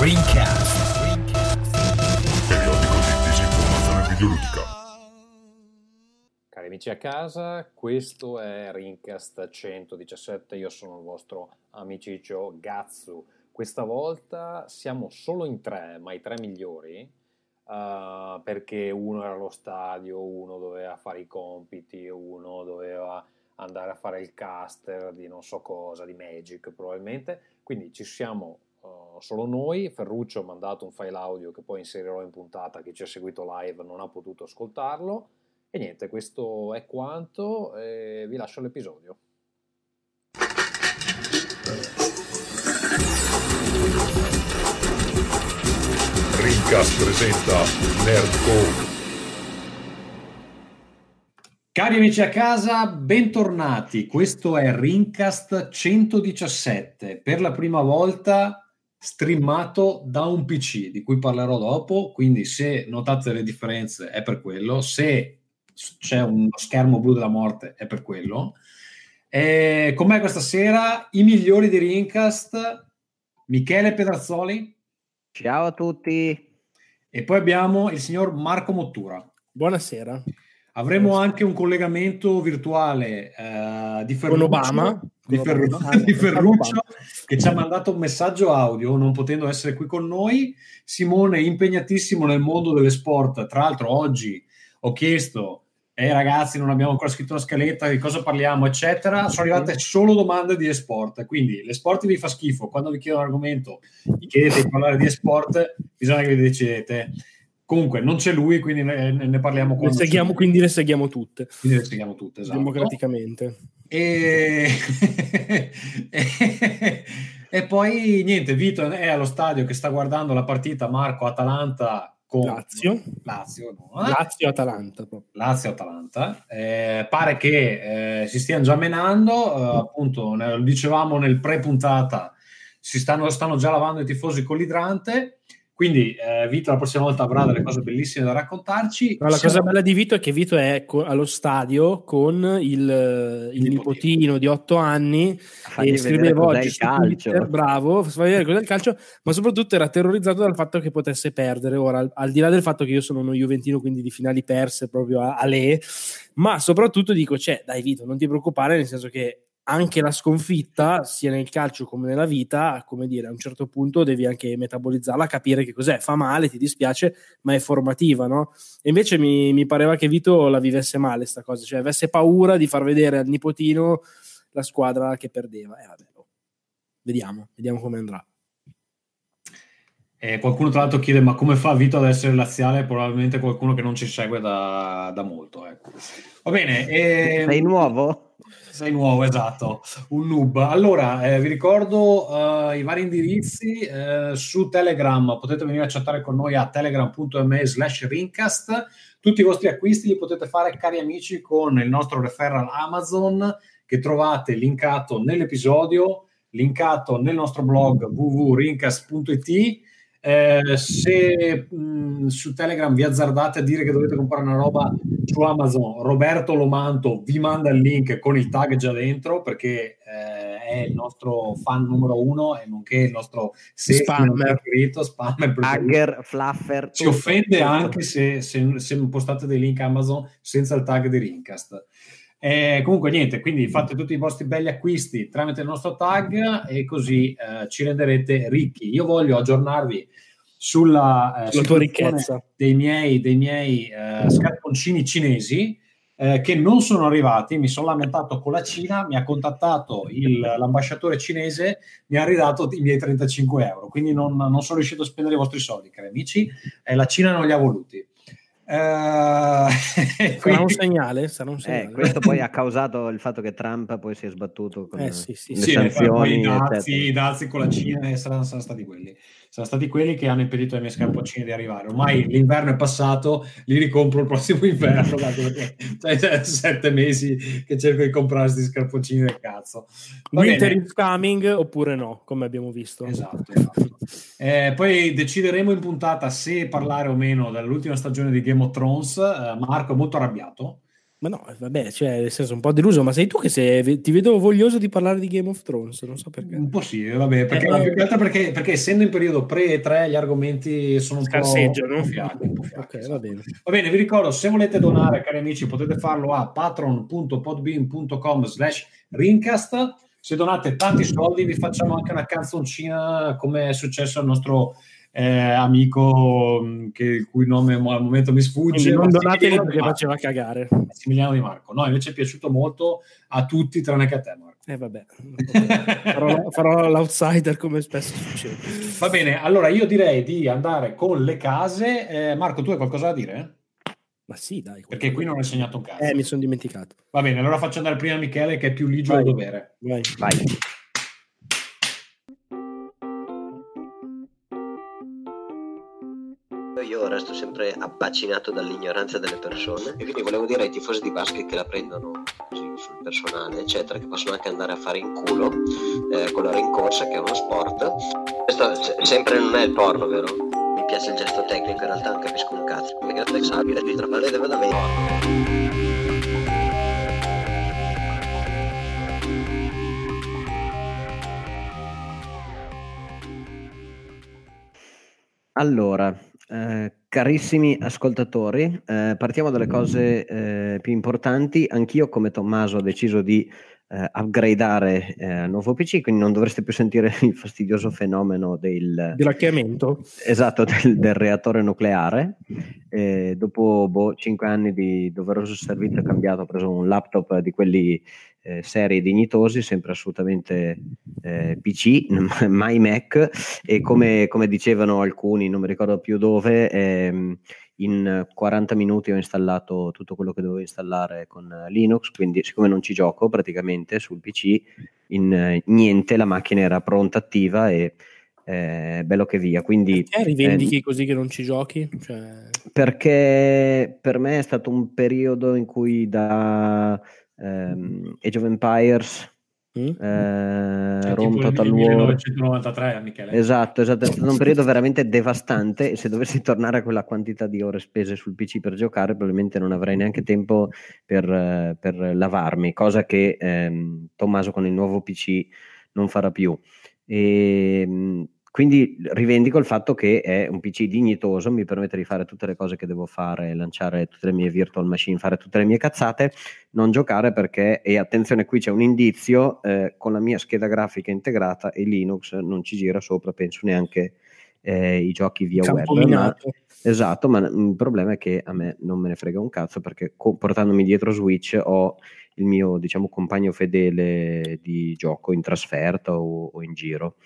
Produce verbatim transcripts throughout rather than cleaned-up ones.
Rincast. Periodico di disinformazione videoludica. Cari amici a casa, questo è Rincast centodiciassette, io sono il vostro amiciccio Gazzu. Questa volta siamo solo in tre, ma i tre migliori, uh, perché uno era allo stadio, uno doveva fare i compiti, uno doveva andare a fare il caster di non so cosa, di Magic probabilmente, quindi ci siamo uh, solo noi. Ferruccio ha mandato un file audio che poi inserirò in puntata, chi ci ha seguito live non ha potuto ascoltarlo, e niente, questo è quanto, e vi lascio l'episodio. Rincast presenta Nerdcore. Cari amici a casa, bentornati. Questo è Rincast centodiciassette, per la prima volta streamato da un P C, di cui parlerò dopo, quindi se notate le differenze è per quello, se c'è uno schermo blu della morte è per quello. E con me questa sera i migliori di Rincast, Michele Pedrazzoli. Ciao a tutti. E poi abbiamo il signor Marco Mottura. Buonasera. Avremo anche un collegamento virtuale uh, di Ferruccio, con Obama, di, Ferru- Obama. Ah, di Ferruccio Obama. Che ci ha mandato un messaggio audio, non potendo essere qui con noi. Simone è impegnatissimo nel mondo delle sport. Tra l'altro oggi ho chiesto, eh ragazzi non abbiamo ancora scritto una scaletta, di cosa parliamo eccetera, sono arrivate solo domande di esport, quindi l'esport vi fa schifo, quando vi chiedono un argomento vi chiedete di parlare di esport, bisogna che vi decidete. Comunque non c'è lui, quindi ne, ne parliamo le seguiamo, quindi le seguiamo tutte. Quindi le seguiamo tutte, esatto. Democraticamente. E... e... e poi niente, Vito è allo stadio che sta guardando la partita Marco-Atalanta con Lazio. Lazio, no? Lazio-Atalanta. Lazio-Atalanta. Eh, pare che eh, si stiano già menando, eh, appunto, ne, lo dicevamo nel pre-puntata, si stanno, stanno già lavando i tifosi con l'idrante. Quindi eh, Vito la prossima volta avrà delle cose bellissime da raccontarci. No, la Siamo... cosa bella di Vito è che Vito è co- allo stadio con il, il, il nipotino di otto anni Fagli e scriveva oggi su calcio. Twitter, bravo, fa vedere cos'è il calcio, ma soprattutto era terrorizzato dal fatto che potesse perdere. Ora, al, al di là del fatto che io sono uno juventino, quindi di finali perse proprio a, a le, ma soprattutto dico, cioè, dai Vito, non ti preoccupare, nel senso che anche la sconfitta, sia nel calcio come nella vita, come dire, a un certo punto devi anche metabolizzarla, capire che cos'è, fa male, ti dispiace, ma è formativa, no? E invece mi, mi pareva che Vito la vivesse male sta cosa, cioè avesse paura di far vedere al nipotino la squadra che perdeva. E eh, vabbè, oh. vediamo, vediamo come andrà. Eh, qualcuno tra l'altro chiede, ma come fa Vito ad essere laziale? Probabilmente qualcuno che non ci segue da, da molto, ecco. Va bene. E... Sei nuovo? Sei nuovo, esatto, un noob. Allora, eh, vi ricordo uh, i vari indirizzi uh, su Telegram, potete venire a chattare con noi a telegram.me slash rincast. Tutti i vostri acquisti li potete fare, cari amici, con il nostro referral Amazon, che trovate linkato nell'episodio, linkato nel nostro blog w w w punto rincast punto i t. Eh, se mh, su Telegram vi azzardate a dire che dovete comprare una roba su Amazon, Roberto Lomanto vi manda il link con il tag già dentro, perché eh, è il nostro fan numero uno e nonché il nostro spammer preferito, spammer preferito. Hagger, fluffer, ci offende anche se, se, se postate dei link Amazon senza il tag di Rincast. Eh, comunque niente, quindi fate tutti i vostri belli acquisti tramite il nostro tag e così eh, ci renderete ricchi. Io voglio aggiornarvi sulla, eh, tua ricchezza dei miei, dei miei eh, scarponcini cinesi eh, che non sono arrivati. Mi sono lamentato con la Cina, mi ha contattato il, l'ambasciatore cinese, mi ha ridato i miei trentacinque euro, quindi non, non sono riuscito a spendere i vostri soldi, cari amici, eh, la Cina non li ha voluti. Uh, sarà quindi... un segnale, sarà un segnale. Eh, questo poi ha causato il fatto che Trump poi si è sbattuto con eh, sì, sì, le sì, sanzioni, i dazi, i dazi con la Cina saranno, saranno stati quelli sono stati quelli che hanno impedito ai miei scarponcini di arrivare. Ormai l'inverno è passato, li ricompro il prossimo inverno, cioè, sette mesi che cerco di comprare questi scarponcini del cazzo. Va Winter bene. is coming oppure no, come abbiamo visto. Esatto, esatto. Eh, poi decideremo in puntata se parlare o meno dell'ultima stagione di Game of Thrones. eh, Marco è molto arrabbiato Ma no, vabbè, cioè, nel senso un po' deluso, ma sei tu che sei, ti vedo voglioso di parlare di Game of Thrones, non so perché. Un po' sì, vabbè, perché, Eh, ma più che altro perché, perché essendo in periodo pre e tre gli argomenti sono un po', Scarseggiano. un po' fiacchi, un po' fiacchi, Ok, esatto. va bene. Va bene, vi ricordo, se volete donare, cari amici, potete farlo a patron.podbean.com slash rincast. Se donate tanti soldi vi facciamo anche una canzoncina, come è successo al nostro eh, amico che, il cui nome al momento mi sfugge. Quindi non donateli Massimiliano perché Di Marco. faceva cagare. Massimiliano Di Marco. No, invece è piaciuto molto a tutti tranne che a te, Marco. Eh vabbè, okay. farò, farò l'outsider come spesso succede. Va bene, allora io direi di andare con le case. Eh, Marco, tu hai qualcosa da dire? Ma sì, dai. Perché qui non hai segnato un cazzo. Eh, mi sono dimenticato. Va bene, allora faccio andare prima Michele che è più ligio Vai. al dovere. Vai. Vai. Io resto sempre abbacinato dall'ignoranza delle persone e quindi volevo dire ai tifosi di basket che la prendono così sul personale eccetera, che possono anche andare a fare in culo eh, con la rincorsa, che è uno sport. Questo se- sempre non è il porno, vero? Mi piace il gesto tecnico, in realtà non capisco un cazzo, come che Flex abile di tra parete vado a vedere. Allora, eh, carissimi ascoltatori, eh, partiamo dalle cose eh, più importanti. Anch'io, come Tommaso, ho deciso di eh, upgradeare eh, nuovo P C, quindi non dovreste più sentire il fastidioso fenomeno del Dell'acchiamento? Esatto, del, del reattore nucleare. Eh, dopo boh, cinque anni di doveroso servizio cambiato, ho preso un laptop di quelli eh, seri e dignitosi, sempre assolutamente eh, P C, mai Mac, e come, come dicevano alcuni, non mi ricordo più dove, ehm, in quaranta minuti ho installato tutto quello che dovevo installare con Linux, quindi siccome non ci gioco praticamente sul P C, in eh, niente, la macchina era pronta, attiva e eh, bello che via. Quindi Perché rivendichi eh, così che non ci giochi? Cioè... perché per me è stato un periodo in cui da ehm, Age of Empires, Mm? eh, Cioè, Rome tipo il Total War, millenovecentonovantatré, Michele. esatto, esatto, è stato un periodo veramente devastante, e se dovessi tornare a quella quantità di ore spese sul P C per giocare probabilmente non avrei neanche tempo per, eh, per lavarmi, cosa che ehm, Tommaso con il nuovo P C non farà più. E, mh, quindi rivendico il fatto che è un P C dignitoso, mi permette di fare tutte le cose che devo fare, lanciare tutte le mie virtual machine, fare tutte le mie cazzate, non giocare perché, e attenzione, qui c'è un indizio, eh, con la mia scheda grafica integrata e Linux non ci gira sopra, penso, neanche eh, i giochi via Campo web. Ma, minato. esatto, ma il problema è che a me non me ne frega un cazzo, perché co- portandomi dietro Switch ho il mio, diciamo, compagno fedele di gioco in trasferta o, o in giro.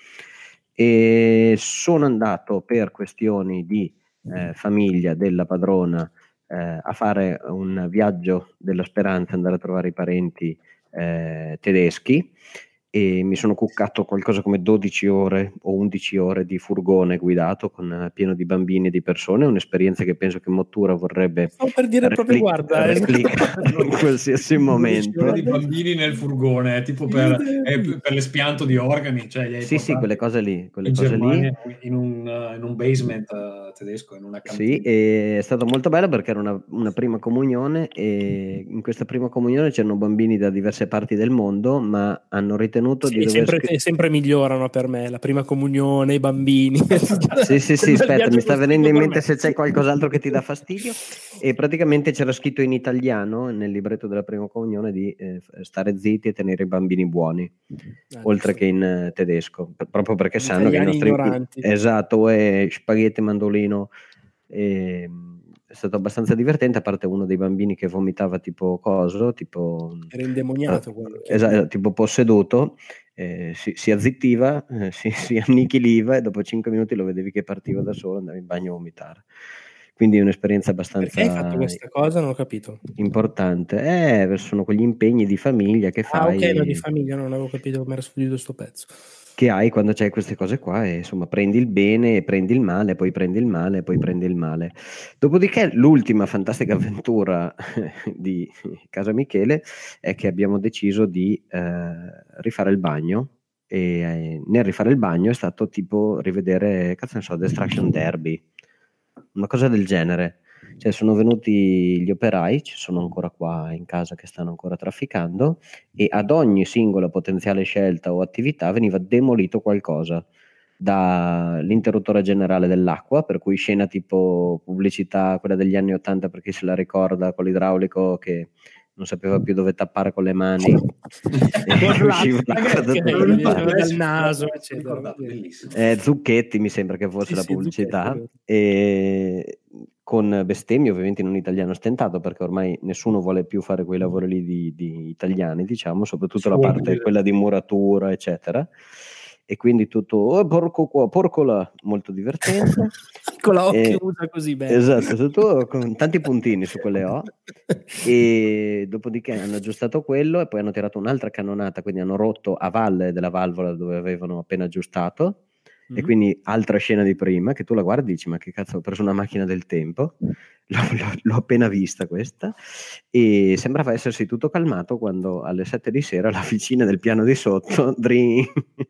E sono andato per questioni di eh, famiglia della padrona eh, a fare un viaggio della speranza, andare a trovare i parenti eh, tedeschi, e mi sono cuccato qualcosa come dodici ore o undici ore di furgone guidato con eh, pieno di bambini e di persone, un'esperienza che penso che Mottura vorrebbe Stavo per dire proprio, repli- guarda, eh. replicare in qualsiasi momento. Di bambini nel furgone, eh, tipo per, eh, per l'espianto di organi, cioè li hai Sì, sì, portati quelle cose lì, quelle in cose Germania lì. in un, uh, in un basement uh, tedesco, in una cantina. Sì, e è stato molto bello perché era una, una prima comunione, e in questa prima comunione c'erano bambini da diverse parti del mondo, ma hanno ritenuto Sì, di dover sempre, scri- sempre migliorano per me la prima comunione, i bambini. Sì, sì, sì, aspetta, mi sta venendo in mente se c'è qualcos'altro che ti dà fastidio. E praticamente c'era scritto in italiano nel libretto della prima comunione di eh, stare zitti e tenere i bambini buoni, Ah, oltre giusto. che in eh, tedesco, per- proprio perché Gli sanno che i italiani nostri ignoranti. esatto, e spaghetti mandolino. E, è stato abbastanza divertente, a parte uno dei bambini che vomitava tipo coso, tipo Era indemoniato eh, quello. esatto, tipo posseduto, eh, si, si azzittiva, eh, si, si annichiliva, e dopo cinque minuti lo vedevi che partiva da solo, andava in bagno a vomitare. Quindi è un'esperienza abbastanza Perché hai fatto questa cosa? Non ho capito. importante. Eh, sono quegli impegni di famiglia che Ah, fai, ok, no, di famiglia, non avevo capito come era sfuggito sto pezzo. che hai quando c'hai queste cose qua, e insomma prendi il bene e prendi il male, poi prendi il male e poi prendi il male. Dopodiché l'ultima fantastica avventura di Casa Michele è che abbiamo deciso di eh, rifare il bagno, e eh, nel rifare il bagno è stato tipo rivedere, cazzo ne so, Destruction Derby, una cosa del genere. Cioè sono venuti gli operai, ci sono ancora qua in casa che stanno ancora trafficando, e ad ogni singola potenziale scelta o attività veniva demolito qualcosa, dall'interruttore generale dell'acqua, per cui scena tipo pubblicità, quella degli anni ottanta per chi se la ricorda, con l'idraulico che non sapeva più dove tappare con le mani e usciva l'acqua da tutte le parti. dal naso, eccetera. Eh, Zucchetti mi sembra che fosse Sì, la sì, pubblicità, Zucchetti. e con bestemmie ovviamente in un italiano stentato, perché ormai nessuno vuole più fare quei lavori lì di, di italiani, diciamo, soprattutto la parte quella di muratura eccetera, e quindi tutto oh, porco qua, porco là, molto divertente con la O e, che usa così bene, esatto, tutto con tanti puntini su quelle O. E dopodiché hanno aggiustato quello e poi hanno tirato un'altra cannonata, quindi hanno rotto a valle della valvola dove avevano appena aggiustato. Mm-hmm. E quindi altra scena di prima che tu la guardi e dici ma che cazzo, ho preso una macchina del tempo, l'ho, l'ho, l'ho appena vista questa, e sembrava essersi tutto calmato quando alle sette di sera la vicina del piano di sotto drin,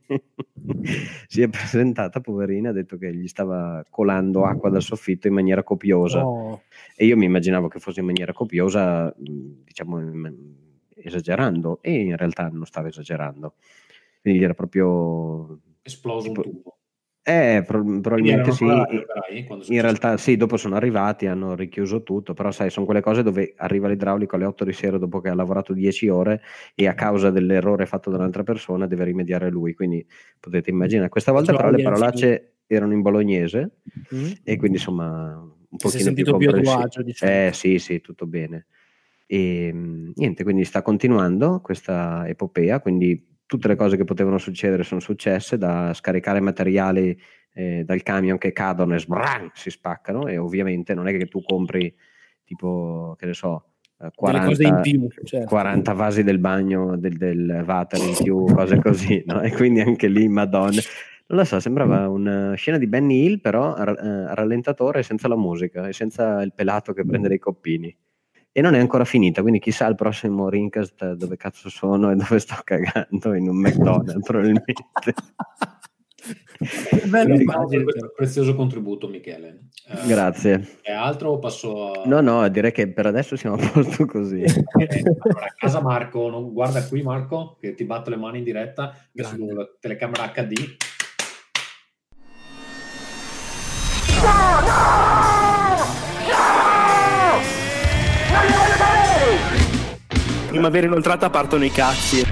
si è presentata, poverina, ha detto che gli stava colando acqua dal soffitto in maniera copiosa. Oh. E io mi immaginavo che fosse in maniera copiosa, diciamo esagerando, e in realtà non stava esagerando, quindi era proprio esploso tipo, un tubo. Eh, pro- probabilmente sì. Operai, in realtà sì, dopo sono arrivati, hanno richiuso tutto, però sai, sono quelle cose dove arriva l'idraulico alle otto di sera dopo che ha lavorato dieci ore e a causa dell'errore fatto da un'altra persona deve rimediare lui, quindi potete immaginare. Questa volta però le parolacce erano in bolognese, mm-hmm. e quindi insomma un Ti pochino più più a tuo agio, diciamo. Eh sì, sì, tutto bene. E niente, quindi sta continuando questa epopea, quindi tutte le cose che potevano succedere sono successe, da scaricare materiali eh, dal camion che cadono e sbran, si spaccano, e ovviamente non è che tu compri tipo, che ne so, quaranta, cose in più, certo. quaranta vasi del bagno del, del water in più, cose così, no? E quindi anche lì, madonna, non lo so, sembrava una scena di Benny Hill però a, a rallentatore, senza la musica e senza il pelato che prende dei coppini. E non è ancora finita, quindi chissà il prossimo Rincast dove cazzo sono e dove sto cagando, in un McDonald's probabilmente. Bello, per questo prezioso contributo, Michele. Eh, Grazie. È altro o passo a... No, no, direi che per adesso siamo a posto così. Eh, allora, a casa Marco, non, guarda qui Marco, che ti batto le mani in diretta, sulla telecamera acca di. No, no! Primavera inoltrata, partono i cazzi.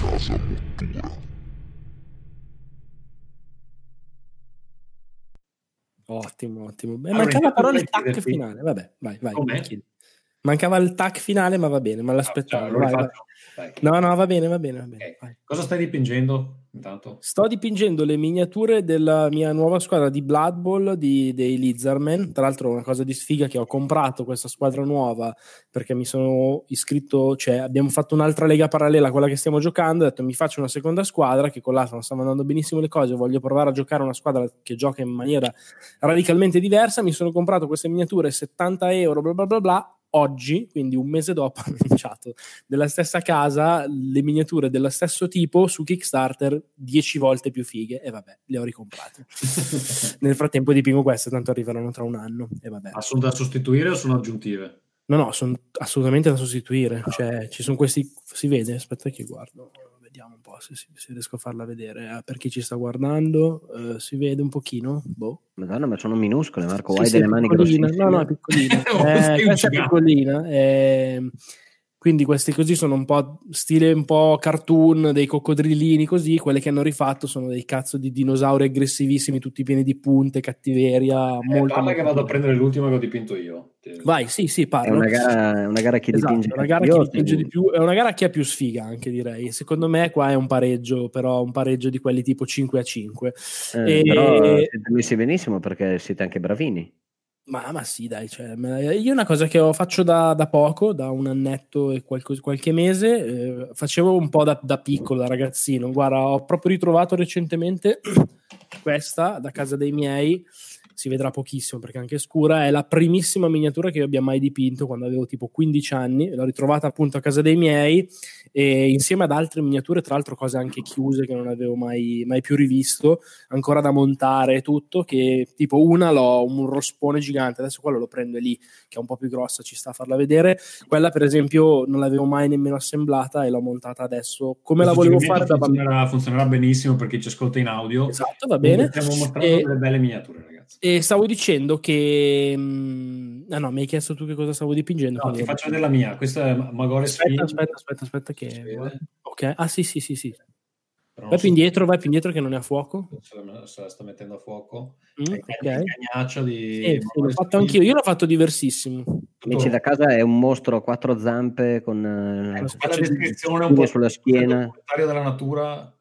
Ottimo, ottimo. Beh, allora, mancava però il tac finale. Vabbè, vai, vai. Mancava il tac finale, ma va bene, ma l'aspettavo. No, vai, vai. No, no, va bene, va bene. Va bene. Okay. Cosa stai dipingendo intanto? Sto dipingendo le miniature della mia nuova squadra di Blood Bowl di, dei Lizardmen. Tra l'altro una cosa di sfiga che ho comprato questa squadra nuova perché mi sono iscritto, cioè abbiamo fatto un'altra lega parallela a quella che stiamo giocando, ho detto mi faccio una seconda squadra che con l'altra non stanno andando benissimo le cose, voglio provare a giocare una squadra che gioca in maniera radicalmente diversa. Mi sono comprato queste miniature settanta euro bla bla bla bla. Oggi, quindi un mese dopo, hanno annunciato della stessa casa le miniature dello stesso tipo su Kickstarter dieci volte più fighe, e vabbè, le ho ricomprate. Nel frattempo dipingo queste, tanto arriveranno tra un anno, e vabbè. Ma sono da sostituire o sono aggiuntive? No, no, sono assolutamente da sostituire. Cioè, ci sono questi, si vede, aspetta che guardo, vediamo un po' se, se riesco a farla vedere. Eh, per chi ci sta guardando, eh, si vede un pochino, boh. Madonna, ma sono minuscole, Marco, sì, hai sì, delle mani grossissime. No, no, è piccolina. eh, questa è piccolina. Eh, quindi questi così sono un po' stile un po' cartoon, dei coccodrillini così. Quelle che hanno rifatto sono dei cazzo di dinosauri aggressivissimi, tutti pieni di punte, cattiveria. Eh, molto, parla molto che vado a prendere l'ultima che ho dipinto io. Vai, sì, sì, parla. È una gara, una gara a chi esatto, dipinge, una gara a chi dipinge di più. È una gara a chi ha più sfiga, anche direi. Secondo me qua è un pareggio, però un pareggio di quelli tipo cinque a cinque. Eh, e... Però siete messi benissimo perché siete anche bravini. Ma, ma sì, dai, cioè, io una cosa che ho, faccio da, da poco, da un annetto e qualche, qualche mese, eh, facevo un po' da, da piccolo, da ragazzino. Guarda, ho proprio ritrovato recentemente questa da casa dei miei. si vedrà pochissimo perché è anche scura, è la primissima miniatura che io abbia mai dipinto quando avevo tipo quindici anni, l'ho ritrovata appunto a casa dei miei e insieme ad altre miniature, tra l'altro cose anche chiuse che non avevo mai, mai più rivisto, ancora da montare e tutto, che tipo una l'ho un rospone gigante, adesso quello lo prendo lì che è un po' più grossa, ci sta a farla vedere, quella per esempio non l'avevo mai nemmeno assemblata e l'ho montata adesso come la volevo fare da bambino. Funzionerà, funzionerà benissimo per chi ci ascolta in audio. Esatto, va bene. Stiamo mostrando e, delle belle miniature, ragazzi. E stavo dicendo che mh, ah no, mi hai chiesto tu che cosa stavo dipingendo. No, ti faccio vedere la mia. Questa è Magore aspetta, Spin. aspetta, aspetta, aspetta che ok. Ah sì, sì, sì, sì. Però vai più so indietro, vai più indietro che non è a fuoco. Se la, se la sto mettendo a fuoco. Mm, è ok. il cagnaccio di Sì, sì, l'ho fatto anch'io. Io l'ho fatto diversissimo. Amici da casa è un mostro a quattro zampe con eh, ecco, la descrizione un po' sulla schiena. Il della natura.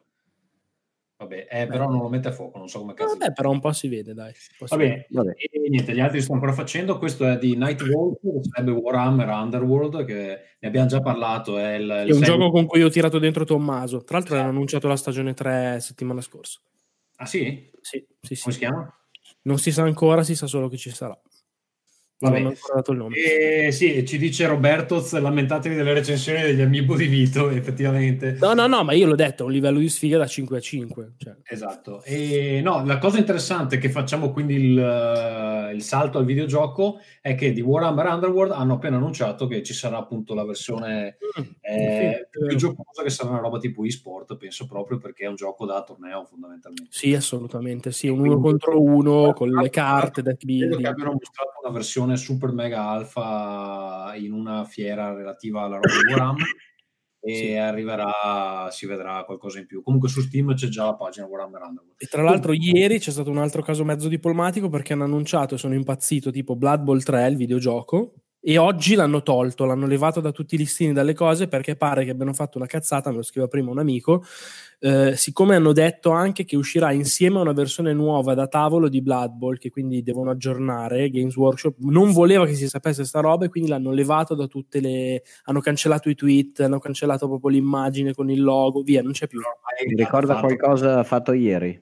Vabbè, eh, però non lo mette a fuoco, non so come cazzo. Vabbè, però un po' si vede, dai. Vabbè, Vabbè. E niente, gli altri li sto ancora facendo. Questo è di Nightwolf, che sarebbe Warhammer Underworld, che ne abbiamo già parlato. È, il, è il un sei... gioco con cui ho tirato dentro Tommaso. Tra l'altro, sì. Hanno annunciato la stagione tre settimana scorsa. Ah, sì? Sì, sì, sì. Come si chiama? Non si sa ancora, si sa solo che ci sarà. Vabbè. Non ho ancora dato il nome. E, sì, ci dice Robertoz, lamentatevi delle recensioni degli Amiibo di Vito, effettivamente. No, no, no, ma io l'ho detto, è un livello di sfiga da cinque a cinque. Cioè. Esatto. E no, la cosa interessante che facciamo quindi il, il salto al videogioco è che di Warhammer Underworld hanno appena annunciato che ci sarà appunto la versione mm, eh, sì, più giocosa, che sarà una roba tipo e-sport, penso, proprio perché è un gioco da torneo fondamentalmente. Sì, assolutamente, sì, un uno contro uno con le carte da building. Credo che abbiano mostrato una versione super mega alfa in una fiera relativa alla roba di Warhammer e sì. arriverà, si vedrà qualcosa in più. Comunque su Steam c'è già la pagina Warhammer Underworld. E tra l'altro ieri c'è stato un altro caso mezzo diplomatico perché hanno annunciato, e sono impazzito, tipo Blood Bowl tre, il videogioco, e oggi l'hanno tolto, l'hanno levato da tutti i listini, dalle cose, perché pare che abbiano fatto una cazzata, me lo scriveva prima un amico, eh, siccome hanno detto anche che uscirà insieme a una versione nuova da tavolo di Blood Bowl, che quindi devono aggiornare, Games Workshop non voleva che si sapesse sta roba e quindi l'hanno levato da tutte le... hanno cancellato i tweet, hanno cancellato proprio l'immagine con il logo, via, non c'è più. Mi ricorda qualcosa fatto ieri?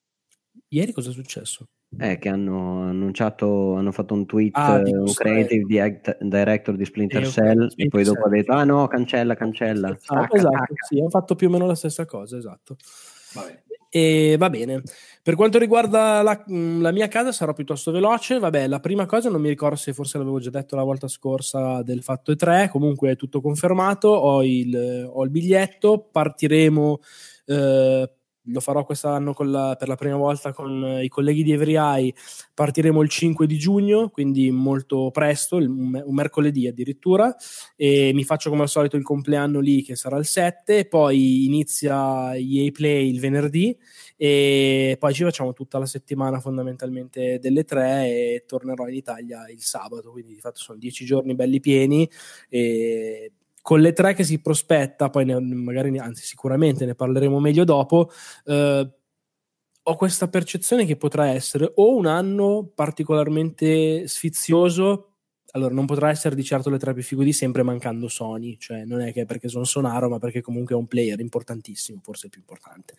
Ieri cosa è successo? Eh, che hanno annunciato, hanno fatto un tweet, ah, uh, un creative direct, director di Splinter eh, Cell, okay. e poi dopo ha detto ah no, cancella, cancella. Stacca, esatto, stacca. sì, hanno fatto più o meno la stessa cosa, esatto. Vabbè. E va bene. Per quanto riguarda la, la mia casa sarò piuttosto veloce. Vabbè, la prima cosa, non mi ricordo se forse l'avevo già detto la volta scorsa del Fatto E tre, comunque è tutto confermato, ho il, ho il biglietto, partiremo, eh, lo farò quest'anno con la, per la prima volta con i colleghi di Every Eye, partiremo il cinque di giugno, quindi molto presto, il, un mercoledì addirittura, e mi faccio come al solito il compleanno lì che sarà il sette, poi inizia E A Play il venerdì e poi ci facciamo tutta la settimana fondamentalmente delle tre e tornerò in Italia il sabato, quindi di fatto sono dieci giorni belli pieni e con le tre che si prospetta, poi ne, magari anzi sicuramente ne parleremo meglio dopo, eh, ho questa percezione che potrà essere o un anno particolarmente sfizioso, allora non potrà essere di certo le tre più figo di sempre mancando Sony, cioè non è che perché sono Sonaro, ma perché comunque è un player importantissimo, forse il più importante.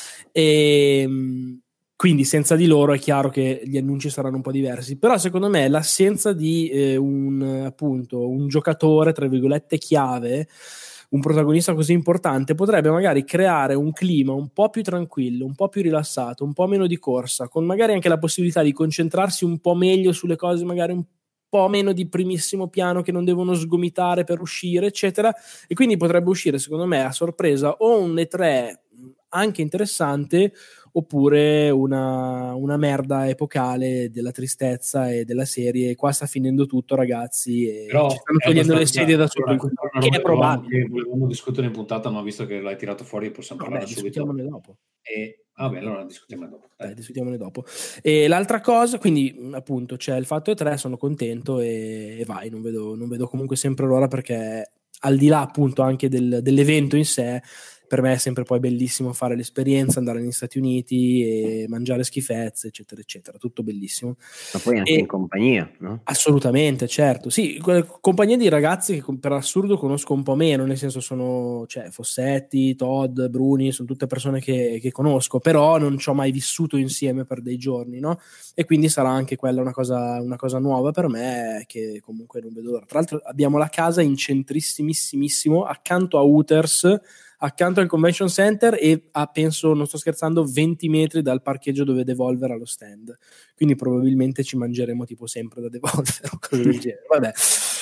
E quindi senza di loro è chiaro che gli annunci saranno un po' diversi, però secondo me l'assenza di eh, un appunto un giocatore tra virgolette chiave, un protagonista così importante, potrebbe magari creare un clima un po' più tranquillo, un po' più rilassato, un po' meno di corsa, con magari anche la possibilità di concentrarsi un po' meglio sulle cose magari un po' meno di primissimo piano che non devono sgomitare per uscire, eccetera, e quindi potrebbe uscire secondo me a sorpresa o un E tre anche interessante oppure una, una merda epocale della tristezza e della serie. Qua sta finendo tutto, ragazzi, e però ci stanno togliendo le sedie da sopra, che è probabile. Volevamo discutere in puntata, ma visto che l'hai tirato fuori possiamo parlare Vabbè, subito. Discutiamone dopo. E vabbè, allora discutiamone dopo. Dai, discutiamone dopo. E l'altra cosa, quindi appunto c'è il Fatto E tre, sono contento e, e vai, non vedo, non vedo comunque sempre l'ora, perché al di là appunto anche del, dell'evento in sé per me è sempre poi bellissimo fare l'esperienza, andare negli Stati Uniti e mangiare schifezze, eccetera, eccetera, tutto bellissimo. Ma poi anche E, in compagnia, no? Assolutamente, certo. Sì, quelle compagnie di ragazzi che per assurdo conosco un po' meno, nel senso sono, cioè, Fossetti, Todd, Bruni, sono tutte persone che, che conosco, però non ci ho mai vissuto insieme per dei giorni, no? E quindi sarà anche quella una cosa, una cosa nuova per me, che comunque non vedo l'ora. Tra l'altro abbiamo la casa in centrissimissimissimo, accanto a Hooters, accanto al convention center e a, penso, non sto scherzando, venti metri dal parcheggio dove Devolver ha lo stand, quindi probabilmente ci mangeremo tipo sempre da Devolver o cose del genere. Vabbè.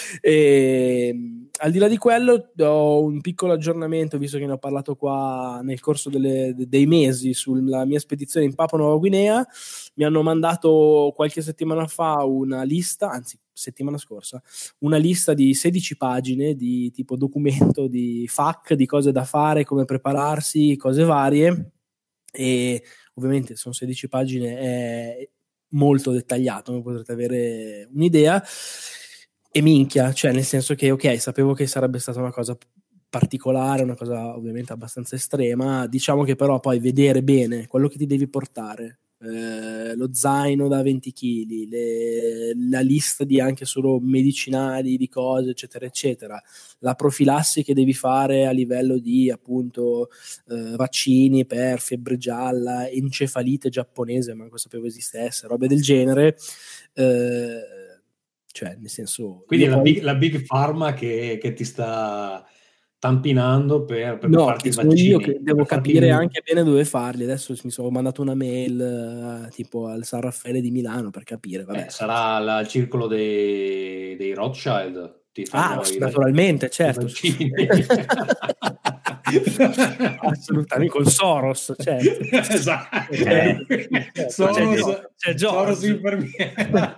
E, al di là di quello ho un piccolo aggiornamento, visto che ne ho parlato qua nel corso delle, dei mesi sulla mia spedizione in Papua Nuova Guinea. Mi hanno mandato qualche settimana fa una lista, anzi settimana scorsa, una lista di sedici pagine di tipo documento di F A Q, di cose da fare, come prepararsi, cose varie, e ovviamente sono sedici pagine, è molto dettagliato, come potrete avere un'idea, e minchia, cioè nel senso che ok, sapevo che sarebbe stata una cosa particolare, una cosa ovviamente abbastanza estrema, diciamo che però poi vedere bene quello che ti devi portare, Eh, lo zaino da venti chili, le, la lista di anche solo medicinali, di cose eccetera eccetera, la profilassi che devi fare a livello di appunto eh, vaccini per febbre gialla, encefalite giapponese, manco sapevo esistesse, robe del genere, eh, cioè nel senso, quindi è la, poi... big, la big pharma che, che ti sta tampinando per, per no, farti che i sono vaccini, io che devo capire il... anche bene dove farli. Adesso mi sono mandato una mail uh, tipo al San Raffaele di Milano per capire. Vabbè. Eh, sarà la, il circolo dei, dei Rothschild. Ti Ah, i, naturalmente, i certo. Assolutamente, con Soros, certo. Esatto. Eh, certo. Soros, c'è, c'è Soros infermiera.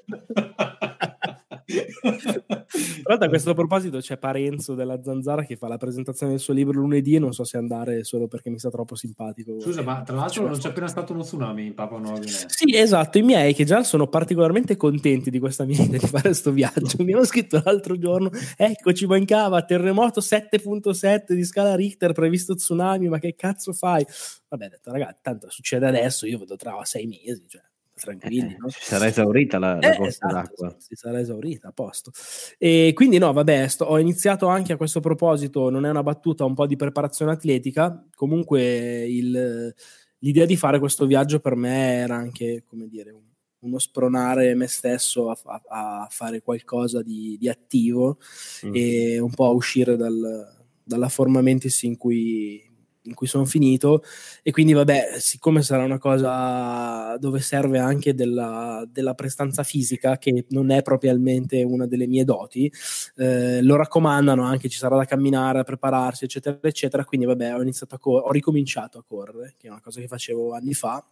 Tra l'altro a questo proposito c'è Parenzo della Zanzara che fa la presentazione del suo libro lunedì e non so se andare solo perché mi sta troppo simpatico. Scusa, ma tra l'altro non c'è appena stato uno tsunami in Papua Nuova Guinea? Sì, esatto, i miei che già sono particolarmente contenti di questa mia idea di fare questo viaggio mi hanno scritto l'altro giorno: ecco, ci mancava terremoto sette virgola sette di scala Richter, previsto tsunami, ma che cazzo fai? Vabbè, ho detto, ragazzi, tanto succede adesso, io vedo tra sei mesi, cioè tranquilli, eh, no? Si sarà esaurita la, la eh, corsa esatto, d'acqua. Si sarà esaurita, a posto. E quindi no, vabbè, sto, ho iniziato anche a questo proposito, non è una battuta, un po' di preparazione atletica. Comunque il, l'idea di fare questo viaggio per me era anche, come dire, un, uno spronare me stesso a, a, a fare qualcosa di, di attivo mm. e un po' a uscire dal, dalla forma mentis in cui in cui sono finito, e quindi vabbè, siccome sarà una cosa dove serve anche della, della prestanza fisica, che non è propriamente una delle mie doti, eh, lo raccomandano anche, ci sarà da camminare, da prepararsi eccetera eccetera, quindi vabbè, ho iniziato a cor- ho ricominciato a correre, che è una cosa che facevo anni fa,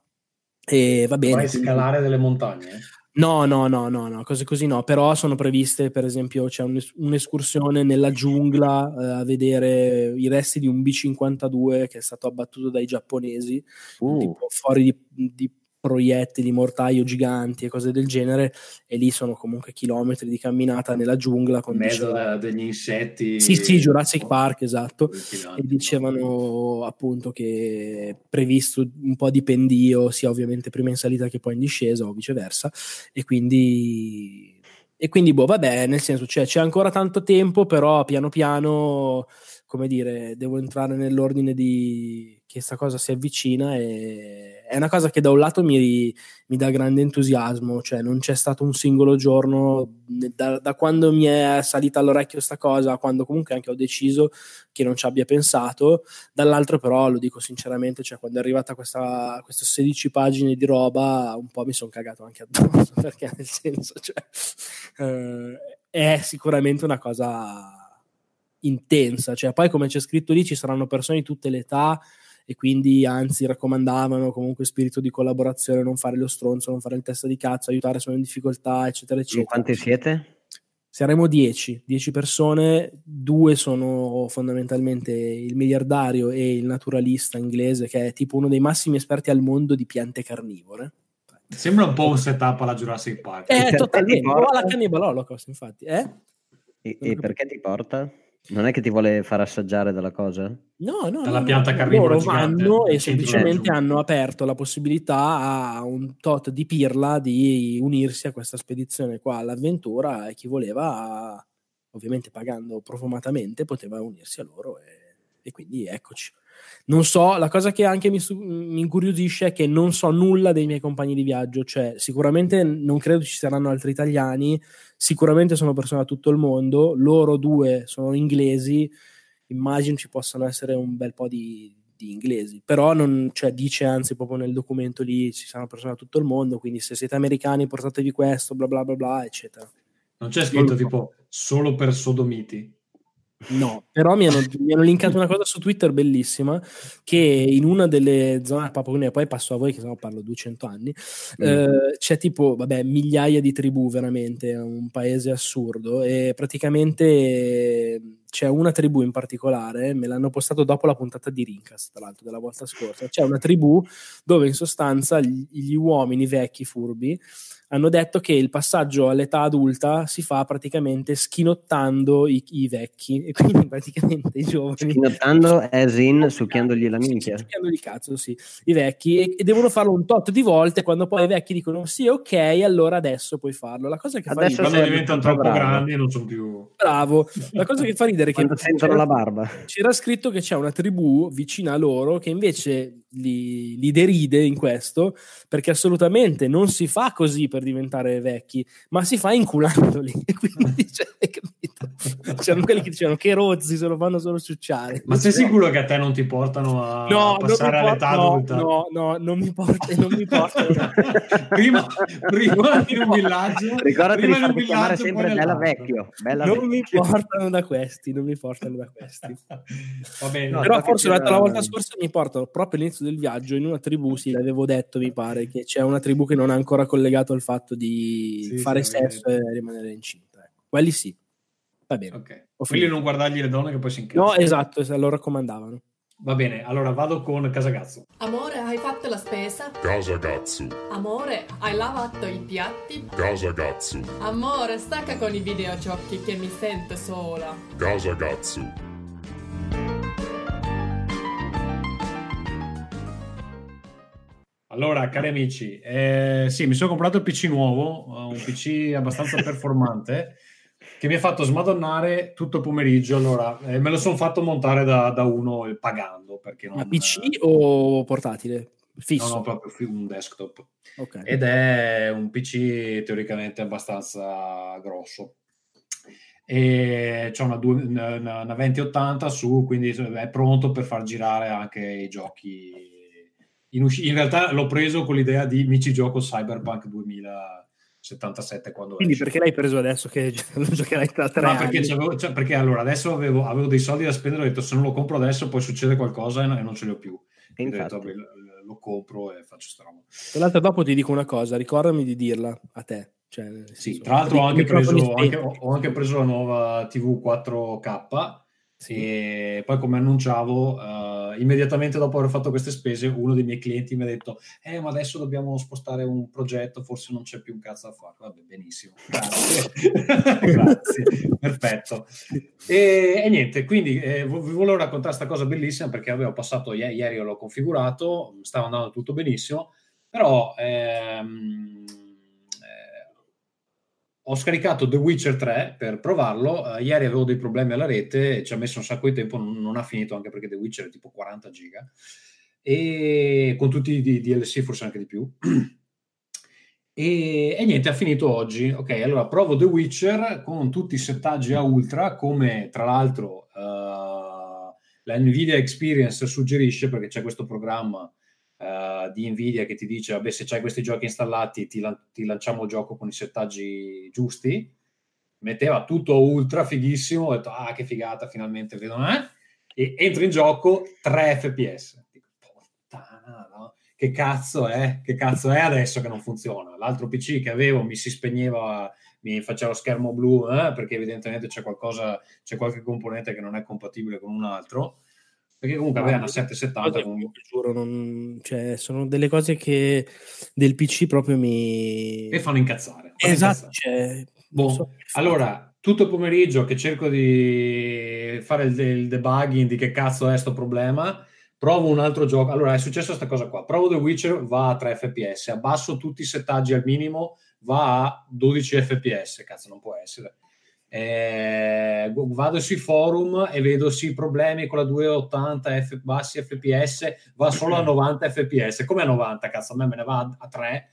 e va bene. Vai a scalare delle montagne? No, no, no, no, no, cose così no, però sono previste, per esempio c'è un, un'escursione nella giungla eh, a vedere i resti di un B cinquantadue che è stato abbattuto dai giapponesi, uh. tipo fuori di, di proiettili, mortaio giganti e cose del genere, e lì sono comunque chilometri di camminata nella giungla con in mezzo diceva... da, degli insetti. Sì, sì, Jurassic Park, esatto, e dicevano appunto che è previsto un po' di pendio sia ovviamente prima in salita che poi in discesa o viceversa, e quindi e quindi boh, vabbè, nel senso cioè, c'è ancora tanto tempo, però piano piano, come dire, devo entrare nell'ordine di che sta cosa si avvicina, e è una cosa che da un lato mi, mi dà grande entusiasmo, cioè non c'è stato un singolo giorno da, da quando mi è salita all'orecchio sta cosa, quando comunque anche ho deciso, che non ci abbia pensato. Dall'altro però, lo dico sinceramente, cioè quando è arrivata questa queste sedici pagine di roba, un po' mi sono cagato anche addosso, perché nel senso cioè, eh, è sicuramente una cosa intensa, cioè poi come c'è scritto lì ci saranno persone di tutte le età, e quindi anzi raccomandavano comunque spirito di collaborazione, non fare lo stronzo, non fare il testa di cazzo, aiutare se sono in difficoltà eccetera eccetera. In quante siete? Saremo dieci, dieci persone, due sono fondamentalmente il miliardario e il naturalista inglese, che è tipo uno dei massimi esperti al mondo di piante carnivore. Sembra un po' un setup alla Jurassic Park. È totalmente, o alla Cannibal Holocaust, infatti. Eh? E, e perché ti porta? Non è che ti vuole far assaggiare dalla cosa? No, no, Dalla no, pianta no. carnivora Loro gigante vanno del e centro semplicemente giù. hanno aperto la possibilità a un tot di pirla di unirsi a questa spedizione qua all'avventura, e chi voleva, ovviamente pagando profumatamente, poteva unirsi a loro, e, e quindi eccoci. Non so, la cosa che anche mi, su- mi incuriosisce è che non so nulla dei miei compagni di viaggio, cioè sicuramente non credo ci saranno altri italiani, sicuramente sono persone da tutto il mondo, loro due sono inglesi, immagino ci possano essere un bel po' di, di inglesi, però non, cioè, dice anzi proprio nel documento lì ci saranno persone da tutto il mondo, quindi se siete americani portatevi questo, bla bla bla bla, eccetera. Non c'è Non scritto lo so. tipo solo per sodomiti. No, però mi hanno, mi hanno linkato una cosa su Twitter bellissima, che in una delle zone, proprio, poi passo a voi che sennò parlo duecento anni, Mm. eh, c'è tipo, vabbè, migliaia di tribù, veramente, è un paese assurdo, e praticamente c'è una tribù in particolare, me l'hanno postato dopo la puntata di Rincast, tra l'altro, della volta scorsa, c'è una tribù dove in sostanza gli, gli uomini vecchi furbi hanno detto che il passaggio all'età adulta si fa praticamente schinottando i, i vecchi, e quindi praticamente i giovani Schinottando as in succhiandogli la Sì, minchia. sì, succhiandogli il cazzo, sì, i vecchi, e, e devono farlo un tot di volte, quando poi i vecchi dicono sì, ok, allora adesso puoi farlo. La cosa che fa Adesso ridere, Quando sei diventano abbastanza troppo bravo. grandi non sono più... bravo, la cosa che fa ridere è che Quando sentono la barba. c'era scritto che c'è una tribù vicina a loro che invece li, li deride in questo, perché assolutamente non si fa così per diventare vecchi, ma si fa inculandoli. E quindi, cioè, hai capito? C'erano quelli che dicevano che rozzi, se lo fanno solo ciucciare. Ma sei sicuro che a te non ti portano a No, passare non mi all'età por- no, adulta? no, no, non mi porta, non mi porta. prima, prima in un villaggio, Ricordati prima di in un farti chiamare villaggio, poi sempre Bella nell'altro. Vecchio. Bella Non mi Vecchio. portano da questi, non mi portano da questi. Va bene. No, Però so che forse la, c'era- la volta scorsa mi portano proprio all'inizio del viaggio in una tribù, sì, l'avevo detto, mi pare, che c'è una tribù che non ha ancora collegato il fatto di Sì, fare sì, avevi sesso e rimanere incinta. Ecco. Quelli sì. Va bene. Ok. Ho Quelli finito. non guardargli le donne che poi si incazzano. No, esatto, se lo raccomandavano. Va bene, allora vado con Casagazzo. Amore, hai fatto la spesa? Casagazzo, Amore, hai lavato i piatti? Casagazzo, Amore, stacca con i videogiochi che mi sento sola. Casagazzo. Allora, cari amici, eh, sì, mi sono comprato il P C nuovo, un P C abbastanza performante, che mi ha fatto smadonnare tutto il pomeriggio. Allora, eh, me lo sono fatto montare da, da uno eh, pagando, perché non... Ma P C o portatile? Fisso? No, no, proprio fi- un desktop. Ok. Ed è un P C teoricamente abbastanza grosso. E c'è una, due- una, una venti ottanta su, quindi è pronto per far girare anche i giochi. In, usci- in realtà l'ho preso con l'idea di mi ci gioco Cyberpunk duemilasettantasette quando Quindi esce. perché l'hai preso adesso che lo giocherai tra tre Ma perché, anni? c'avevo- cioè, perché allora adesso avevo, avevo dei soldi da spendere, ho detto se non lo compro adesso poi succede qualcosa e, no- e non ce li ho più. E Quindi ho detto, infatti. vabbè, lo, lo compro e faccio sta roba. Tra l'altro dopo ti dico una cosa, ricordami di dirla a te. Cioè, nel Sì, senso, tra l'altro ho i anche, microfoni preso, anche- spenti. ho anche preso la nuova T V quattro K Sì. e poi come annunciavo eh, immediatamente dopo aver fatto queste spese uno dei miei clienti mi ha detto eh ma adesso dobbiamo spostare un progetto, forse non c'è più un cazzo da fare. Vabbè, benissimo, grazie. Grazie, perfetto. E, e niente, quindi eh, vi volevo raccontare questa cosa bellissima perché avevo passato ieri, ieri l'ho configurato, stava andando tutto benissimo, però ehm, eh, ho scaricato The Witcher tre per provarlo. Eh, ieri avevo dei problemi alla rete e ci ha messo un sacco di tempo, non, non ha finito anche perché The Witcher è tipo quaranta giga e con tutti i D L C forse anche di più. E, e niente, ha finito oggi. Ok, allora provo The Witcher con tutti i settaggi a ultra, come tra l'altro uh, la Nvidia Experience suggerisce, perché c'è questo programma uh, di Nvidia che ti dice vabbè, se c'hai questi giochi installati ti, lan- ti lanciamo il gioco con i settaggi giusti. Metteva tutto ultra fighissimo, ho detto ah che figata, finalmente vedo, eh? E entro in gioco tre F P S. Dico, puttana, no? Che cazzo è? Che cazzo è adesso che non funziona? L'altro P C che avevo mi si spegneva, mi faceva lo schermo blu, eh? Perché evidentemente c'è qualcosa, c'è qualche componente che non è compatibile con un altro. Perché comunque aveva una settecentosettanta Cose, con... giuro, non, cioè, sono delle cose che del P C proprio mi... e fanno incazzare. Fanno Esatto, incazzare. cioè, Boh, non so che fare. allora tutto il pomeriggio che cerco di fare il, il debugging di che cazzo è sto problema, provo un altro gioco. Allora è successa questa cosa qua, provo The Witcher, va a tre F P S, abbasso tutti i settaggi al minimo, va a dodici F P S, cazzo non può essere. Eh, vado sui forum e vedo sì problemi con la duecentottanta F, bassi F P S, va solo a novanta F P S. Come a novanta, cazzo, a me me ne va a, a tre.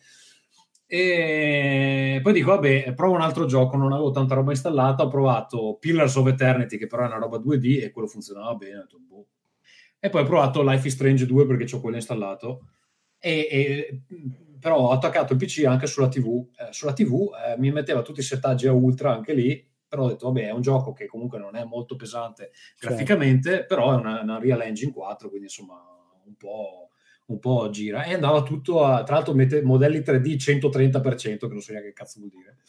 E poi dico vabbè, provo un altro gioco, non avevo tanta roba installata, ho provato Pillars of Eternity, che però è una roba due D e quello funzionava bene, ho detto, boh. E poi ho provato Life is Strange due perché ho quello installato e, e però ho attaccato il P C anche sulla tivù. Eh, sulla tivù eh, mi metteva tutti i settaggi a ultra anche lì, però ho detto vabbè, è un gioco che comunque non è molto pesante graficamente, certo. Però è una, una Real Engine quattro, quindi insomma un po', un po' gira, e andava tutto a, tra l'altro mette modelli tre D centotrenta per cento, che non so neanche che cazzo vuol dire.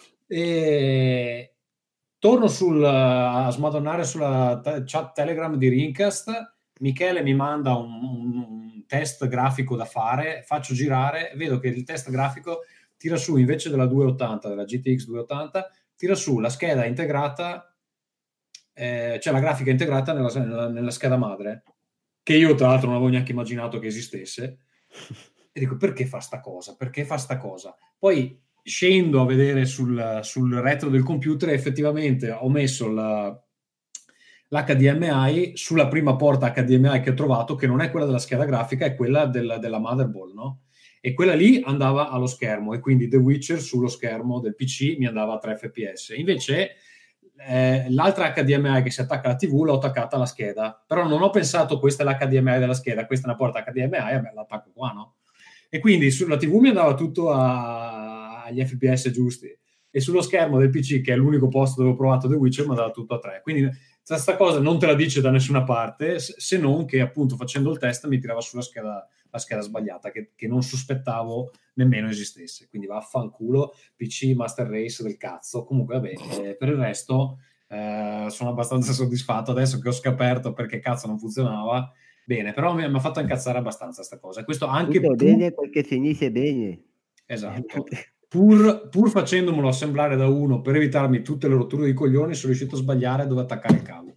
E torno sul, a smadonnare sulla t- chat Telegram di Rincast. Michele mi manda un, un, un test grafico da fare, faccio girare, vedo che il test grafico tira su, invece della duecentottanta, della G T X duecentottanta, tira su la scheda integrata, eh, cioè la grafica integrata nella, nella, nella scheda madre, che io tra l'altro non avevo neanche immaginato che esistesse, e dico perché fa sta cosa, perché fa sta cosa? Poi scendo a vedere sul, sul retro del computer e effettivamente ho messo la l'H D M I sulla prima porta H D M I che ho trovato, che non è quella della scheda grafica, è quella del, della motherboard, no? E quella lì andava allo schermo, e quindi The Witcher sullo schermo del P C mi andava a tre F P S. Invece eh, l'altra H D M I che si attacca alla tivù l'ho attaccata alla scheda, però non ho pensato questa è l'H D M I della scheda, questa è una porta H D M I, vabbè, l'attacco qua, no? E quindi sulla tivù mi andava tutto a, agli F P S giusti, e sullo schermo del P C, che è l'unico posto dove ho provato The Witcher, mi andava tutto a tre. Quindi questa cosa non te la dice da nessuna parte, se non che appunto facendo il test mi tirava sulla scheda, la scheda sbagliata, che, che non sospettavo nemmeno esistesse. Quindi vaffanculo, P C Master Race del cazzo. Comunque vabbè, eh, per il resto eh, sono abbastanza soddisfatto adesso che ho scoperto perché cazzo non funzionava bene, però mi ha fatto incazzare abbastanza sta cosa. Questo anche tutto pur... bene perché si inizia bene. Esatto. Pur, pur facendomelo assemblare da uno per evitarmi tutte le rotture di coglioni, sono riuscito a sbagliare dove attaccare il cavo.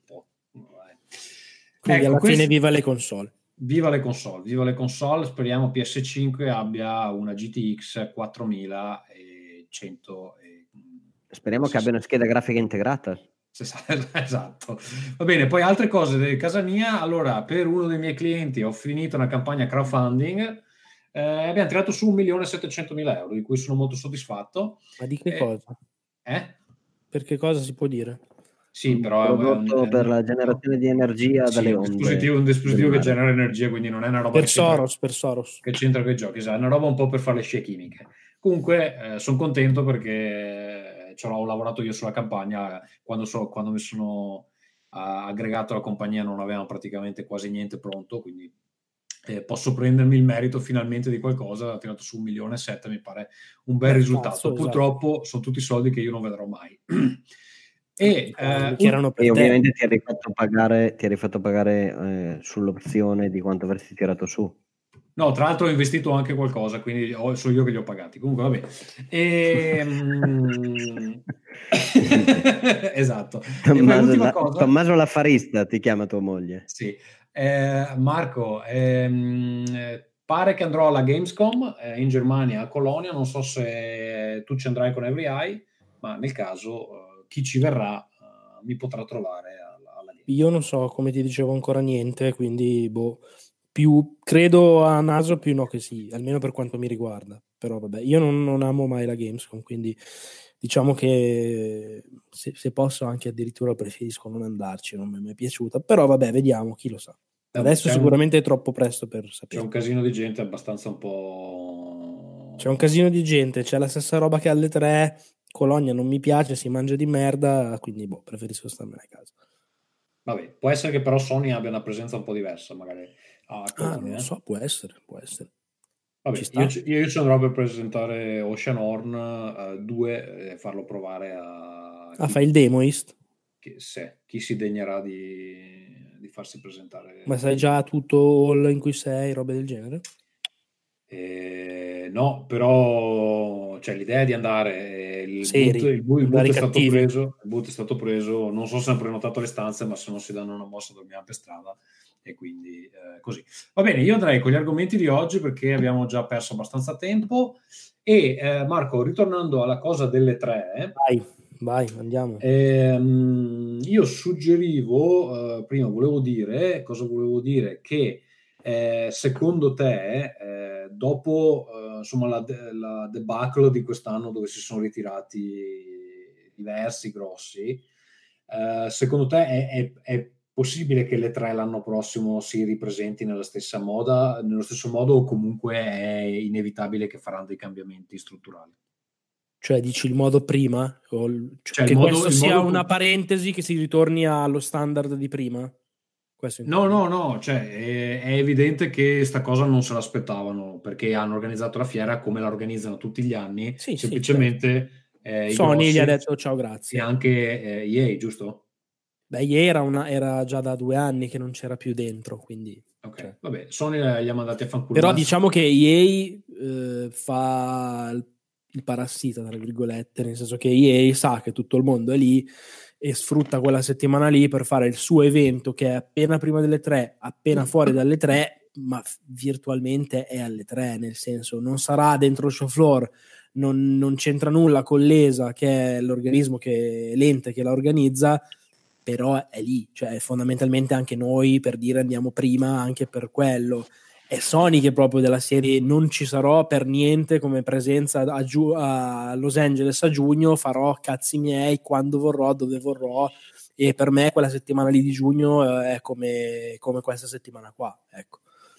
Quindi ecco, alla questo... fine viva le console. Viva le console, viva le console. Speriamo P S cinque abbia una G T X quattromilacento. E... Speriamo che abbia una scheda grafica integrata. Esatto. Va bene, poi altre cose di casa mia. Allora, per uno dei miei clienti ho finito una campagna crowdfunding. Eh, abbiamo tirato su un milione e settecentomila euro, di cui sono molto soddisfatto. Ma di che eh, cosa? Eh? Per che cosa si può dire? Sì, però un prodotto è un, per è la generazione di energia sì, dalle un onde. Dispositivo, un dispositivo che genera energia, quindi non è una roba per che Soros, c'entra, per Soros. che c'entra con i giochi, esatto, è una roba un po' per fare le scie chimiche. Comunque eh, sono contento perché ci ho lavorato io sulla campagna. Quando, so, quando mi sono uh, aggregato alla compagnia non avevamo praticamente quasi niente pronto, quindi eh, posso prendermi il merito finalmente di qualcosa. Ha tirato su un milione e sette, mi pare un bel Beh, risultato. cazzo, Purtroppo esatto. sono tutti soldi che io non vedrò mai. E, eh, che erano per e te. ovviamente ti hai fatto pagare, ti hai fatto pagare eh, sull'opzione di quanto avresti tirato su. No, tra l'altro ho investito anche qualcosa, quindi ho, so io che li ho pagati. Comunque vabbè. E, mm... esatto. Tommaso, E la, cosa... Tommaso l'affarista ti chiama tua moglie. Sì. Eh, Marco, ehm, pare che andrò alla Gamescom eh, in Germania, a Colonia. Non so se tu ci andrai con Every Eye, ma nel caso eh, chi ci verrà eh, mi potrà trovare alla, alla Io non so, come ti dicevo, ancora niente, quindi boh, più credo a naso più no che sì, almeno per quanto mi riguarda. Però vabbè, io non, non amo mai la Gamescom, quindi diciamo che se, se posso anche addirittura preferisco non andarci, non mi è mai piaciuta, però vabbè, vediamo, chi lo sa. Adesso sicuramente un, è troppo presto per sapere. C'è un casino di gente abbastanza un po'... C'è un casino di gente, c'è la stessa roba che alle tre, Colonia non mi piace, si mangia di merda, quindi boh, preferisco starmene a casa. Vabbè, può essere che però Sony abbia una presenza un po' diversa, magari a Colonia. Ah, non lo so, può essere, può essere. Vabbè, ci io, io, io ci andrò per presentare Oceanhorn due e farlo provare a... Ah, chi, fai il demo, East? Chi, se, chi si degnerà di, di farsi presentare. Ma sai già tutto all in cui sei, robe del genere? E... Eh, no, però cioè, l'idea è di andare, eh, il, Seri, boot, il, boot, il, boot andare è stato cattivi. preso, il boot è stato preso, non so se hanno prenotato le stanze, ma se non si danno una mossa dormiamo per strada, e quindi eh, così. Va bene, io andrei con gli argomenti di oggi perché abbiamo già perso abbastanza tempo e eh, Marco, ritornando alla cosa delle tre, vai, vai, andiamo. Ehm, io suggerivo, eh, prima volevo dire, cosa volevo dire? Che eh, secondo te, eh, dopo eh, insomma la, la debacle di quest'anno dove si sono ritirati diversi grossi, eh, secondo te è, è, è possibile che le tre l'anno prossimo si ripresenti nella stessa moda, nello stesso modo, o comunque è inevitabile che faranno dei cambiamenti strutturali? Cioè, dici il modo prima? O il, cioè, Cioè, che il modo- questo il sia modo- una parentesi che si ritorni allo standard di prima? Questo No, intendi? no, no, cioè è, è evidente che sta cosa non se l'aspettavano perché hanno organizzato la fiera come la organizzano tutti gli anni, Sì, sì, semplicemente eh, i Sony gli ha grossi detto ciao, e grazie. anche eh, E A, giusto? Beh, ieri era, una, era già da due anni che non c'era più dentro, quindi... Ok, cioè. vabbè, Sony eh, li ha mandati a fanculo. Però ma- diciamo che E A eh, fa il, il parassita, tra virgolette, nel senso che E A sa che tutto il mondo è lì e sfrutta quella settimana lì per fare il suo evento che è appena prima delle tre, appena fuori dalle tre, ma f- virtualmente è alle tre, nel senso non sarà dentro il show floor, non, non c'entra nulla con l'E S A, che è l'organismo, che l'ente che la organizza, però è lì, cioè fondamentalmente anche noi, per dire, andiamo prima anche per quello. È Sony che proprio della serie non ci sarò per niente come presenza a, giu- a Los Angeles a giugno, farò cazzi miei quando vorrò, dove vorrò, e per me quella settimana lì di giugno eh, è come, come questa settimana qua, ecco.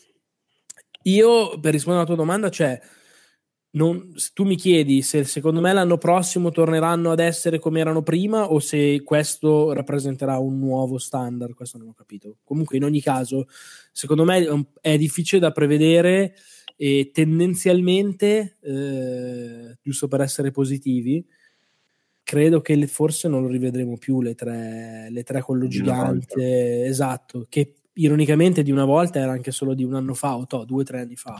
Io, per rispondere alla tua domanda, cioè non, se tu mi chiedi se secondo me l'anno prossimo torneranno ad essere come erano prima o se questo rappresenterà un nuovo standard, questo non ho capito. Comunque in ogni caso secondo me è, un, è difficile da prevedere e tendenzialmente eh, giusto per essere positivi credo che le, forse non lo rivedremo più le tre, le tre quello Di una gigante, esatto, che ironicamente di una volta era anche solo di un anno fa o to, due o tre anni fa.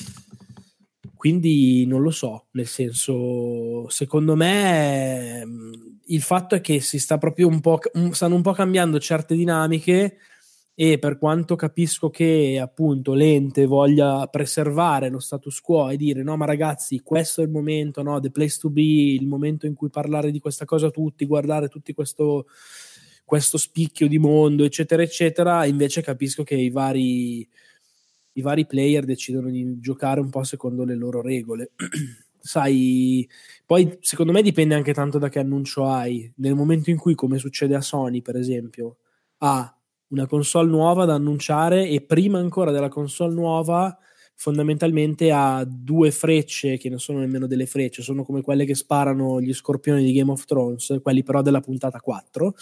Quindi non lo so, nel senso, secondo me il fatto è che si sta proprio un po', stanno un po' cambiando certe dinamiche e per quanto capisco che appunto l'ente voglia preservare lo status quo e dire no ma ragazzi questo è il momento, no, the place to be, il momento in cui parlare di questa cosa tutti, guardare tutti questo, questo spicchio di mondo eccetera eccetera, invece capisco che i vari i vari player decidono di giocare un po' secondo le loro regole. Sai, poi secondo me dipende anche tanto da che annuncio hai. Nel momento in cui, come succede a Sony per esempio, ha una console nuova da annunciare e prima ancora della console nuova fondamentalmente ha due frecce che non sono nemmeno delle frecce, sono come quelle che sparano gli scorpioni di Game of Thrones, quelli però della puntata quattro.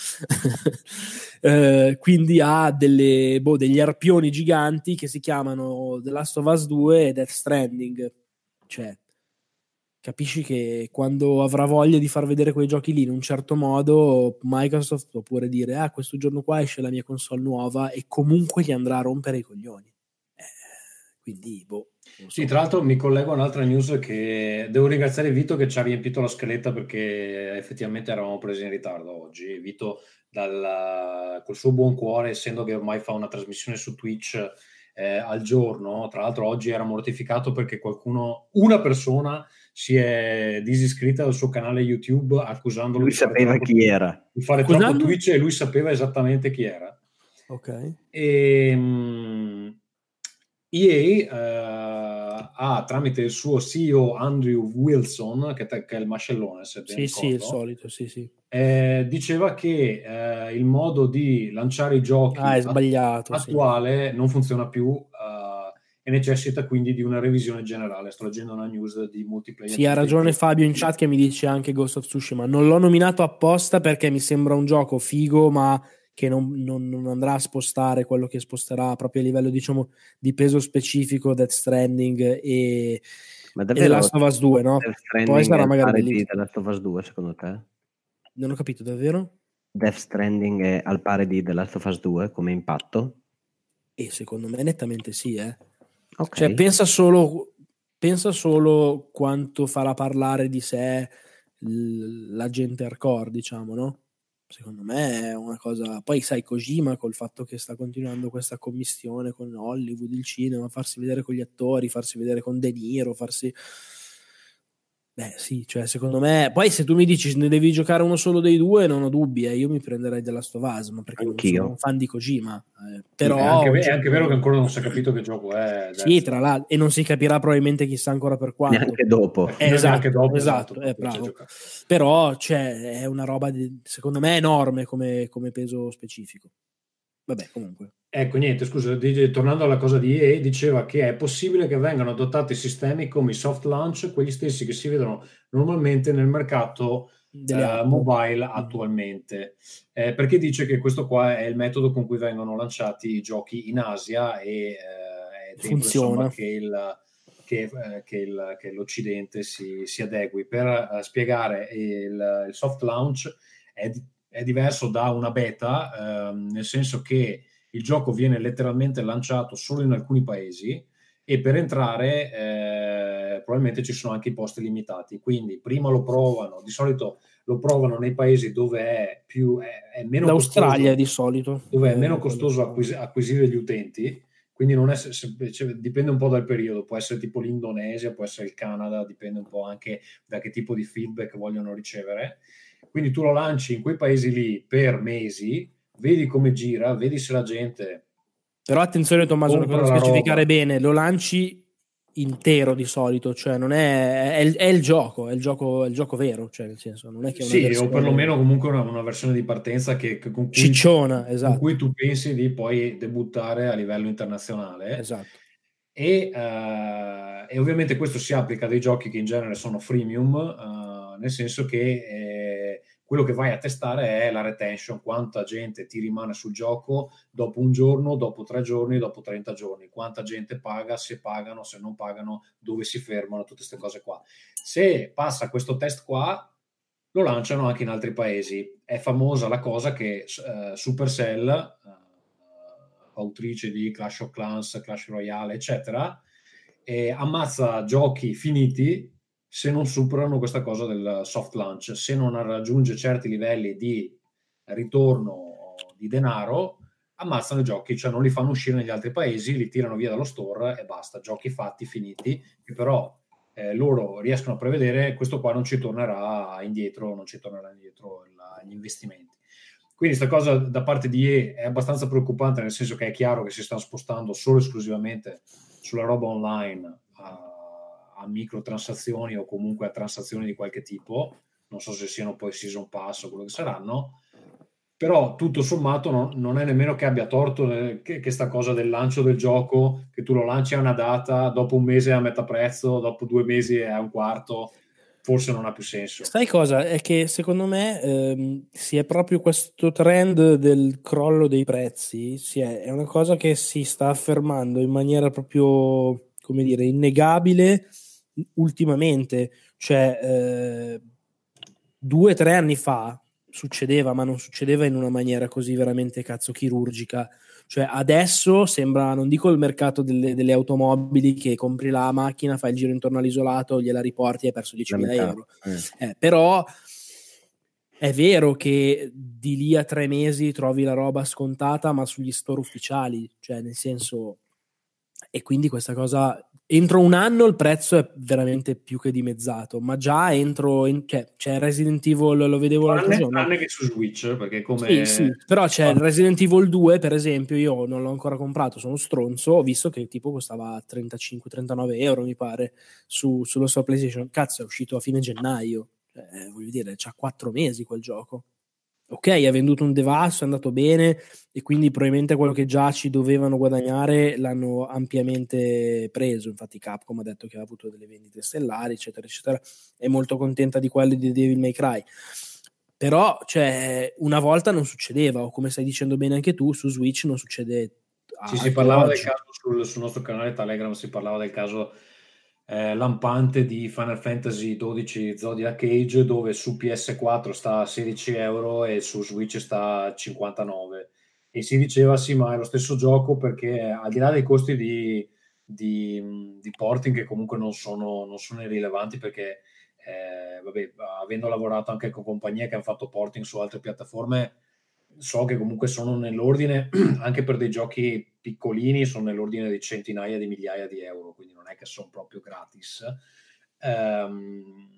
eh, quindi ha delle, boh, degli arpioni giganti che si chiamano The Last of Us due e Death Stranding. Cioè, capisci che quando avrà voglia di far vedere quei giochi lì in un certo modo, Microsoft può pure dire ah, questo giorno qua esce la mia console nuova e comunque gli andrà a rompere i coglioni. Quindi, boh. So. Sì, tra l'altro mi collego a un'altra news che devo ringraziare Vito che ci ha riempito la scaletta perché effettivamente eravamo presi in ritardo oggi. Vito dal, col suo buon cuore, essendo che ormai fa una trasmissione su Twitch eh, al giorno, tra l'altro oggi era mortificato perché qualcuno, una persona si è disiscritta dal suo canale YouTube accusandolo lui di fare sapeva troppo, chi era di fare troppo Twitch e lui sapeva esattamente chi era. Ok. E um, E A uh, ha tramite il suo C E O Andrew Wilson, che, te, che è il mascellone, se ben sì, ricordo, sì, il solito, sì, sì. Eh, diceva che eh, il modo di lanciare i giochi ah, è sbagliato, attuale sì. non funziona più uh, e necessita quindi di una revisione generale. Sto leggendo una news di multiplayer. Sì, ha ragione Fabio in chat che mi dice anche Ghost of Tsushima. Non l'ho nominato apposta perché mi sembra un gioco figo, ma che non, non, non andrà a spostare quello che sposterà proprio a livello, diciamo, di peso specifico Death Stranding e, ma e davvero The Last of Us due, no? Poi sarà magari bellissimo. di The Last of Us due, secondo te? Non ho capito, davvero? Death Stranding è al pari di The Last of Us due come impatto? E secondo me nettamente sì, eh. Okay. Cioè pensa solo pensa solo quanto farà parlare di sé l- l'agente hardcore, diciamo, no? Secondo me è una cosa... Poi sai, Kojima, col fatto che sta continuando questa commistione con Hollywood, il cinema, farsi vedere con gli attori, farsi vedere con De Niro, farsi... Beh sì, cioè secondo me... Poi se tu mi dici ne devi giocare uno solo dei due, non ho dubbi, eh. Io mi prenderei The Last of Us, ma perché Anch'io. non sono un fan di Kojima. Eh. Però... È anche, è cioè, anche vero che ancora non si è capito che gioco è. sì, tra l'altro, e non si capirà probabilmente chissà ancora per quanto. Neanche dopo. Eh, esatto, neanche dopo, esatto, esatto, eh, bravo. Però cioè, è una roba di, secondo me enorme come, come peso specifico. Vabbè, comunque. Ecco, niente, scusa, di, tornando alla cosa di E A, diceva che è possibile che vengano adottati sistemi come i soft launch, quelli stessi che si vedono normalmente nel mercato eh, mobile attualmente, eh, perché dice che questo qua è il metodo con cui vengono lanciati i giochi in Asia e eh, è tempo, insomma, che, il, che, eh, che, il, che l'Occidente si, si adegui. Per uh, spiegare, il, il soft launch è, è diverso da una beta, eh, nel senso che il gioco viene letteralmente lanciato solo in alcuni paesi e per entrare eh, probabilmente ci sono anche i posti limitati, quindi prima lo provano, di solito lo provano nei paesi dove è più è, è meno l'Australia costoso, di solito dove è meno costoso acquis- acquisire gli utenti, quindi non è se, cioè, dipende un po' dal periodo, può essere tipo l'Indonesia, può essere il Canada, dipende un po' anche da che tipo di feedback vogliono ricevere, quindi tu lo lanci in quei paesi lì per mesi, vedi come gira, vedi se la gente... Però attenzione Tommaso, una cosa da specificare bene, lo lanci intero di solito, cioè non è, è, è il gioco, è il gioco, è il gioco vero, cioè nel senso non è che è una sì, versione... o perlomeno comunque una, una versione di partenza che, che con, cui, cicciona, esatto. con cui tu pensi di poi debuttare a livello internazionale. Esatto. E, uh, e ovviamente questo si applica a dei giochi che in genere sono freemium, uh, nel senso che eh, quello che vai a testare è la retention, quanta gente ti rimane sul gioco dopo un giorno, dopo tre giorni, dopo trenta giorni, quanta gente paga, se pagano, se non pagano, dove si fermano, tutte queste cose qua. Se passa questo test qua, lo lanciano anche in altri paesi. È famosa la cosa che uh, Supercell, uh, autrice di Clash of Clans, Clash Royale, eccetera, e ammazza giochi finiti se non superano questa cosa del soft launch, se non raggiunge certi livelli di ritorno di denaro, ammazzano i giochi, cioè non li fanno uscire negli altri paesi, li tirano via dallo store e basta, giochi fatti, finiti, che però eh, loro riescono a prevedere questo qua non ci tornerà indietro, non ci tornerà indietro il, gli investimenti. Quindi questa cosa da parte di E A è abbastanza preoccupante, nel senso che è chiaro che si stanno spostando solo esclusivamente sulla roba online a a microtransazioni o comunque a transazioni di qualche tipo, non so se siano poi season pass o quello che saranno, però tutto sommato no, non è nemmeno che abbia torto nel, che, che sta cosa del lancio del gioco, che tu lo lanci a una data, dopo un mese è a metà prezzo, dopo due mesi è a un quarto, forse non ha più senso. Sai cosa? È che secondo me ehm, si è proprio questo trend del crollo dei prezzi, si è, è una cosa che si sta affermando in maniera proprio, come dire, innegabile ultimamente, cioè eh, due o tre anni fa succedeva, ma non succedeva in una maniera così veramente cazzo chirurgica, cioè adesso sembra, non dico il mercato delle, delle automobili che compri la macchina, fai il giro intorno all'isolato, gliela riporti e hai perso diecimila euro, eh. Eh, però è vero che di lì a tre mesi trovi la roba scontata ma sugli store ufficiali, cioè nel senso, e quindi questa cosa entro un anno il prezzo è veramente più che dimezzato, ma già entro in, cioè, c'è Resident Evil, lo vedevo l'altro giorno, tranne che su Switch, perché come sì, sì, però c'è il Resident Evil due per esempio, io non l'ho ancora comprato, sono stronzo, ho visto che tipo costava trentacinque trentanove euro mi pare su, sullo store PlayStation, cazzo è uscito a fine gennaio, eh, voglio dire c'ha quattro mesi quel gioco. Ok, ha venduto un devasso, è andato bene e quindi probabilmente quello che già ci dovevano guadagnare l'hanno ampiamente preso, infatti Capcom ha detto che ha avuto delle vendite stellari eccetera eccetera, è molto contenta di quelli di Devil May Cry, però cioè, una volta non succedeva, o come stai dicendo bene anche tu, su Switch non succede. Sì, si parlava oggi. Del caso sul, sul nostro canale Telegram, si parlava del caso Eh, lampante di Final Fantasy dodici Zodiac Age, dove su P S quattro sta a sedici euro e su Switch sta a cinquantanove, e si diceva sì, ma è lo stesso gioco perché al di là dei costi di, di, di porting che comunque non sono, non sono irrilevanti, perché eh, vabbè, avendo lavorato anche con compagnie che hanno fatto porting su altre piattaforme, so che comunque sono nell'ordine, anche per dei giochi piccolini, sono nell'ordine di centinaia di migliaia di euro, quindi non è che sono proprio gratis. Um,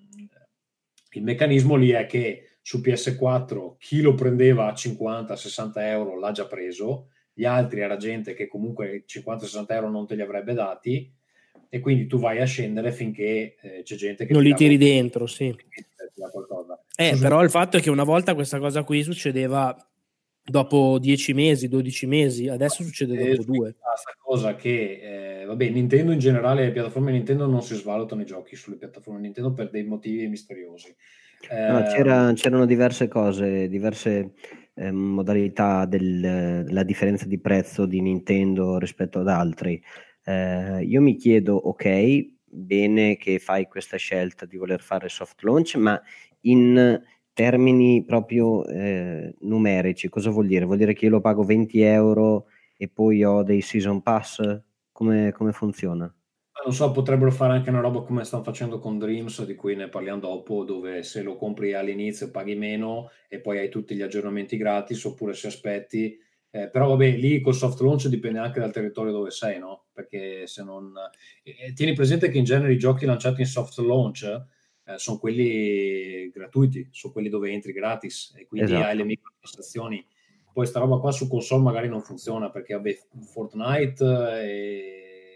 il meccanismo lì è che su P S quattro chi lo prendeva a cinquanta sessanta euro l'ha già preso, gli altri era gente che comunque cinquanta sessanta euro non te li avrebbe dati, e quindi tu vai a scendere finché eh, c'è gente che non li tiri qualcosa, dentro, sì. qualcosa. Eh, Su, però il fatto è che una volta questa cosa qui succedeva dopo dieci mesi, dodici mesi, adesso succede dopo eh, due. Questa cosa che, eh, vabbè, Nintendo in generale, le piattaforme Nintendo non si svalutano i giochi sulle piattaforme Nintendo per dei motivi misteriosi. Eh, No, c'era, c'erano diverse cose, diverse eh, modalità della differenza di prezzo di Nintendo rispetto ad altri. Eh, io mi chiedo, ok, bene che fai questa scelta di voler fare soft launch, ma in termini proprio eh, numerici, cosa vuol dire? Vuol dire che io lo pago venti euro e poi ho dei season pass? Come, come funziona? Non so, potrebbero fare anche una roba come stanno facendo con Dreams, di cui ne parliamo dopo, dove se lo compri all'inizio paghi meno e poi hai tutti gli aggiornamenti gratis, oppure se aspetti. Eh, però vabbè, lì col soft launch dipende anche dal territorio dove sei, no? Perché se non... Eh, tieni presente che in genere i giochi lanciati in soft launch eh, sono quelli gratuiti, sono quelli dove entri gratis, e quindi Esatto. hai le microtransazioni. Poi sta roba qua su console magari non funziona, perché vabbè, Fortnite e...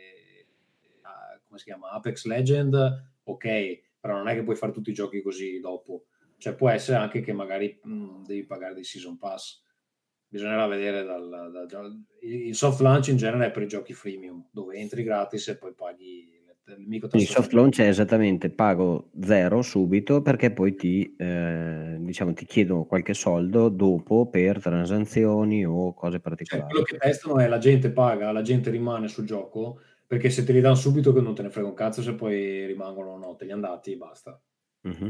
come si chiama, Apex Legend, ok, però non è che puoi fare tutti i giochi così dopo, cioè può essere anche che magari mh, devi pagare dei season pass, bisognerà vedere dal, dal, dal, il soft launch in genere è per i giochi freemium, dove entri gratis e poi paghi il micro. Il soft launch è esattamente pago zero subito, perché poi ti eh, diciamo ti chiedo qualche soldo dopo per transazioni o cose particolari. Cioè, quello che testano è la gente paga, la gente rimane sul gioco, perché se te li danno subito che non te ne frega un cazzo se poi rimangono o no, te li hanno dati e basta. Mm-hmm.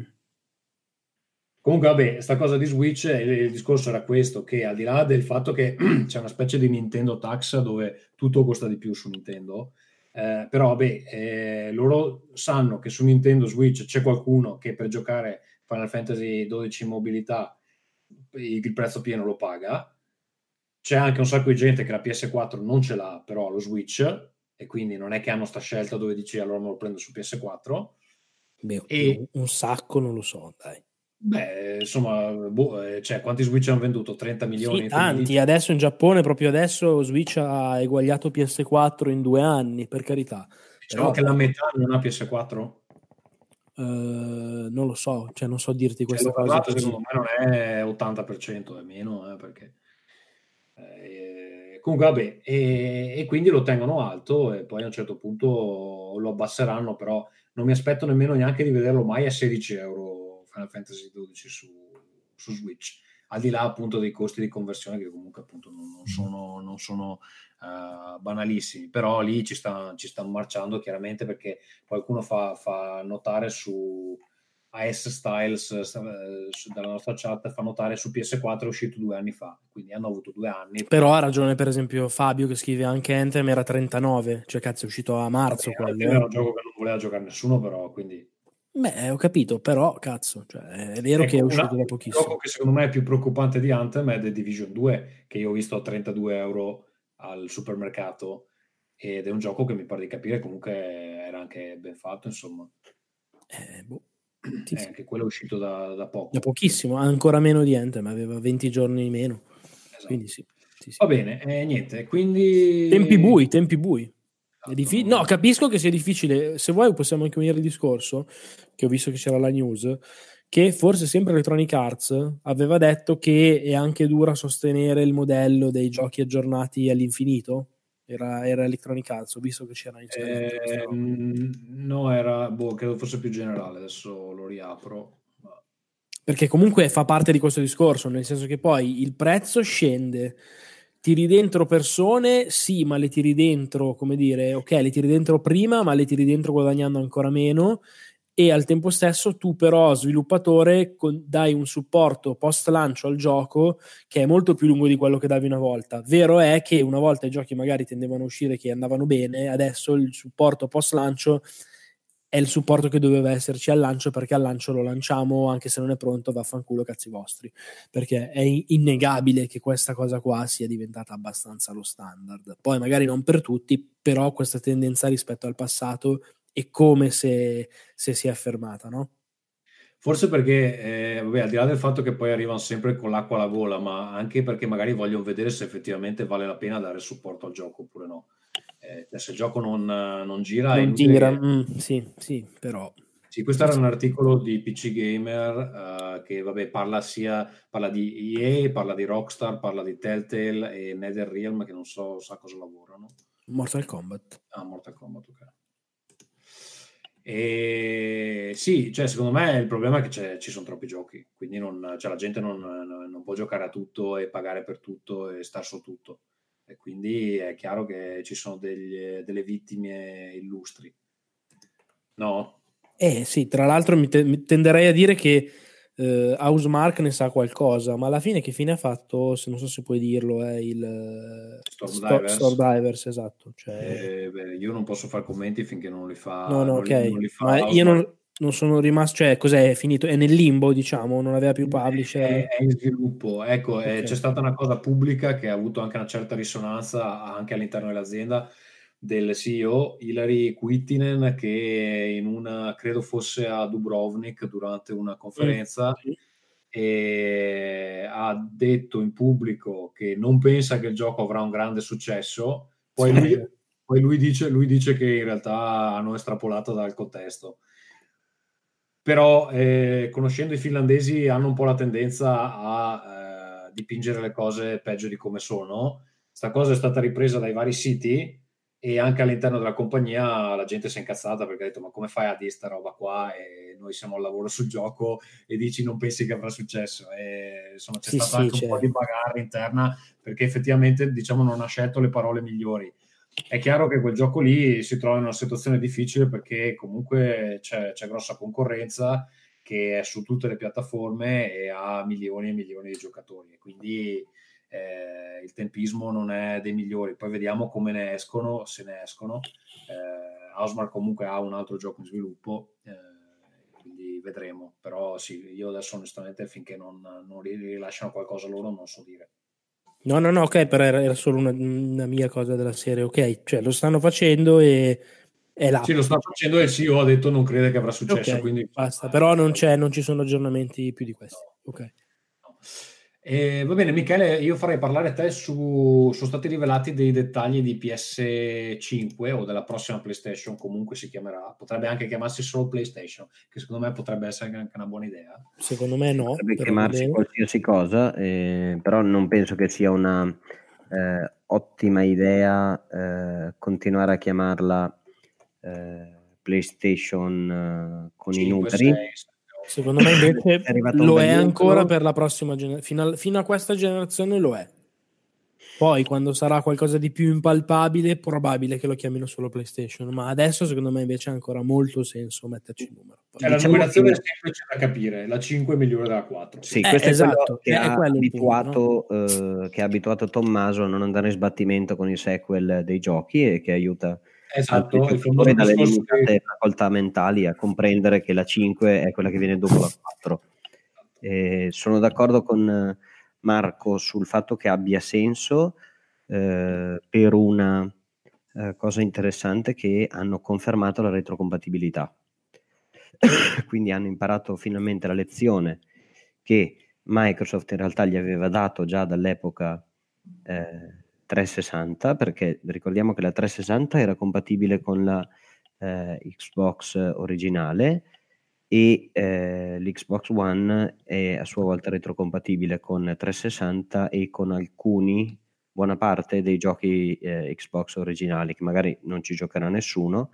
Comunque vabbè, sta cosa di Switch, il, il discorso era questo, che al di là del fatto che c'è una specie di Nintendo tax dove tutto costa di più su Nintendo, eh, però vabbè, eh, loro sanno che su Nintendo Switch c'è qualcuno che per giocare Final Fantasy dodici in mobilità il prezzo pieno lo paga, c'è anche un sacco di gente che la P S quattro non ce l'ha però lo Switch, e quindi non è che hanno sta scelta dove dici allora me lo prendo su P S quattro. Beh, e un sacco non lo so, dai. Beh, insomma, boh, cioè, quanti Switch hanno venduto? trenta milioni? Sì, tanti. Adesso in Giappone, proprio adesso, Switch ha eguagliato P S quattro in due anni, per carità. Diciamo Però che la metà non ha P S quattro? Uh, non lo so, cioè non so dirti questa cioè, cosa. Dato, secondo me non è ottanta per cento, è meno, eh, perché... Eh, comunque, vabbè, e, e quindi lo tengono alto e poi a un certo punto lo abbasseranno, però non mi aspetto nemmeno neanche di vederlo mai a sedici euro Final Fantasy dodici su, su Switch, al di là appunto dei costi di conversione che comunque appunto non, non sono, non sono uh, banalissimi, però lì ci, sta, ci stanno marciando chiaramente, perché qualcuno fa, fa notare su A S Styles eh, dalla nostra chat, fa notare su P S quattro è uscito due anni fa, quindi hanno avuto due anni. Però ha ragione per esempio Fabio che scrive anche Anthem era trentanove, cioè cazzo è uscito a marzo. Vabbè, quello, era un gioco che non voleva giocare nessuno, però quindi... Beh, ho capito, però cazzo, cioè, è vero ecco, che è uscito una, da pochissimo. Un gioco che secondo me è più preoccupante di Anthem è The Division due, che io ho visto a trentadue euro al supermercato, ed è un gioco che mi pare di capire comunque era anche ben fatto, insomma. Eh, boh. Sì, eh, sì. Anche quello è uscito da, da poco. Da pochissimo, ancora meno di Anthem, aveva venti giorni in meno. Esatto. Quindi sì, sì, sì. Va bene, eh, niente, quindi... Tempi bui, tempi bui. È diffi- no, capisco che sia difficile. Se vuoi possiamo anche unire il discorso, che ho visto che c'era la news, che forse sempre Electronic Arts aveva detto che è anche dura sostenere il modello dei giochi aggiornati all'infinito. Era, era Electronic Arts, ho visto che c'era inizialmente. Eh, no, era, boh, credo fosse più generale, adesso lo riapro. Ma... Perché comunque fa parte di questo discorso, nel senso che poi il prezzo scende, tiri dentro persone, sì, ma le tiri dentro, come dire, ok, le tiri dentro prima, ma le tiri dentro guadagnando ancora meno, e al tempo stesso tu però sviluppatore con, dai un supporto post lancio al gioco che è molto più lungo di quello che davi una volta. Vero è che una volta i giochi magari tendevano a uscire che andavano bene, adesso il supporto post lancio è il supporto che doveva esserci al lancio, perché al lancio lo lanciamo anche se non è pronto, vaffanculo cazzi vostri, perché è innegabile che questa cosa qua sia diventata abbastanza lo standard. Poi magari non per tutti, però questa tendenza rispetto al passato è come se, se si è fermata, no? Forse perché, eh, vabbè, al di là del fatto che poi arrivano sempre con l'acqua alla gola, ma anche perché magari vogliono vedere se effettivamente vale la pena dare supporto al gioco oppure no. Eh, se il gioco non, non gira, è Non inutile tira, che... mm, sì, sì, però... Sì, questo era un articolo di P C Gamer uh, che vabbè, parla sia parla di E A, parla di Rockstar, parla di Telltale e NetherRealm, che non so sa cosa lavorano. Mortal Kombat. Ah, Mortal Kombat, ok. E sì, cioè secondo me il problema è che c'è, ci sono troppi giochi, quindi non, cioè, la gente non, non, non può giocare a tutto e pagare per tutto e star su tutto. E quindi è chiaro che ci sono degli, delle vittime illustri. No? Eh sì, tra l'altro mi, te- mi tenderei a dire che eh, Housemarque ne sa qualcosa, ma alla fine che fine ha fatto, se non so se puoi dirlo, è il Stormdivers, Stormdivers, esatto. Cioè... Eh, beh, io non posso fare commenti finché non li fa. No, no, non ok. li, non li fa Ma io non, non sono rimasto, cioè cos'è, è finito? È nel limbo, diciamo, non aveva più publisher. È, è in sviluppo, ecco, okay. eh, c'è stata una cosa pubblica che ha avuto anche una certa risonanza anche all'interno dell'azienda, del C E O Hilary Kuittinen, che in una, credo fosse a Dubrovnik durante una conferenza, mm. e ha detto in pubblico che non pensa che il gioco avrà un grande successo. Poi lui, sì. poi lui dice, lui dice che in realtà hanno estrapolato dal contesto. Però eh, conoscendo i finlandesi hanno un po' la tendenza a eh, dipingere le cose peggio di come sono. Sta cosa è stata ripresa dai vari siti e anche all'interno della compagnia la gente si è incazzata perché ha detto: ma come fai a dire sta roba qua e noi siamo al lavoro sul gioco e dici non pensi che avrà successo? E insomma c'è sì, stato sì, anche c'è. un po' di bagarre interna, perché effettivamente diciamo non ha scelto le parole migliori. È chiaro che quel gioco lì si trova in una situazione difficile perché comunque c'è, c'è grossa concorrenza che è su tutte le piattaforme e ha milioni e milioni di giocatori, quindi eh, il tempismo non è dei migliori. Poi vediamo come ne escono, se ne escono. eh, Housemarque comunque ha un altro gioco in sviluppo, eh, quindi vedremo, però sì, io adesso onestamente finché non, non rilasciano qualcosa loro non so dire. No, no, no, ok, però era, era solo una, una mia cosa della serie, ok, cioè lo stanno facendo e è là. Sì, lo sta facendo e il C E O ha detto non crede che avrà successo, okay, quindi basta, però non, c'è, non ci sono aggiornamenti più di questi. No, ok. no. E, va bene, Michele, io farei parlare a te su sono stati rivelati dei dettagli di P S cinque o della prossima PlayStation, comunque si chiamerà, potrebbe anche chiamarsi solo PlayStation, che secondo me potrebbe essere anche una buona idea. Secondo me no, potrebbe però chiamarsi qualsiasi cosa, eh, però non penso che sia una eh, ottima idea eh, continuare a chiamarla eh, PlayStation eh, con cinque, i numeri. sei, secondo me invece è lo è ancora per la prossima generazione, fino, fino a questa generazione lo è. Poi quando sarà qualcosa di più impalpabile è probabile che lo chiamino solo PlayStation, ma adesso secondo me invece ha ancora molto senso metterci il numero. Cioè, diciamo la numerazione che... è semplice da capire, la cinque è migliore della quattro. Sì, eh, questo esatto, è quello che, è, ha è quello abituato, punto, no? eh, che ha abituato Tommaso a non andare in sbattimento con i sequel dei giochi e che aiuta Esatto, altri il giocatori dalle limitate che... facoltà mentali a comprendere che la cinque è quella che viene dopo la quattro. E sono d'accordo con Marco sul fatto che abbia senso eh, per una eh, cosa interessante, che hanno confermato la retrocompatibilità. Quindi hanno imparato finalmente la lezione che Microsoft in realtà gli aveva dato già dall'epoca eh, trecentosessanta, perché ricordiamo che la trecentosessanta era compatibile con la eh, Xbox originale e eh, l'Xbox One è a sua volta retrocompatibile con trecentosessanta e con alcuni, buona parte dei giochi eh, Xbox originali, che magari non ci giocherà nessuno.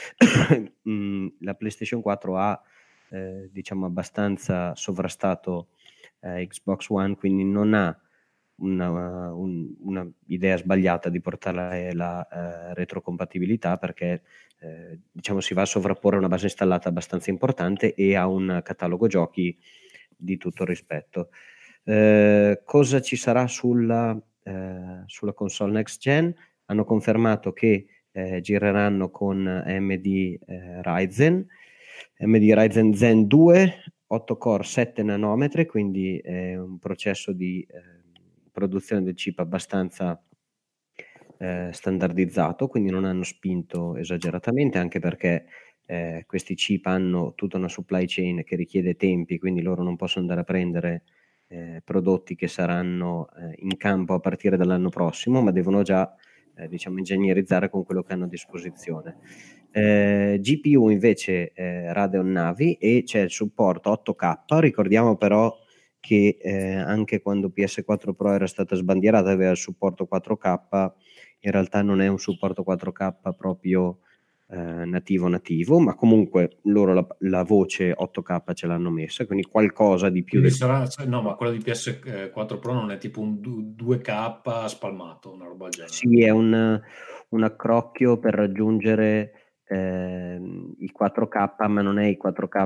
mm, la PlayStation quattro ha eh, diciamo abbastanza sovrastato eh, Xbox One, quindi non ha una, un, una idea sbagliata di portare la eh, retrocompatibilità, perché eh, diciamo si va a sovrapporre una base installata abbastanza importante e ha un catalogo giochi di tutto rispetto. Eh, cosa ci sarà sulla, eh, sulla console next gen? Hanno confermato che eh, gireranno con A M D eh, Ryzen A M D Ryzen Zen due, otto core, sette nanometri, quindi è un processo di eh, produzione del chip abbastanza eh, standardizzato, quindi non hanno spinto esageratamente, anche perché eh, questi chip hanno tutta una supply chain che richiede tempi, quindi loro non possono andare a prendere eh, prodotti che saranno eh, in campo a partire dall'anno prossimo, ma devono già eh, diciamo ingegnerizzare con quello che hanno a disposizione. Eh, G P U invece eh, Radeon Navi, e c'è il supporto otto K. Ricordiamo però che eh, anche quando P S quattro Pro era stata sbandierata aveva il supporto quattro K, in realtà non è un supporto quattro K proprio eh, nativo nativo, ma comunque loro la, la voce otto K ce l'hanno messa, quindi qualcosa di più. Quindi del... sarà, no, ma quello di P S quattro Pro non è tipo un due K spalmato, una roba del genere? Sì, è un, un accrocchio per raggiungere eh, i quattro K, ma non è il quattro K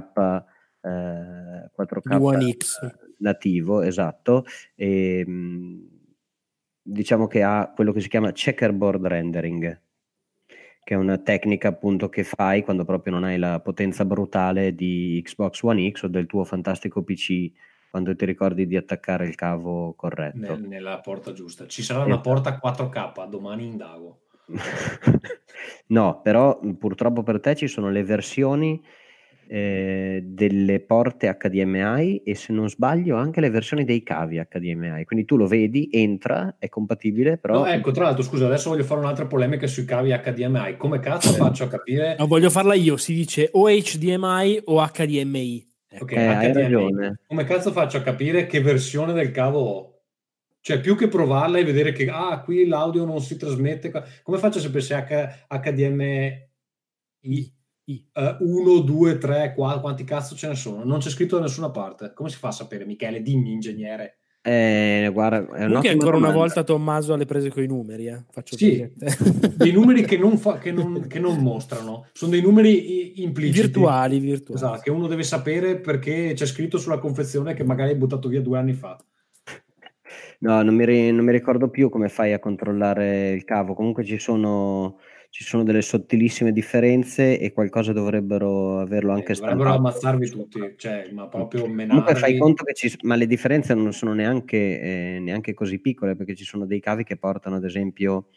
eh, quattro K One X nativo, esatto. E, diciamo che ha quello che si chiama checkerboard rendering, che è una tecnica appunto che fai quando proprio non hai la potenza brutale di Xbox One X o del tuo fantastico P C, quando ti ricordi di attaccare il cavo corretto. Nel, nella porta giusta. Ci sarà una esatto. porta quattro K, domani indago. No, però purtroppo per te ci sono le versioni eh, delle porte H D M I e, se non sbaglio, anche le versioni dei cavi H D M I, quindi tu lo vedi, entra, è compatibile, però... No, ecco, tra l'altro, scusa, adesso voglio fare un'altra polemica sui cavi H D M I. Come cazzo faccio a capire... No, voglio farla io, si dice o H D M I o H D M I. Ok, eh, hai ragione. Come cazzo faccio a capire che versione del cavo ho? Cioè, più che provarla e vedere che ah, qui l'audio non si trasmette, come faccio a sapere se H D M I uno, due, tre, quattro, quanti cazzo ce ne sono? Non c'è scritto da nessuna parte. Come si fa a sapere? Michele, dimmi, ingegnere. Eh, guarda, è Comunque ancora domanda. Una volta Tommaso alle prese con i numeri, eh? Faccio sì, dei numeri che non, fa, che, non, che non mostrano, sono dei numeri impliciti, virtuali, virtuali. Esatto, che uno deve sapere perché c'è scritto sulla confezione che magari hai buttato via due anni fa. No, non mi, non mi ricordo più come fai a controllare il cavo. Comunque ci sono, ci sono delle sottilissime differenze e qualcosa dovrebbero averlo anche eh, stampato. Dovrebbero ammazzarvi tutti, cioè, ma proprio menarvi. Comunque fai conto che ci, ma le differenze non sono neanche, eh, neanche così piccole, perché ci sono dei cavi che portano ad esempio,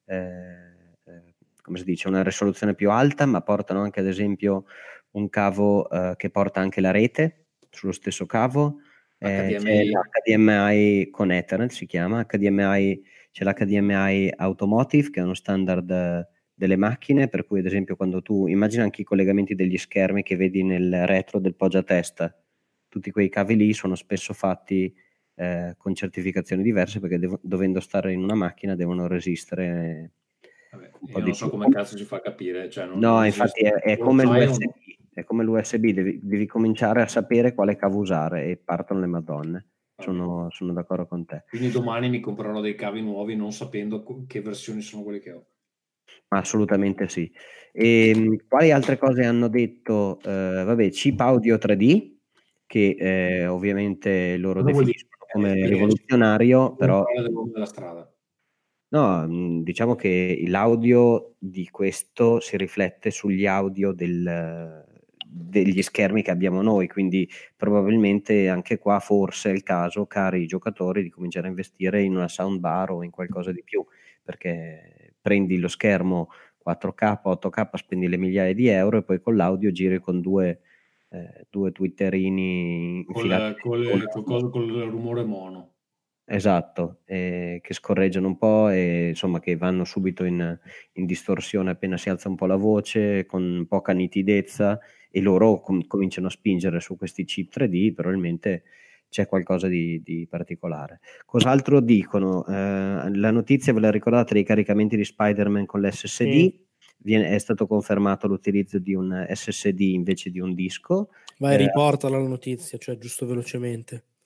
eh, eh, come si dice, una risoluzione più alta, ma portano anche ad esempio un cavo eh, che porta anche la rete sullo stesso cavo. Eh, c'è l'H D M I con Ethernet, si chiama H D M I, c'è l'H D M I Automotive, che è uno standard eh, delle macchine, per cui ad esempio quando tu immagina anche i collegamenti degli schermi che vedi nel retro del poggiatesta, tutti quei cavi lì sono spesso fatti eh, con certificazioni diverse, perché devo, dovendo stare in una macchina devono resistere Vabbè, un po' io di non so più. come cazzo si fa a capire, cioè, non, no non infatti è, è come l'U S B, no. è come l'U S B, devi, devi cominciare a sapere quale cavo usare e partono le madonne. Sono, sono d'accordo con te. Quindi domani mi comprerò dei cavi nuovi non sapendo che versioni sono quelle che ho. Assolutamente sì. E quali altre cose hanno detto? Eh, vabbè, chip audio tre D, che eh, ovviamente loro Cosa definiscono come eh, rivoluzionario, però... della strada. No, diciamo che l'audio di questo si riflette sugli audio del, degli schermi che abbiamo noi, quindi probabilmente anche qua forse è il caso, cari giocatori, di cominciare a investire in una soundbar o in qualcosa di più, perché prendi lo schermo quattro K, otto K, spendi le migliaia di euro e poi con l'audio giri con due, eh, due twitterini infilati col, col, col, col, col rumore mono. Esatto, eh, che scorreggiano un po' e insomma che vanno subito in, in distorsione appena si alza un po' la voce, con poca nitidezza, e loro com- cominciano a spingere su questi chip tre D, probabilmente c'è qualcosa di, di particolare. Cos'altro dicono? Eh, la notizia, ve la ricordate, dei caricamenti di Spider-Man con l'S S D? Mm. Viene, è stato confermato l'utilizzo di un S S D invece di un disco. Vai, eh, riportala la notizia, cioè giusto velocemente.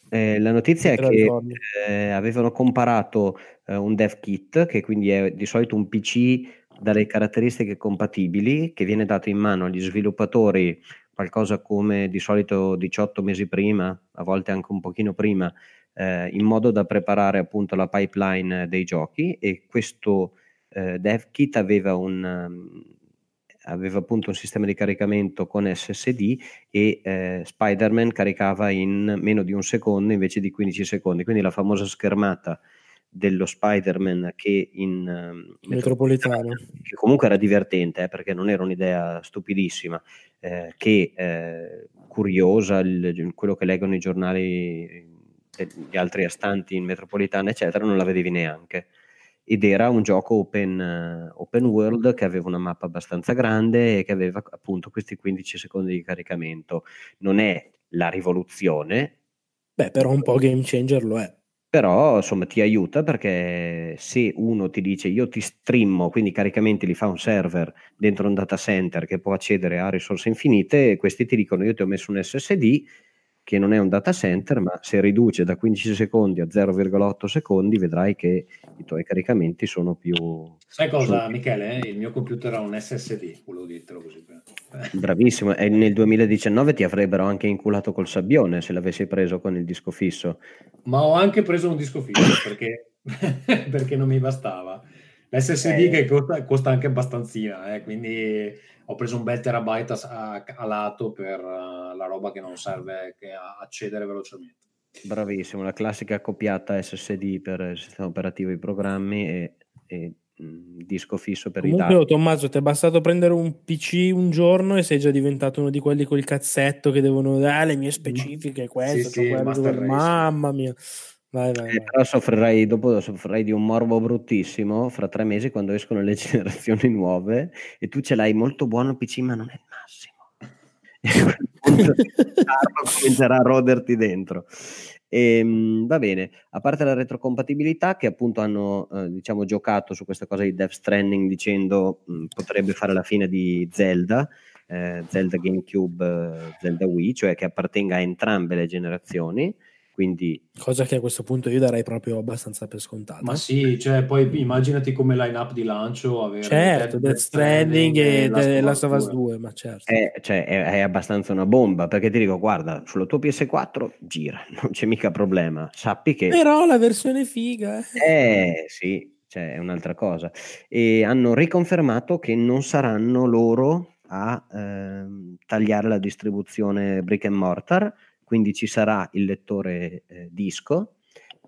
Eh, la notizia è Te la che ricordo. eh, avevano comparato eh, un dev kit, che quindi è di solito un P C dalle caratteristiche compatibili, che viene dato in mano agli sviluppatori qualcosa come di solito diciotto mesi prima, a volte anche un pochino prima, eh, in modo da preparare appunto la pipeline dei giochi. E questo eh, dev kit aveva un um, aveva appunto un sistema di caricamento con S S D e eh, Spider-Man caricava in meno di un secondo invece di quindici secondi, quindi la famosa schermata dello Spider-Man che in um, Metropolitano. che comunque era divertente, eh, perché non era un'idea stupidissima, eh, che eh, curiosa, il, quello che leggono i giornali gli altri astanti in metropolitana eccetera, non la vedevi neanche. Ed era un gioco open, uh, open world che aveva una mappa abbastanza grande e che aveva appunto questi quindici secondi di caricamento. Non è la rivoluzione, Beh, però un po' game changer lo è. però insomma ti aiuta, perché se uno ti dice io ti streammo, quindi i caricamenti li fa un server dentro un data center che può accedere a risorse infinite, questi ti dicono io ti ho messo un S S D che non è un data center, ma se riduce da quindici secondi a zero virgola otto secondi vedrai che i tuoi caricamenti sono più... Sai cosa, sono più... Michele? Il mio computer ha un S S D, volevo dirtelo così. Bravissimo, e nel duemiladiciannove ti avrebbero anche inculato col sabbione se l'avessi preso con il disco fisso. Ma ho anche preso un disco fisso perché, perché non mi bastava. L'S S D Eh. che costa, costa anche abbastanzina, eh, quindi ho preso un bel terabyte a, a, a lato per uh, la roba che non serve che a accedere velocemente. Bravissimo, la classica accoppiata S S D per il sistema operativo, i programmi e, e mh, disco fisso per Comunque, i dati. oh, Tommaso, ti è bastato prendere un P C un giorno e sei già diventato uno di quelli col cazzetto che devono dare ah, le mie specifiche, questo, sì, sì, quello, Master quello. Race. Mamma mia. Vai, vai, Eh, vai. però soffrirai, dopo soffrirai di un morbo bruttissimo fra tre mesi quando escono le generazioni nuove e tu ce l'hai molto buono P C ma non è il massimo. E a quel punto comincerà a roderti dentro. E, mh, va bene, a parte la retrocompatibilità, che appunto hanno eh, diciamo giocato su questa cosa di Death Stranding dicendo mh, potrebbe fare la fine di Zelda, eh, Zelda GameCube, eh, Zelda Wii, cioè che appartenga a entrambe le generazioni. Quindi, cosa che a questo punto io darei proprio abbastanza per scontata. Ma sì, cioè poi immaginati come line-up di lancio avere certo, Death Stranding e The Last of Us due, ma certo. È, cioè, è, è abbastanza una bomba, perché ti dico, guarda, sulla tua P S quattro gira, non c'è mica problema, sappi che... Però la versione figa... Eh, sì, cioè, è un'altra cosa. E hanno riconfermato che non saranno loro a ehm, tagliare la distribuzione brick and mortar, quindi ci sarà il lettore eh, disco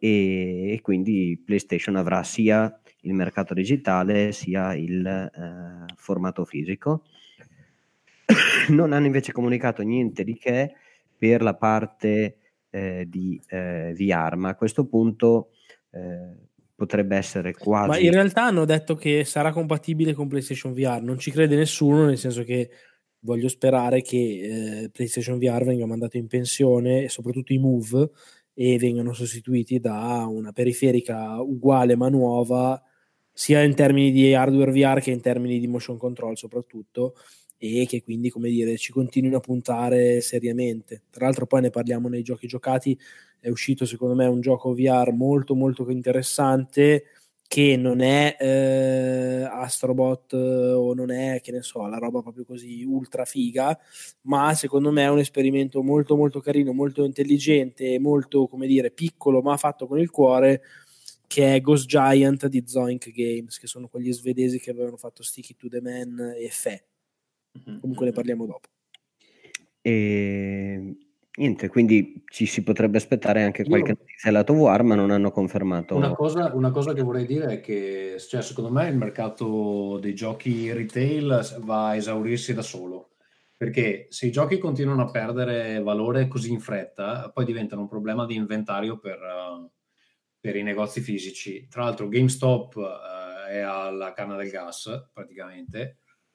e, e quindi PlayStation avrà sia il mercato digitale sia il eh, formato fisico. Non hanno invece comunicato niente di che per la parte eh, di eh, V R, ma a questo punto eh, potrebbe essere quasi... Ma in realtà hanno detto che sarà compatibile con PlayStation V R, non ci crede nessuno, nel senso che voglio sperare che eh, PlayStation V R venga mandato in pensione e soprattutto i Move e vengano sostituiti da una periferica uguale ma nuova, sia in termini di hardware V R che in termini di motion control soprattutto, e che quindi, come dire, ci continuino a puntare seriamente. Tra l'altro poi ne parliamo nei giochi giocati, è uscito secondo me un gioco V R molto molto interessante che non è eh, Astrobot eh, o non è, che ne so, la roba proprio così ultra figa, ma secondo me è un esperimento molto molto carino, molto intelligente, molto, come dire, piccolo ma fatto con il cuore, che è Ghost Giant di Zoink Games, che sono quegli svedesi che avevano fatto Stick It to the Man e Fe. Comunque ne parliamo dopo. E niente, quindi ci si potrebbe aspettare anche qualche notizia lato V R, ma non hanno confermato. Una cosa, una cosa che vorrei dire è che, cioè, secondo me il mercato dei giochi retail va a esaurirsi da solo, perché se i giochi continuano a perdere valore così in fretta, poi diventano un problema di inventario per, uh, per i negozi fisici. Tra l'altro GameStop uh, è alla canna del gas praticamente,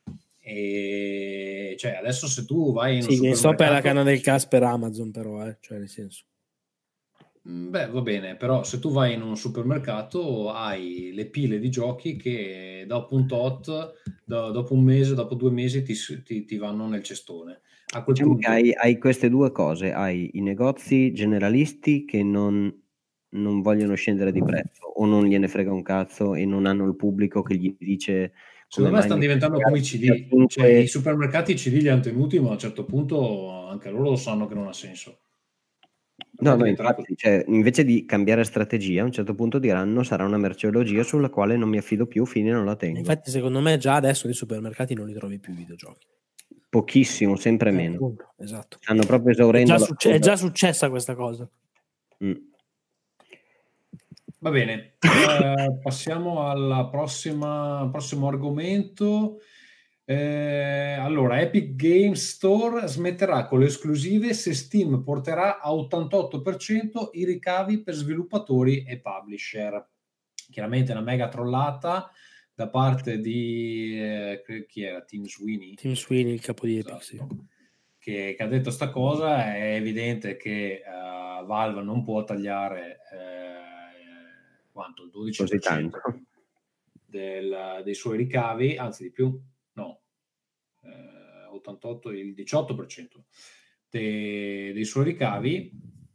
e cioè adesso se tu vai in sì, un GameStop supermercato... è la canna del gas per Amazon, però, eh? Cioè nel senso... Beh, va bene, però se tu vai in un supermercato hai le pile di giochi che dopo un tot do, dopo un mese, dopo due mesi ti, ti, ti vanno nel cestone. A quel diciamo punto... che hai, hai queste due cose, hai i negozi generalisti che non, non vogliono scendere di prezzo o non gliene frega un cazzo e non hanno il pubblico che gli dice come Secondo me mai stanno mi diventando come i C D, cinque... cioè i supermercati i C D li hanno tenuti, ma a un certo punto anche loro lo sanno che non ha senso. No, no, infatti, cioè, invece di cambiare strategia, a un certo punto diranno sarà una merceologia sulla quale non mi affido più, fine non la tengo. Infatti, secondo me, già adesso nei supermercati non li trovi più i videogiochi. Pochissimo, sempre Eh, meno. appunto, esatto. Stanno proprio esaurendo È già, la succe- è già successa questa cosa. Mm. Va bene, eh, passiamo alla prossima, al prossimo argomento. Eh, allora, Epic Games Store smetterà con le esclusive se Steam porterà a ottantotto per cento i ricavi per sviluppatori e publisher. Chiaramente una mega trollata da parte di eh, chi era? Tim Sweeney? Tim Sweeney, il capo di Epic, Esatto. sì. Che, che ha detto sta cosa. È evidente che uh, Valve non può tagliare eh, quanto il dodici per cento del, dei suoi ricavi, anzi di più, no, eh, ottantotto, il diciotto per cento dei, dei suoi ricavi.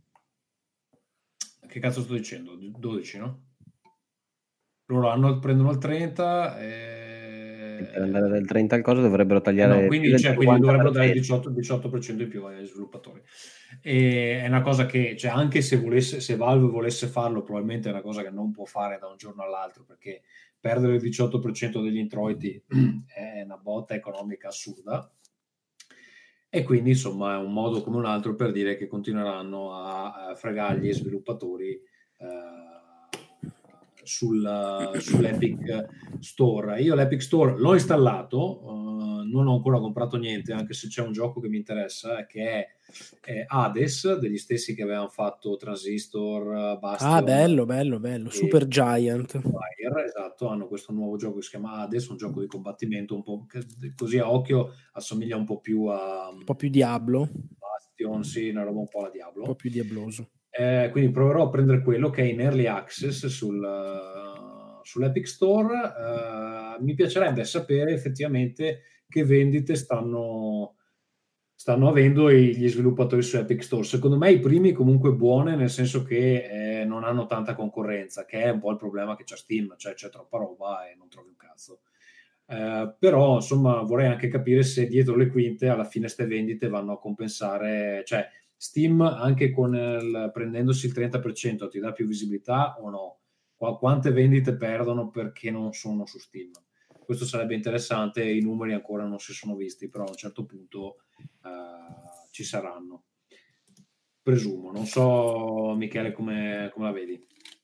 Che cazzo sto dicendo? dodici, no? Loro hanno, prendono il trenta e... per andare dal trenta al coso dovrebbero tagliare eh no, quindi, cioè, quindi dovrebbero dare il diciotto diciotto per cento in più agli sviluppatori. E è una cosa che, cioè, anche se volesse, se Valve volesse farlo, probabilmente è una cosa che non può fare da un giorno all'altro, perché perdere il diciotto per cento degli introiti è una botta economica assurda. E quindi insomma è un modo come un altro per dire che continueranno a, a fregargli gli sviluppatori eh, sul, sull'Epic Store. Io l'Epic Store l'ho installato, uh, non ho ancora comprato niente, anche se c'è un gioco che mi interessa, che è, è Hades, degli stessi che avevano fatto Transistor, Bastion. Ah, bello, bello, bello. Super Giant. Fire, esatto, hanno questo nuovo gioco che si chiama Hades, un gioco di combattimento un po' così a occhio assomiglia un po' più a... Un po' più Diablo. Bastion, sì, una roba un po' alla Diablo. Un po' più diabloso. Eh, quindi proverò a prendere quello che è in early access sul, uh, sull'Epic Store. Uh, mi piacerebbe sapere effettivamente che vendite stanno, stanno avendo gli sviluppatori su Epic Store. Secondo me i primi comunque buone, nel senso che eh, non hanno tanta concorrenza, che è un po' il problema che c'è Steam, cioè c'è troppa roba e non trovi un cazzo. Uh, però insomma vorrei anche capire se dietro le quinte alla fine ste vendite vanno a compensare, cioè Steam anche con il, prendendosi il trenta per cento ti dà più visibilità o no? Qu- quante vendite perdono perché non sono su Steam? Questo sarebbe interessante, i numeri ancora non si sono visti, però a un certo punto uh, ci saranno, presumo. Non so Michele come, come la vedi.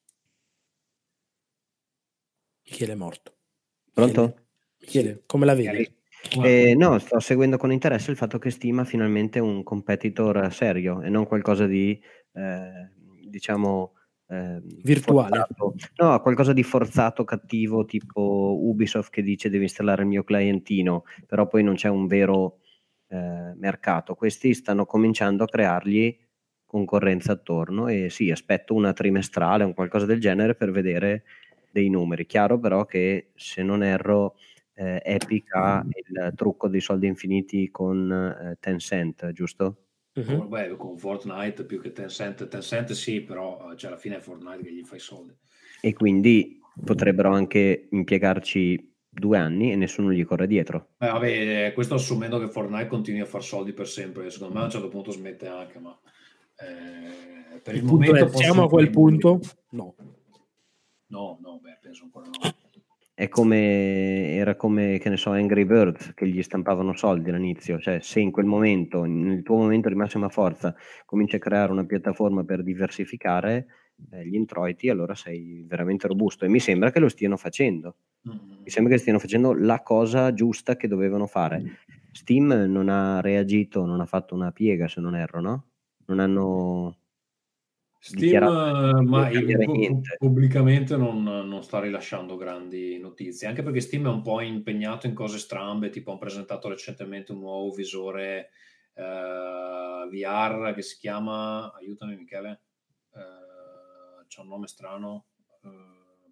Michele è morto. Pronto? Michele, come la vedi? Eh, no, sto seguendo con interesse il fatto che Steam ha finalmente un competitor serio e non qualcosa di eh, diciamo eh, virtuale. Forzato. No, qualcosa di forzato, cattivo, tipo Ubisoft che dice devi installare il mio clientino, però poi non c'è un vero eh, mercato. Questi stanno cominciando a creargli concorrenza attorno e sì, aspetto una trimestrale, un qualcosa del genere per vedere dei numeri. Chiaro però che, se non erro, eh, Epic ha il trucco dei soldi infiniti con eh, Tencent, giusto? Uh-huh. Beh, con Fortnite più che Tencent. Tencent sì, però cioè, alla fine è Fortnite che gli fa i soldi. E quindi potrebbero anche impiegarci due anni e nessuno gli corre dietro. Eh, vabbè, questo assumendo che Fortnite continui a far soldi per sempre. Secondo me a un certo punto smette anche, ma eh, per il, il momento è, siamo a quel punto? No. No, no, beh, penso ancora no. È come era come, che ne so, Angry Birds, che gli stampavano soldi all'inizio. Cioè, se in quel momento, nel tuo momento di massima forza, cominci a creare una piattaforma per diversificare eh, gli introiti, allora sei veramente robusto. E mi sembra che lo stiano facendo. Mm-hmm. Mi sembra che stiano facendo la cosa giusta che dovevano fare. Steam non ha reagito, non ha fatto una piega, se non erro, no? Non hanno... Steam ma pu- pubblicamente non, non sta rilasciando grandi notizie, anche perché Steam è un po' impegnato in cose strambe, tipo hanno presentato recentemente un nuovo visore uh, V R che si chiama, aiutami Michele, uh, c'è un nome strano, uh,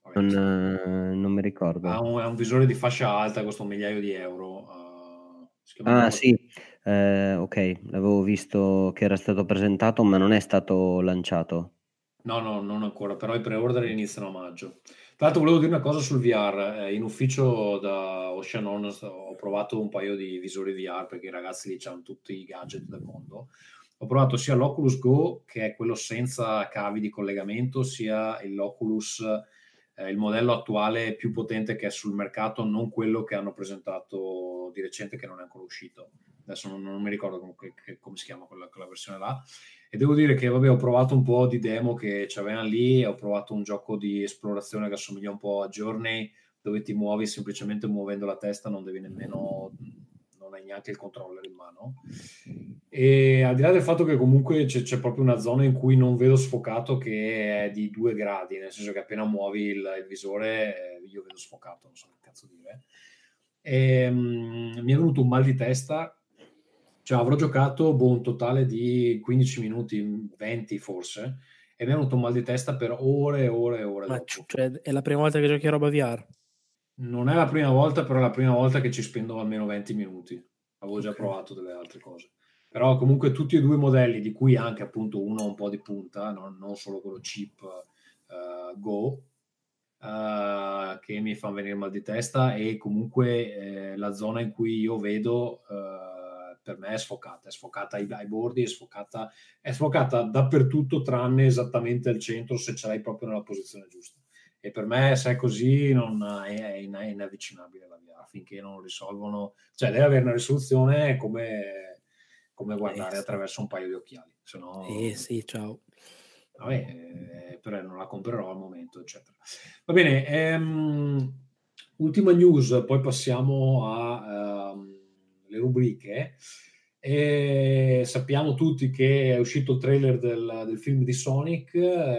Vabbè, Non, eh, non mi ricordo. ha un, ha un visore di fascia alta, costa un migliaio di euro. uh, si chiama Ah, Nord. sì, eh, ok, l'avevo visto che era stato presentato, ma non è stato lanciato. No, no, non ancora, però i pre-order iniziano a maggio. Tra l'altro volevo dire una cosa sul V R. Eh, in ufficio da Ocean Honest ho provato un paio di visori V R perché i ragazzi lì hanno tutti i gadget del mondo. Ho provato sia l'Oculus Go, che è quello senza cavi di collegamento, sia l'Oculus, eh, il modello attuale più potente che è sul mercato, non quello che hanno presentato di recente, che non è ancora uscito. Adesso non, non mi ricordo comunque che, come si chiama quella, quella versione là. E devo dire che vabbè, ho provato un po' di demo che c'avevano lì, ho provato un gioco di esplorazione che assomiglia un po' a Journey, dove ti muovi semplicemente muovendo la testa, non devi nemmeno, non hai neanche il controller in mano. E al di là del fatto che comunque c'è, c'è proprio una zona in cui non vedo sfocato, che è di due gradi, nel senso che appena muovi il, il visore eh, io vedo sfocato, non so che cazzo dire. E, um, mi è venuto un mal di testa. Cioè, avrò giocato boh, un totale di quindici minuti, venti forse, e mi è venuto un mal di testa per ore e ore e ore. Ma dopo. cioè, è la prima volta che giochi a roba V R? Non è la prima volta, però è la prima volta che ci spendo almeno venti minuti. Avevo già Ok. provato delle altre cose. Però comunque tutti e due i modelli, di cui anche appunto uno un po' di punta, non, non solo quello cheap uh, Go, uh, che mi fa venire mal di testa, e comunque eh, la zona in cui io vedo... Uh, per me è sfocata, è sfocata ai, ai bordi, è sfocata, è sfocata dappertutto tranne esattamente al centro, se ce l'hai proprio nella posizione giusta. E per me, se è così, non è, è, è inavvicinabile la V R finché non lo risolvono. Cioè, deve avere una risoluzione come, come guardare Eh, sì. attraverso un paio di occhiali. Se no, Eh sì, ciao. vabbè, eh, però non la comprerò al momento, eccetera. Va bene, ehm, ultima news, poi passiamo a... Um, le rubriche. E sappiamo tutti che è uscito il trailer del, del film di Sonic,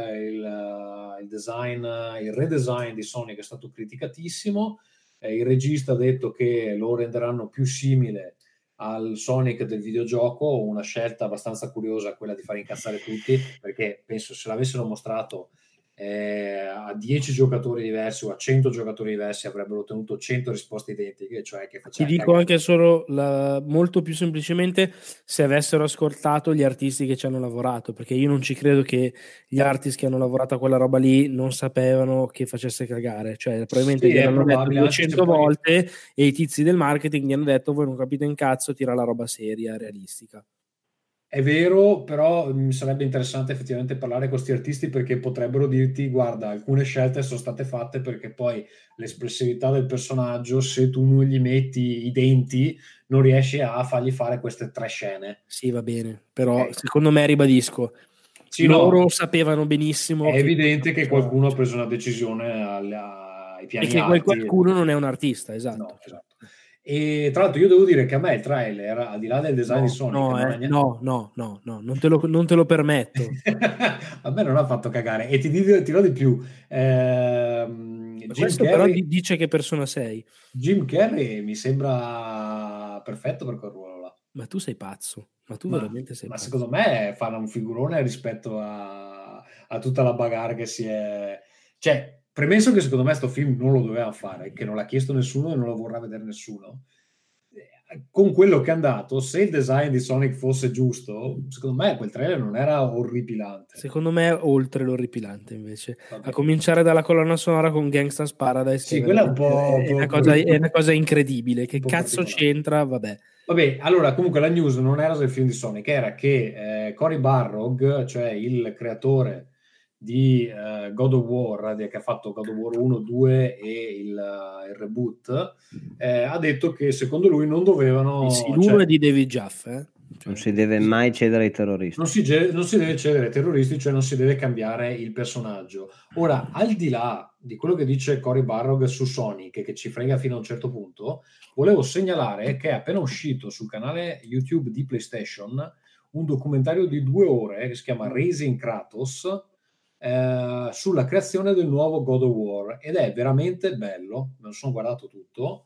il, il design, il redesign di Sonic è stato criticatissimo, il regista ha detto che lo renderanno più simile al Sonic del videogioco, una scelta abbastanza curiosa quella di far incazzare tutti, perché penso se l'avessero mostrato Eh, a dieci giocatori diversi o a cento giocatori diversi avrebbero ottenuto cento risposte identiche, cioè che Ti dico cagare. anche solo la, molto più semplicemente se avessero ascoltato gli artisti che ci hanno lavorato, perché io non ci credo che gli artisti che hanno lavorato a quella roba lì non sapevano che facesse cagare, cioè probabilmente Sì, gli è hanno detto probabile, anche se duecento poi- volte e i tizi del marketing gli hanno detto voi non capite un cazzo, tira la roba seria, realistica. È vero, però mi sarebbe interessante effettivamente parlare con questi artisti, perché potrebbero dirti guarda, alcune scelte sono state fatte perché poi l'espressività del personaggio, se tu non gli metti i denti, non riesci a fargli fare queste tre scene. Sì, va bene, però Ok. secondo me ribadisco, Sì, loro no, sapevano benissimo è che evidente che qualcuno ha cioè, preso una decisione al- ai e piani che quel alti. qualcuno non è un artista, esatto. No, esatto. E tra l'altro io devo dire che a me il trailer, al di là del design No, di Sonic, no, non eh, ha niente- no, no, no, no, non te lo, non te lo permetto. a me non ha fatto cagare. E ti dico, ti dirò di più, ehm, Jim Questo però Carrey, di- dice che persona sei. Jim Carrey mi sembra perfetto per quel ruolo là. Ma tu sei pazzo, ma tu Ma, veramente sei ma pazzo. secondo me fa un figurone rispetto a, a tutta la bagarre che si è... Cioè, premesso che secondo me sto film non lo doveva fare, che non l'ha chiesto nessuno e non lo vorrà vedere nessuno, eh, con quello che è andato, se il design di Sonic fosse giusto, secondo me quel trailer non era orripilante. Secondo me è oltre l'orripilante invece. Vabbè. A cominciare dalla colonna sonora con Gangsta's Paradise, Sì, che quella è un veramente po'- è, un una po' cosa, un po'- è una cosa incredibile. Che un po' cazzo particolare. c'entra? Vabbè. Vabbè, allora comunque la news non era del film di Sonic, era che eh, Cory Barlog, cioè il creatore di eh, God of War, di- che ha fatto God of War uno, due e il, il reboot, eh, ha detto che secondo lui non dovevano... Sì, l'uno cioè, è di David Jaff, eh? Non si deve mai cedere ai terroristi. non si, ge- non si deve cedere ai terroristi, cioè non si deve cambiare il personaggio. Ora, al di là di quello che dice Cory Barlog su Sonic, che ci frega fino a un certo punto, volevo segnalare che è appena uscito sul canale YouTube di PlayStation un documentario di due ore che si chiama Raising Kratos, eh, sulla creazione del nuovo God of War, ed è veramente bello, me lo sono guardato tutto,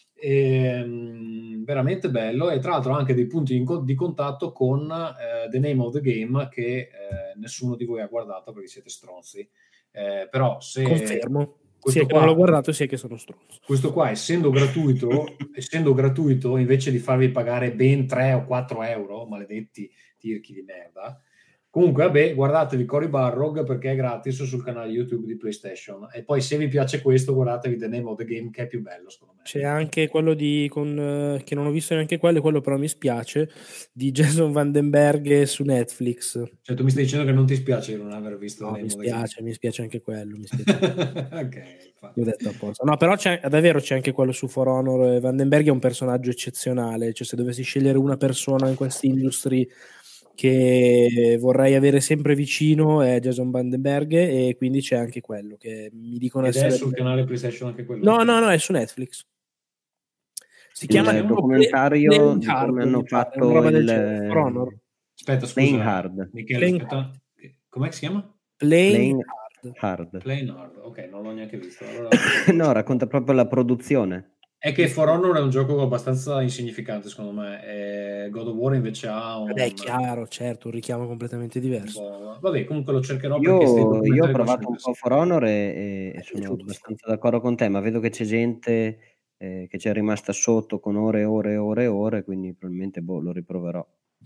e, veramente bello, e tra l'altro anche dei punti in co- di contatto con eh, The Name of the Game, che eh, nessuno di voi ha guardato perché siete stronzi, eh, però se Confermo. sia che non l'ho guardato sia che sono stronzo. Questo qua, essendo gratuito, essendo gratuito, invece di farvi pagare ben tre o quattro euro, maledetti tirchi di merda, comunque vabbè, guardatevi Cory Barlog perché è gratis sul canale YouTube di PlayStation, e poi se vi piace questo guardatevi The Name of the Game, che è più bello secondo me. C'è anche quello di con, uh, che non ho visto neanche quello, quello però mi spiace, di Jason Vandenberg su Netflix. Cioè tu mi stai dicendo che non ti spiace non aver visto? No, The mi Name of the Game? spiace, mi spiace anche quello, mi spiace. Ok, L'ho detto apposta. No, però c'è, davvero c'è anche quello su For Honor. Vandenberg è un personaggio eccezionale, cioè se dovessi scegliere una persona in questa industry che vorrei avere sempre vicino è Jason Vandenberg, e quindi c'è anche quello che mi dicono ed essere... è sul canale PlayStation anche quello? No, no, no, è su Netflix. Si il chiama documentario di Hard, come hanno fatto il For Honor. Aspetta, scusa, Playing Hard. Michele, Playing aspetta. Com'è che si chiama? Playing, Playing Hard. Hard. Playing Hard, ok, non l'ho neanche visto. Allora... No, racconta proprio la produzione. È che For Honor è un gioco abbastanza insignificante secondo me, e God of War invece ha un... Beh, è chiaro, certo, un richiamo completamente diverso. Vabbè, comunque lo cercherò. Io, perché io ho provato un po' For Honor e, e sono abbastanza d'accordo con te, ma vedo che c'è gente eh, che ci è rimasta sotto con ore e ore e ore e ore, quindi probabilmente boh, lo riproverò.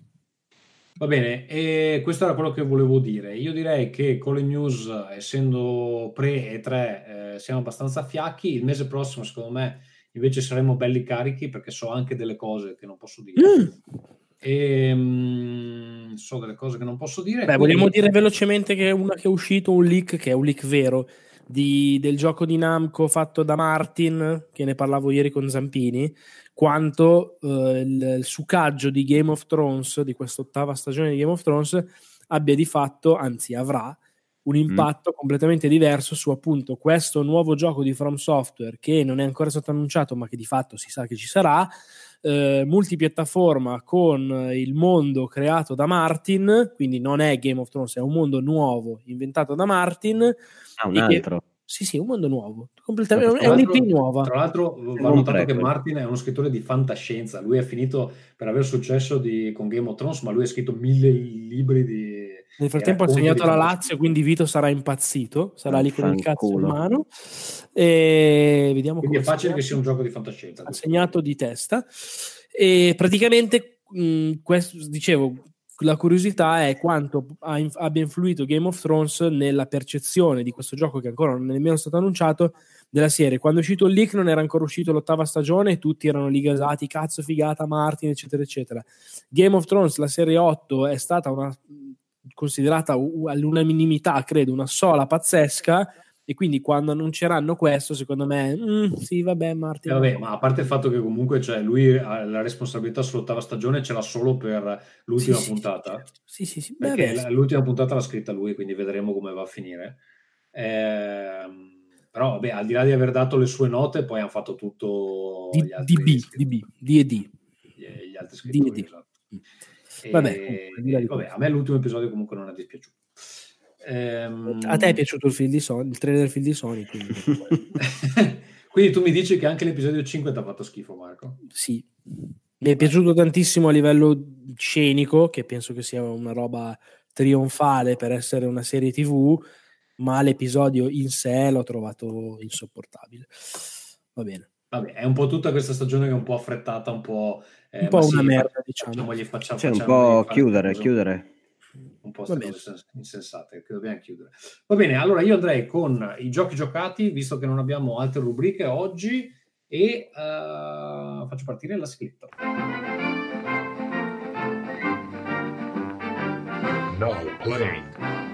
Va bene, e questo era quello che volevo dire. Io direi che con le news, essendo pre E tre, eh, siamo abbastanza fiacchi. Il mese prossimo, secondo me, invece saremo belli carichi, perché so anche delle cose che non posso dire. Mm. E, mm, so delle cose che non posso dire. Beh, quindi... vogliamo dire velocemente che è una che è uscito, un leak, che è un leak vero, di, del gioco di Namco fatto da Martin, che ne parlavo ieri con Zampini, quanto eh, il, il succaggio di Game of Thrones, di quest'ottava stagione di Game of Thrones, abbia di fatto, anzi avrà, un impatto mm. completamente diverso su appunto questo nuovo gioco di From Software, che non è ancora stato annunciato ma che di fatto si sa che ci sarà, eh, multipiattaforma con il mondo creato da Martin, quindi non è Game of Thrones, è un mondo nuovo inventato da Martin. Ah, un altro? Che, sì sì, un mondo nuovo, completamente, è un'I P nuova. Tra l'altro va notato che Martin è uno scrittore di fantascienza, lui è finito per aver successo di, con Game of Thrones, ma lui ha scritto mille libri di... Nel frattempo ha segnato la Lazio, quindi Vito sarà impazzito, sarà ah, lì con il cazzo in mano. E vediamo. Quindi è facile che sia un gioco di fantascienza. Ha segnato di testa. E praticamente, mh, questo, dicevo, la curiosità è quanto ha, abbia influito Game of Thrones nella percezione di questo gioco, che ancora non è nemmeno stato annunciato, della serie. Quando è uscito il leak non era ancora uscito l'ottava stagione, tutti erano lì gasati, cazzo figata Martin eccetera eccetera. Game of Thrones, la serie otto, è stata una considerata all'unanimità, credo, una sola pazzesca, e quindi quando annunceranno questo, secondo me mm, sì, vabbè, Martin. Eh, vabbè, ma a parte il fatto che comunque cioè, lui ha la responsabilità sull'ottava stagione, ce l'ha solo per l'ultima sì, puntata. Sì, sì, sì. Perché Beh, l'ultima puntata l'ha scritta lui, quindi vedremo come va a finire. Eh, però, vabbè, al di là di aver dato le sue note, poi hanno fatto tutto di, gli altri di B, di B, D e D. Gli, gli altri scrittori, D e D. Esatto. E, vabbè, e, vabbè, a me l'ultimo episodio comunque non è dispiaciuto. Ehm... A te è piaciuto il film di Sony, il trailer del film di Sony? Quindi, quindi tu mi dici che anche l'episodio cinque ti ha fatto schifo, Marco? Sì, mi è piaciuto tantissimo a livello scenico, che penso che sia una roba trionfale per essere una serie tivù, ma l'episodio in sé l'ho trovato insopportabile. Va bene. Vabbè, è un po' tutta questa stagione che è un po' affrettata, un po', eh, un po' una sì, merda, facciamo, diciamo. Facciamo, cioè, un po' chiudere, cose, chiudere. Un po' queste cose insensate che dobbiamo chiudere. Va bene, allora io andrei con i giochi giocati, visto che non abbiamo altre rubriche oggi, e uh, faccio partire la scritta. No playing.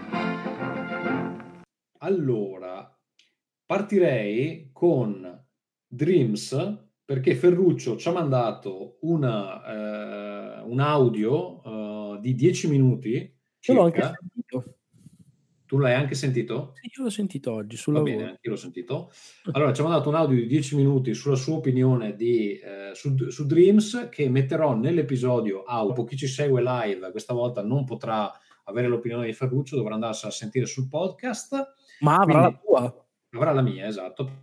Allora, partirei con Dreams, perché Ferruccio ci ha mandato una, uh, un audio uh, di dieci minuti circa. Io l'ho anche sentito. Tu l'hai anche sentito? Sì, io l'ho sentito oggi sul Va lavoro. bene, io l'ho sentito. Allora, ci ha mandato un audio di dieci minuti sulla sua opinione di, eh, su, su Dreams, che metterò nell'episodio audio. Chi ci segue live questa volta non potrà avere l'opinione di Ferruccio, dovrà andarsela a sentire sul podcast. Ma avrà Quindi, la tua? Avrà la mia, esatto.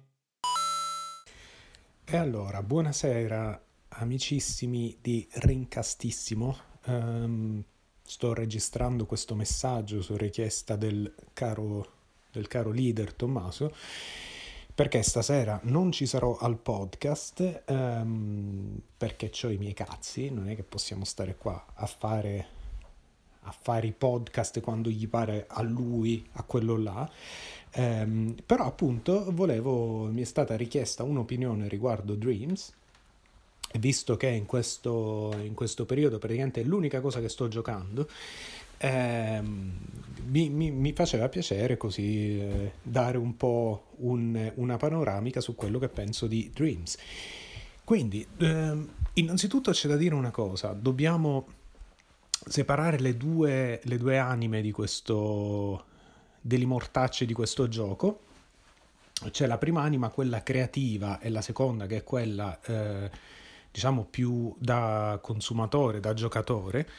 E allora, buonasera amicissimi di Rincastissimo. Um, sto registrando questo messaggio su richiesta del caro, del caro leader Tommaso, perché stasera non ci sarò al podcast, ehm, perché ho i miei cazzi, non è che possiamo stare qua a fare, a fare i podcast quando gli pare a lui, a quello là. Ehm, però appunto volevo, mi è stata richiesta un'opinione riguardo Dreams, visto che in questo, in questo periodo praticamente è l'unica cosa che sto giocando. Ehm, mi, mi, mi faceva piacere così eh, dare un po' un, una panoramica su quello che penso di Dreams. Quindi ehm, innanzitutto c'è da dire una cosa: dobbiamo separare le due, le due anime di questo, degli mortacci di questo gioco. C'è la prima anima, quella creativa, e la seconda che è quella eh, diciamo più da consumatore, da giocatore.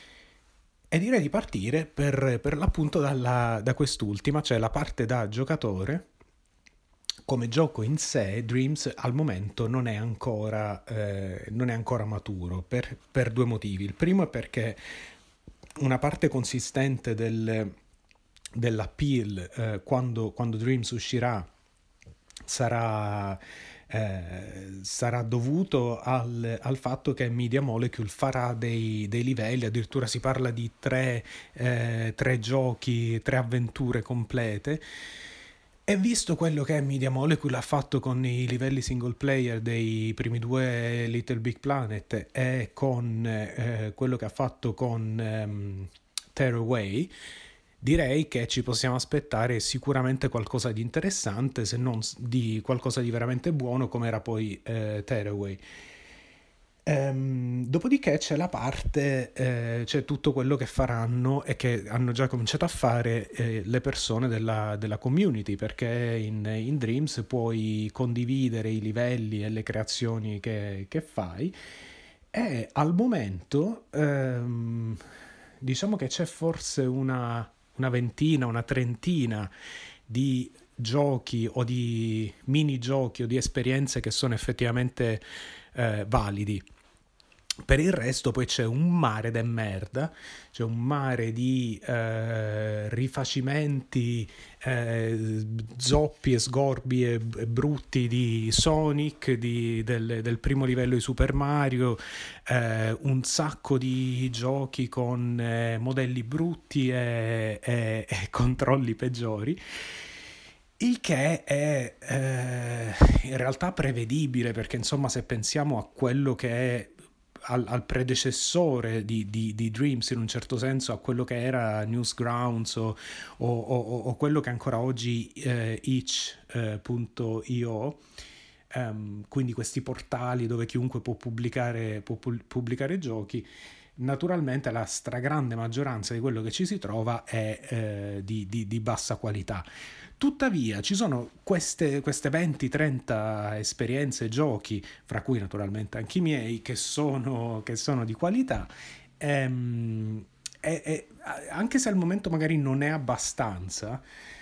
E direi di partire per, per l'appunto dalla, da quest'ultima, cioè la parte da giocatore. Come gioco in sé, Dreams al momento non è ancora, eh, non è ancora maturo per, per due motivi. Il primo è perché una parte consistente del, dell'appeal eh, quando, quando Dreams uscirà sarà... Eh, sarà dovuto al, al fatto che Media Molecule farà dei, dei livelli, addirittura si parla di tre, eh, tre giochi, tre avventure complete. E visto quello che Media Molecule ha fatto con i livelli single player dei primi due Little Big Planet e con eh, quello che ha fatto con ehm, Tearaway, direi che ci possiamo aspettare sicuramente qualcosa di interessante, se non di qualcosa di veramente buono come era poi eh, Tearaway. Ehm, dopodiché c'è la parte, eh, c'è tutto quello che faranno e che hanno già cominciato a fare eh, le persone della, della community, perché in, in Dreams puoi condividere i livelli e le creazioni che, che fai, e al momento ehm, diciamo che c'è forse una una ventina, una trentina di giochi o di minigiochi o di esperienze che sono effettivamente eh, validi. Per il resto poi c'è un mare de merda, c'è un mare di eh, rifacimenti eh, zoppi e sgorbi e, e brutti di Sonic, di, del, del primo livello di Super Mario, eh, un sacco di giochi con eh, modelli brutti e, e, e controlli peggiori. Il che è eh, in realtà prevedibile, perché insomma se pensiamo a quello che è Al, al predecessore di, di, di Dreams, in un certo senso, a quello che era Newsgrounds o, o, o, o quello che ancora oggi eh, itch punto io, um, quindi questi portali dove chiunque può pubblicare, può pubblicare giochi. Naturalmente la stragrande maggioranza di quello che ci si trova è eh, di, di, di bassa qualità. Tuttavia ci sono queste, queste venti trenta esperienze, giochi, fra cui naturalmente anche i miei, che sono, che sono di qualità, ehm, e, e, anche se al momento magari non è abbastanza,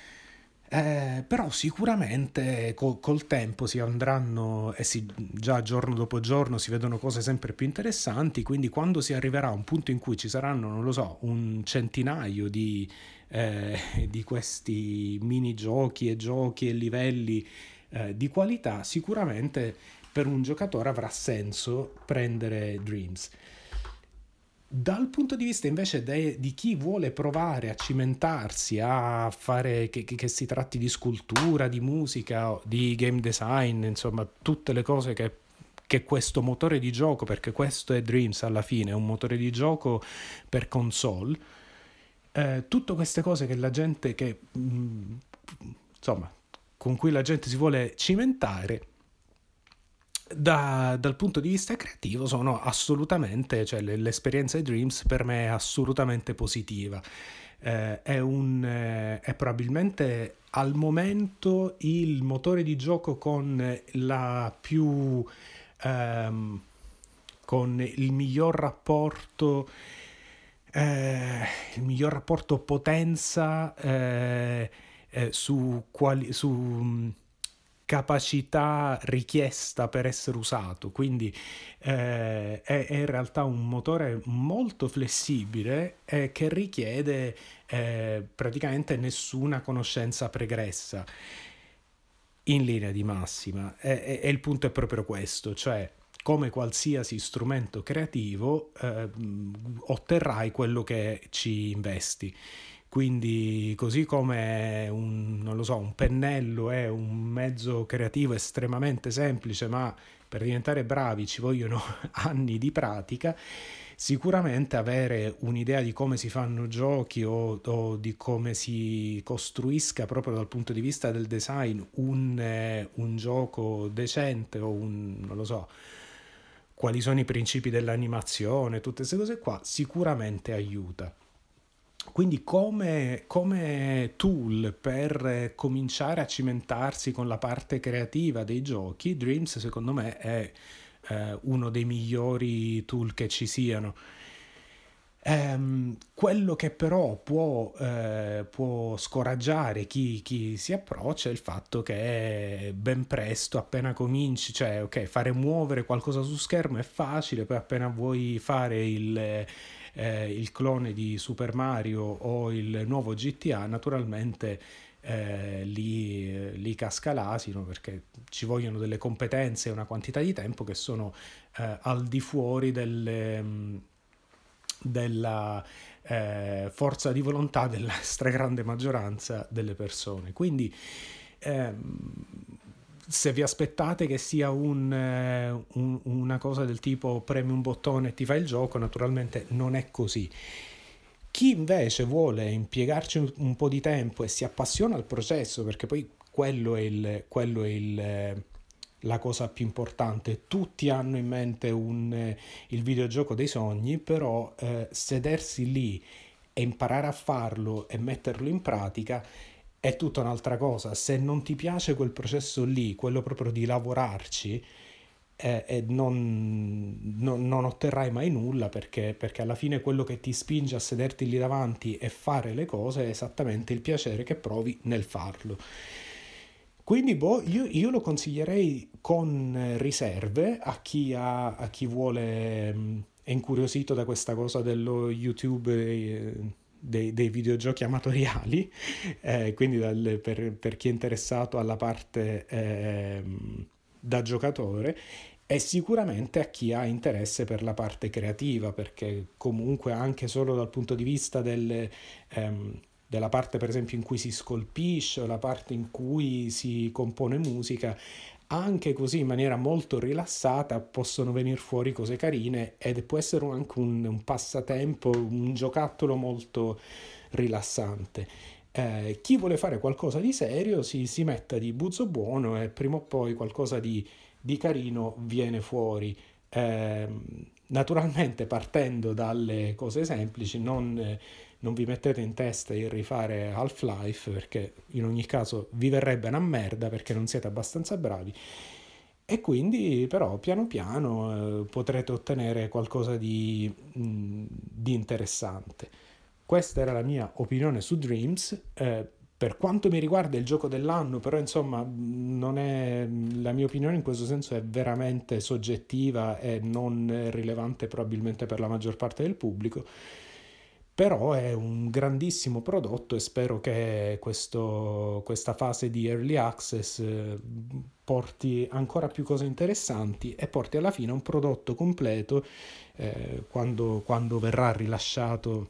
eh, però sicuramente col, col tempo si andranno, e si, già giorno dopo giorno si vedono cose sempre più interessanti, quindi quando si arriverà a un punto in cui ci saranno, non lo so, un centinaio di Eh, di questi minigiochi e giochi e livelli eh, di qualità, sicuramente per un giocatore avrà senso prendere Dreams. Dal punto di vista invece de, di chi vuole provare a cimentarsi, a fare che, che, che si tratti di scultura, di musica, di game design, insomma tutte le cose che che questo motore di gioco, perché questo è Dreams alla fine, è un motore di gioco per console. Eh, tutte queste cose che la gente che mh, insomma con cui la gente si vuole cimentare, da, dal punto di vista creativo sono assolutamente, cioè l'esperienza di Dreams per me è assolutamente positiva. Eh, è un eh, è probabilmente al momento il motore di gioco con la più ehm, con il miglior rapporto Eh, il miglior rapporto potenza eh, eh, su, quali, su mh, capacità richiesta per essere usato, quindi eh, è, è in realtà un motore molto flessibile e che richiede eh, praticamente nessuna conoscenza pregressa. in linea di massima, e, e, e il punto è proprio questo, cioè come qualsiasi strumento creativo eh, otterrai quello che ci investi. Quindi così come un, non lo so, un pennello è un mezzo creativo estremamente semplice, ma per diventare bravi ci vogliono anni di pratica, sicuramente avere un'idea di come si fanno giochi o, o di come si costruisca proprio dal punto di vista del design un, eh, un gioco decente o un, non lo so, quali sono i principi dell'animazione, tutte queste cose qua, sicuramente aiuta. Quindi come, come tool per cominciare a cimentarsi con la parte creativa dei giochi, Dreams secondo me è eh, uno dei migliori tool che ci siano. Ehm, quello che però può, eh, può scoraggiare chi, chi si approccia è il fatto che ben presto, appena cominci, cioè ok, fare muovere qualcosa su schermo è facile, poi appena vuoi fare il... Eh, il clone di Super Mario o il nuovo G T A, naturalmente eh, lì, lì casca l'asino, perché ci vogliono delle competenze e una quantità di tempo che sono eh, al di fuori delle, della eh, forza di volontà della stragrande maggioranza delle persone. Quindi ehm, se vi aspettate che sia un, un, una cosa del tipo premi un bottone e ti fai il gioco, naturalmente non è così. Chi invece vuole impiegarci un, un po' di tempo e si appassiona al processo, perché poi quello è, il, quello è il, la cosa più importante, tutti hanno in mente un, il videogioco dei sogni, però eh, sedersi lì e imparare a farlo e metterlo in pratica è tutta un'altra cosa. Se non ti piace quel processo lì, quello proprio di lavorarci, eh, eh, non, non, non otterrai mai nulla, perché, perché alla fine quello che ti spinge a sederti lì davanti e fare le cose è esattamente il piacere che provi nel farlo. Quindi boh, io, io lo consiglierei con riserve a chi, ha, a chi vuole, mh, è incuriosito da questa cosa dello YouTube eh, Dei, dei videogiochi amatoriali, eh, quindi dal, per, per chi è interessato alla parte eh, da giocatore, e sicuramente a chi ha interesse per la parte creativa, perché comunque anche solo dal punto di vista del, ehm, della parte per esempio in cui si scolpisce o la parte in cui si compone musica, anche così in maniera molto rilassata possono venire fuori cose carine, ed può essere anche un, un passatempo, un giocattolo molto rilassante. Eh, chi vuole fare qualcosa di serio si, si metta di buzzo buono e prima o poi qualcosa di, di carino viene fuori. Eh, naturalmente partendo dalle cose semplici, non... Eh, non vi mettete in testa di rifare Half-Life, perché in ogni caso vi verrebbe una merda perché non siete abbastanza bravi, e quindi però piano piano eh, potrete ottenere qualcosa di, mh, di interessante. Questa era la mia opinione su Dreams. Eh, per quanto mi riguarda il gioco dell'anno, però insomma non è, la mia opinione in questo senso è veramente soggettiva e non rilevante probabilmente per la maggior parte del pubblico. Però è un grandissimo prodotto e spero che questo, questa fase di early access eh, porti ancora più cose interessanti e porti alla fine a un prodotto completo eh, quando, quando verrà rilasciato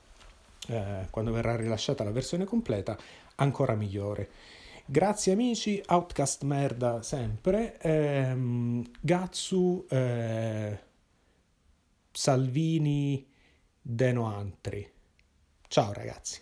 eh, quando verrà rilasciata la versione completa, ancora migliore. Grazie amici, Outcast merda sempre, ehm, Gatsu, eh, Salvini, Deno Antri. Ciao ragazzi.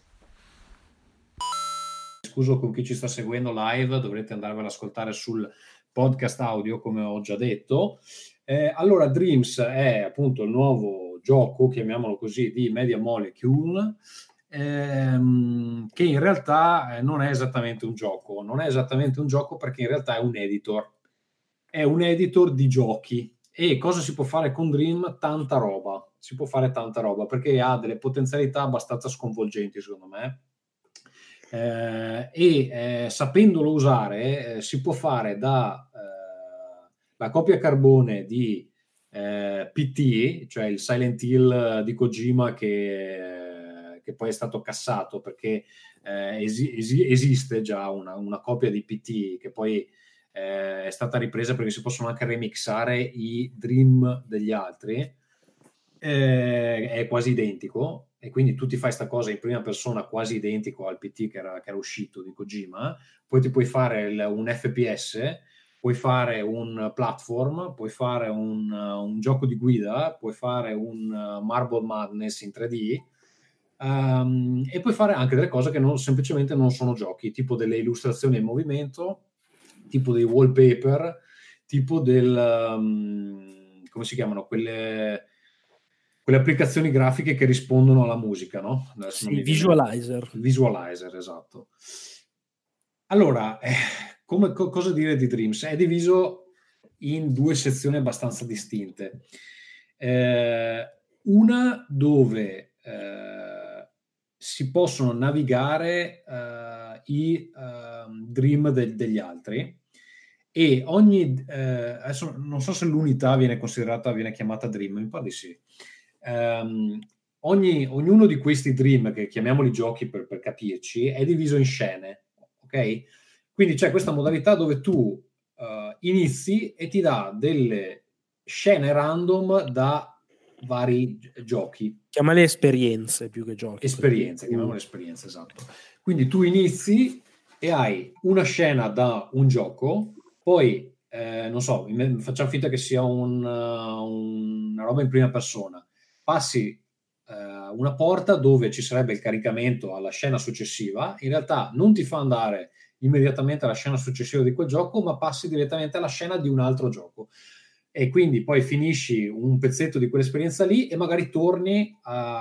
Scuso con chi ci sta seguendo live, dovrete andarvelo ad ascoltare sul podcast audio come ho già detto. Eh, allora Dreams è appunto il nuovo gioco, chiamiamolo così, di Media Molecule, ehm, che in realtà eh, non è esattamente un gioco, non è esattamente un gioco perché in realtà è un editor, è un editor di giochi. E cosa si può fare con Dream? Tanta roba, si può fare tanta roba perché ha delle potenzialità abbastanza sconvolgenti secondo me, eh, e eh, sapendolo usare eh, si può fare da eh, la copia carbone di eh, P T, cioè il Silent Hill di Kojima che, eh, che poi è stato cassato perché eh, esi- esi- esiste già una, una copia di P T che poi eh, è stata ripresa perché si possono anche remixare i Dream degli altri, eh, è quasi identico, e quindi tu ti fai sta cosa in prima persona quasi identico al P T che era, che era uscito di Kojima, poi ti puoi fare il, un F P S, puoi fare un platform, puoi fare un, un gioco di guida, puoi fare un Marble Madness in tre D, um, e puoi fare anche delle cose che non, semplicemente non sono giochi, tipo delle illustrazioni in movimento, tipo dei wallpaper, tipo del um, come si chiamano quelle quelle applicazioni grafiche che rispondono alla musica, no? Adesso non Sì, mi viene- visualizer. Visualizer, esatto. Allora, eh, come, co- cosa dire di Dreams? È diviso in due sezioni abbastanza distinte. Eh, una dove eh, si possono navigare eh, i eh, Dream de- degli altri, e ogni eh, adesso non so se l'unità viene considerata, viene chiamata Dream, mi pare di sì. Ehm, ogni, ognuno di questi Dream, che chiamiamoli giochi per, per capirci, è diviso in scene, ok? Quindi c'è questa modalità dove tu eh, inizi e ti dà delle scene random da vari gi- giochi. Chiamale esperienze più che giochi. Esperienze, chiamiamole esperienze, esatto. Quindi tu inizi e hai una scena da un gioco, poi, eh, non so, in- facciamo finta che sia un, uh, una roba in prima persona. Passi eh, una porta dove ci sarebbe il caricamento alla scena successiva, in realtà non ti fa andare immediatamente alla scena successiva di quel gioco, ma passi direttamente alla scena di un altro gioco. E quindi poi finisci un pezzetto di quell'esperienza lì e magari torni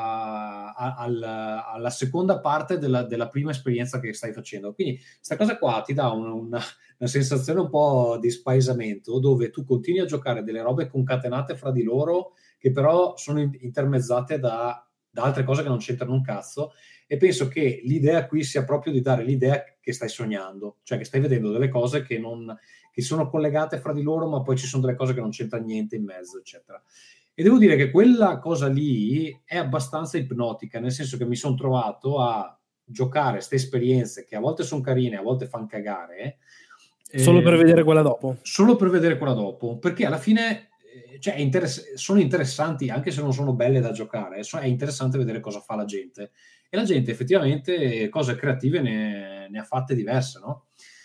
a, a, al, alla seconda parte della, della prima esperienza che stai facendo. Quindi questa cosa qua ti dà un, una, una sensazione un po' di spaesamento, dove tu continui a giocare delle robe concatenate fra di loro, che però sono in- intermezzate da, da altre cose che non c'entrano un cazzo, e penso che l'idea qui sia proprio di dare l'idea che stai sognando, cioè che stai vedendo delle cose che non che sono collegate fra di loro, ma poi ci sono delle cose che non c'entra niente in mezzo, eccetera. E devo dire che quella cosa lì è abbastanza ipnotica, nel senso che mi sono trovato a giocare queste esperienze che a volte sono carine, a volte fanno cagare. Solo eh, per vedere quella dopo. Solo per vedere quella dopo, perché alla fine eh, cioè, è interess- sono interessanti, anche se non sono belle da giocare, so- è interessante vedere cosa fa la gente. E la gente effettivamente cose creative ne, ne ha fatte diverse, no?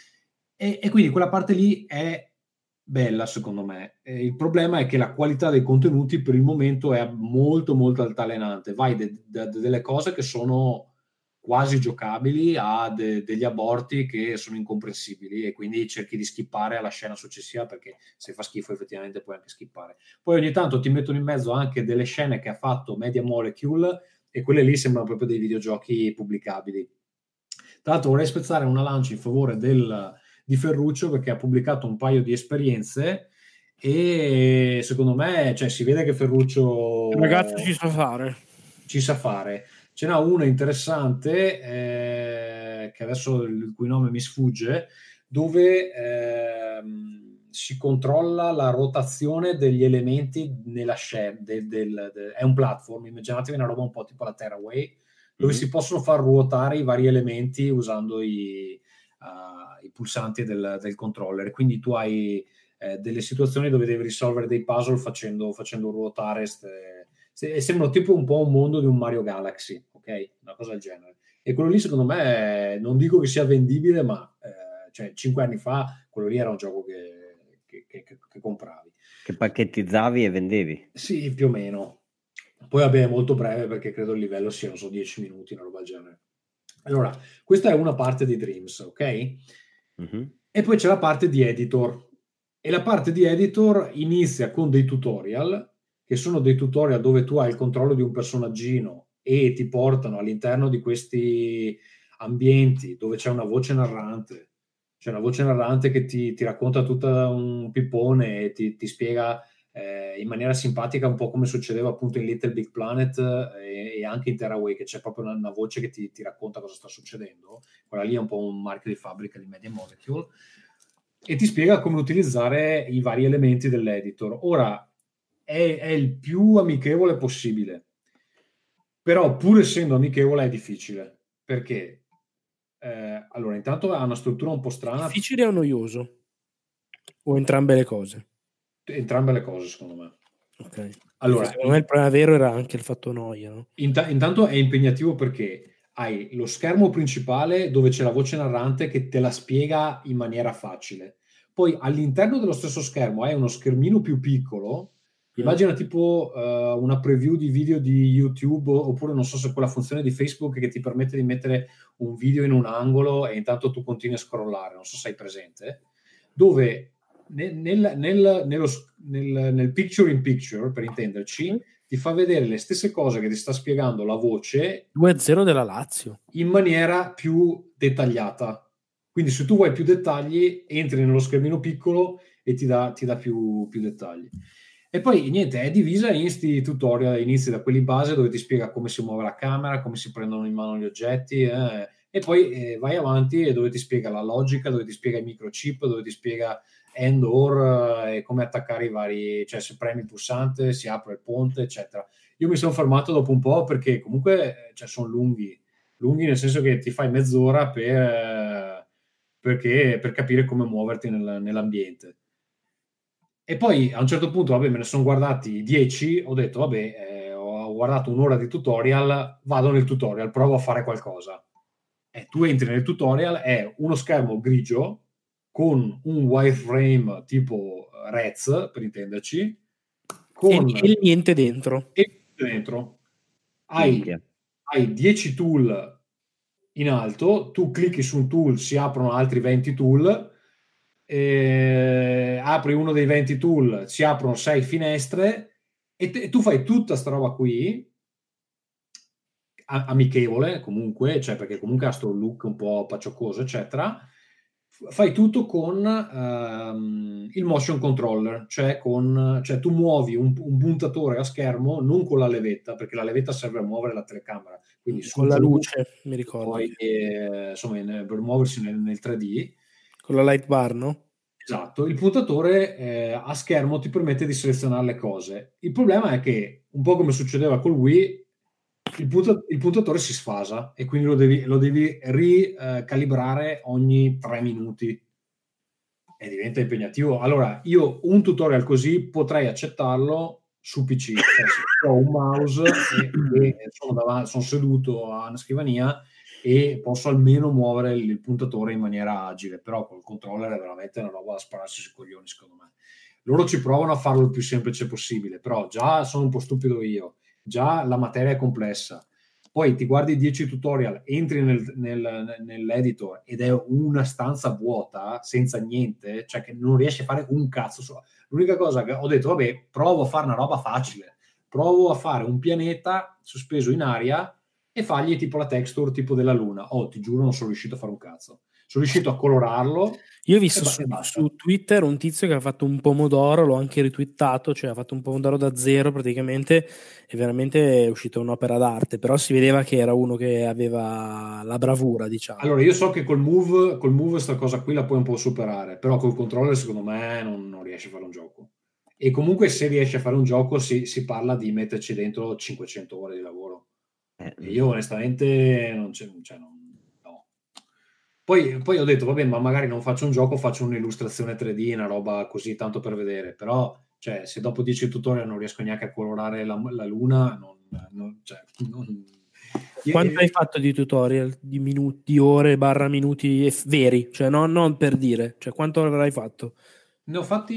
E, e quindi quella parte lì è bella, secondo me. E il problema è che la qualità dei contenuti per il momento è molto molto altalenante. Vai da de- de- delle cose che sono quasi giocabili a de- degli aborti che sono incomprensibili, e quindi cerchi di skippare alla scena successiva, perché se fa schifo effettivamente puoi anche skippare. Poi ogni tanto ti mettono in mezzo anche delle scene che ha fatto Media Molecule, e quelle lì sembrano proprio dei videogiochi pubblicabili. Tra l'altro vorrei spezzare una lancia in favore del, di Ferruccio, perché ha pubblicato un paio di esperienze e secondo me, cioè, si vede che Ferruccio Il ragazzo ci sa fare. ci sa fare. Ce n'ha una interessante eh, che adesso il cui nome mi sfugge, dove ehm, si controlla la rotazione degli elementi nella scena. Del, del, del, è un platform, immaginatevi una roba un po' tipo la Terraway, dove Mhm. si possono far ruotare i vari elementi usando i, uh, i pulsanti del, del controller. Quindi tu hai eh, delle situazioni dove devi risolvere dei puzzle facendo, facendo ruotare ste, se, sembra tipo un po' un mondo di un Mario Galaxy, ok? Una cosa del genere. E quello lì secondo me, non dico che sia vendibile, ma eh, cioè, cinque anni fa quello lì era un gioco che, che, che, che compravi. Che pacchettizzavi e vendevi. Sì, più o meno. Poi vabbè, è molto breve, perché credo il livello sia, non so, dieci minuti, una roba del genere. Allora, questa è una parte di Dreams, ok? Mhm. E poi c'è la parte di editor. E la parte di editor inizia con dei tutorial, che sono dei tutorial dove tu hai il controllo di un personaggino e ti portano all'interno di questi ambienti dove c'è una voce narrante. C'è una voce narrante che ti, ti racconta tutto un pippone e ti, ti spiega eh, in maniera simpatica, un po' come succedeva appunto in Little Big Planet eh, e anche in Terraway, che c'è proprio una, una voce che ti, ti racconta cosa sta succedendo. Quella lì è un po' un marchio di fabbrica di Media Molecule, e ti spiega come utilizzare i vari elementi dell'editor. Ora, è, è il più amichevole possibile, però pur essendo amichevole è difficile, perché eh, allora, intanto ha una struttura un po' strana. Difficile o noioso? O entrambe le cose? Entrambe le cose, secondo me. Ok. Allora, secondo me il problema vero era anche il fatto noia, no? Int- intanto è impegnativo perché hai lo schermo principale dove c'è la voce narrante che te la spiega in maniera facile. Poi all'interno dello stesso schermo hai uno schermino più piccolo. Immagina tipo uh, una preview di video di YouTube, oppure non so se quella funzione di Facebook che ti permette di mettere un video in un angolo e intanto tu continui a scrollare, non so se hai presente, dove nel, nel, nel, nello, nel, nel picture in picture, per intenderci, mm. ti fa vedere le stesse cose che ti sta spiegando la voce due a zero della Lazio in maniera più dettagliata. Quindi se tu vuoi più dettagli, entri nello schermino piccolo e ti dà, ti dà più, più dettagli. E poi niente, è divisa in sti tutorial, inizi da quelli base dove ti spiega come si muove la camera, come si prendono in mano gli oggetti, eh, e poi eh, vai avanti e dove ti spiega la logica, dove ti spiega i microchip, dove ti spiega end or eh, e come attaccare i vari, cioè se premi il pulsante si apre il ponte, eccetera. Io mi sono fermato dopo un po' perché comunque cioè, sono lunghi, lunghi nel senso che ti fai mezz'ora per, perché, per capire come muoverti nel, nell'ambiente. E poi a un certo punto, vabbè, me ne sono guardati dieci, ho detto, vabbè, eh, ho guardato un'ora di tutorial, vado nel tutorial, provo a fare qualcosa. E tu entri nel tutorial, è uno schermo grigio con un wireframe tipo Rez, per intenderci, con e, e niente dentro. E dentro. Hai, hai dieci tool in alto, tu clicchi su un tool, si aprono altri venti tool, eh, apri uno dei venti tool, si aprono sei finestre e, te, e tu fai tutta sta roba qui a, amichevole comunque, cioè perché comunque ha sto look un po' pacioccoso eccetera, fai tutto con um, il motion controller, cioè con cioè tu muovi un, un puntatore a schermo non con la levetta, perché la levetta serve a muovere la telecamera, quindi con la luce mi ricordo poi eh, insomma in, per muoversi nel, nel tre D con la light bar, no? Esatto, il puntatore eh, a schermo ti permette di selezionare le cose. Il problema è che, un po' come succedeva col Wii, il, punta- il puntatore si sfasa e quindi lo devi, lo devi ricalibrare ogni tre minuti e diventa impegnativo. Allora, io un tutorial così potrei accettarlo su P C, cioè se ho un mouse e, e sono, davanti, sono seduto a una scrivania e posso almeno muovere il puntatore in maniera agile, però col controller è veramente una roba da spararsi sui coglioni, secondo me. Loro ci provano a farlo il più semplice possibile, però già sono un po' stupido io, già la materia è complessa. Poi ti guardi dieci tutorial, entri nel, nel, nell'editor ed è una stanza vuota, senza niente, cioè che non riesci a fare un cazzo. L'unica cosa che ho detto, vabbè, provo a fare una roba facile, provo a fare un pianeta sospeso in aria e fargli tipo la texture tipo della luna. Oh, ti giuro, non sono riuscito a fare un cazzo. Sono riuscito a colorarlo. Io ho visto su, su Twitter un tizio che ha fatto un pomodoro, l'ho anche ritwittato, cioè ha fatto un pomodoro da zero praticamente, e veramente è uscita un'opera d'arte, però si vedeva che era uno che aveva la bravura, diciamo. Allora, io so che col move, col move sta cosa qui la puoi un po' superare, però col controller secondo me non, non riesci a fare un gioco. E comunque se riesci a fare un gioco si, si parla di metterci dentro cinquecento ore di lavoro. Eh, e io onestamente non c'è, cioè, non, no. Poi, poi ho detto, vabbè, ma magari non faccio un gioco, faccio un'illustrazione tre D, una roba così, tanto per vedere. Però, cioè, se dopo dieci tutorial non riesco neanche a colorare la, la luna, non, non, cioè, non... Quanto io, hai fatto di tutorial? Di minuti, di ore, barra minuti veri? Cioè, no, non per dire. Cioè, quanto avrai fatto? Ne ho fatti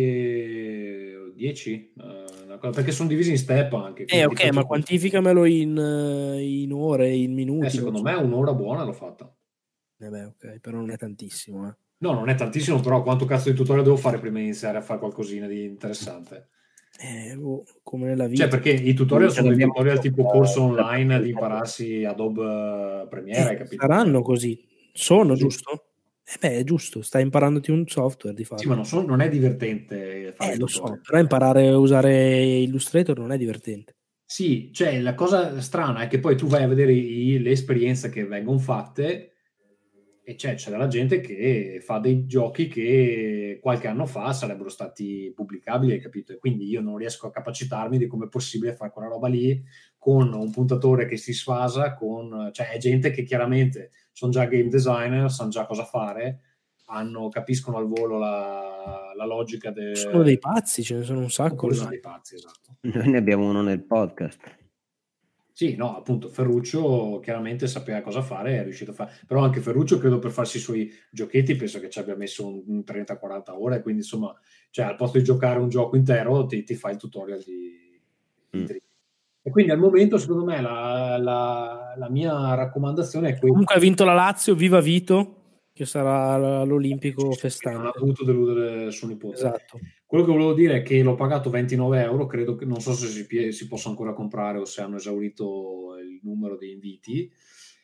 dieci, uh, perché sono divisi in step anche. Eh, ok, ma quantificamelo in, in ore, in minuti. Eh, secondo me un'ora buona l'ho fatta. Eh beh, ok, però non è tantissimo, eh. No, non è tantissimo, però quanto cazzo di tutorial devo fare prima di iniziare a fare qualcosina di interessante? Eh, oh, come nella vita. Cioè, perché i tutorial sono dei tutorial tipo corso online di impararsi Adobe Premiere, eh, hai capito? Saranno così. Sono, sì. Giusto? Eh beh, è giusto, stai imparandoti un software di fatto. Sì, ma non, so, non è divertente fare eh, il lo tutorial. so, però imparare a usare Illustrator non è divertente. Sì, cioè la cosa strana è che poi tu vai a vedere i, le esperienze che vengono fatte e c'è, c'è della gente che fa dei giochi che qualche anno fa sarebbero stati pubblicabili, hai capito? E quindi io non riesco a capacitarmi di come è possibile fare quella roba lì con un puntatore che si sfasa, con, cioè è gente che chiaramente sono già game designer, sanno già cosa fare, hanno, capiscono al volo la, la logica del... Sono dei pazzi, ce ne sono un sacco. Sono dei pazzi, esatto. Noi ne abbiamo uno nel podcast. Sì, no, appunto Ferruccio chiaramente sapeva cosa fare, è riuscito a fare, però anche Ferruccio credo per farsi i suoi giochetti penso che ci abbia messo un, un trenta quaranta ore, quindi insomma, cioè al posto di giocare un gioco intero ti, ti fai il tutorial di, di Mm. Dream. E quindi al momento secondo me la, la, la mia raccomandazione è questa. Comunque ha vinto la Lazio, viva Vito, che sarà all'Olimpico Non festante. ha voluto deludere suo nipote. Esatto. Quello che volevo dire è che l'ho pagato ventinove euro, credo che non so se si, pie- si possa ancora comprare o se hanno esaurito il numero di inviti.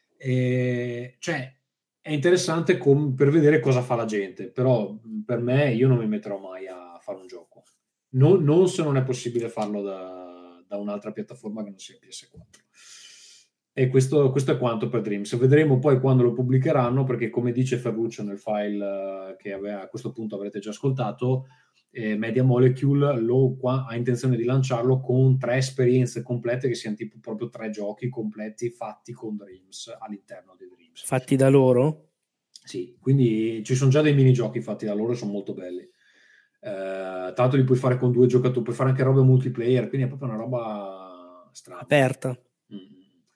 E, cioè, è interessante com- per vedere cosa fa la gente, però per me io non mi metterò mai a fare un gioco. Non, non se non è possibile farlo da, da un'altra piattaforma che non sia P S quattro. E questo, questo è quanto per Dreams. Vedremo poi quando lo pubblicheranno, perché come dice Ferruccio nel file eh, che aveva, a questo punto avrete già ascoltato, eh, Media Molecule lo, qua, ha intenzione di lanciarlo con tre esperienze complete, che siano tipo proprio tre giochi completi fatti con Dreams all'interno di Dreams. Fatti da loro? Sì, quindi ci sono già dei minigiochi fatti da loro, sono molto belli. Eh, tra l'altro li puoi fare con due giocatori, puoi fare anche roba multiplayer, quindi è proprio una roba strana. Aperta. Mm.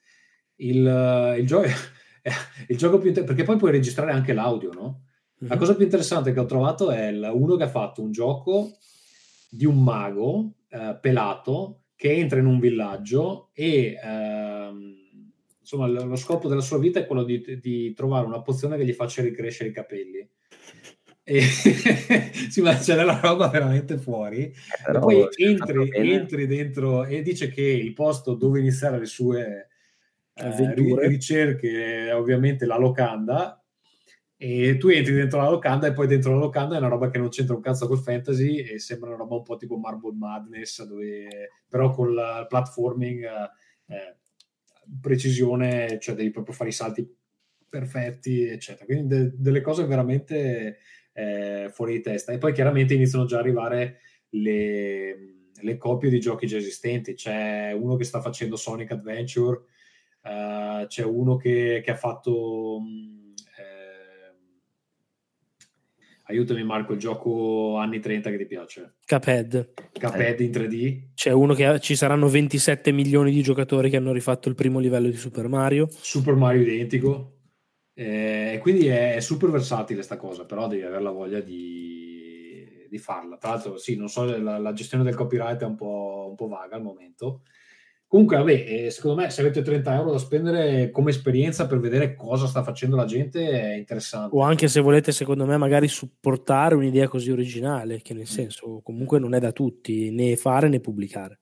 Il, il, gioco, il gioco più inter- perché poi puoi registrare anche l'audio, no? La Mm-hmm. cosa più interessante che ho trovato è il, uno che ha fatto un gioco di un mago eh, pelato che entra in un villaggio e ehm, insomma lo, lo scopo della sua vita è quello di, di trovare una pozione che gli faccia ricrescere i capelli. E sì, ma c'è della roba veramente fuori. Però e poi se fatto entri, bene- entri dentro e dice che il posto dove iniziare le sue eh, ri- Avventure. ricerche è ovviamente la locanda, e tu entri dentro la locanda e poi dentro la locanda è una roba che non c'entra un cazzo col fantasy e sembra una roba un po' tipo Marble Madness, dove, però con la platforming eh, precisione, cioè devi proprio fare i salti perfetti eccetera, quindi de- delle cose veramente eh, fuori di testa. E poi chiaramente iniziano già ad arrivare le, le copie di giochi già esistenti. C'è uno che sta facendo Sonic Adventure, uh, c'è uno che, che ha fatto eh, aiutami Marco, il gioco anni trenta che ti piace, Cuphead. Cuphead in tre D. C'è uno che ha, ci saranno ventisette milioni di giocatori che hanno rifatto il primo livello di Super Mario. Super Mario identico. E eh, quindi è, è super versatile sta cosa, però devi avere la voglia di, di farla. Tra l'altro sì, non so, la, la gestione del copyright è un po', un po' vaga al momento. Comunque vabbè, eh, secondo me se avete trenta euro da spendere come esperienza per vedere cosa sta facendo la gente è interessante. O anche se volete, secondo me, magari supportare un'idea così originale, che nel senso comunque non è da tutti né fare né pubblicare.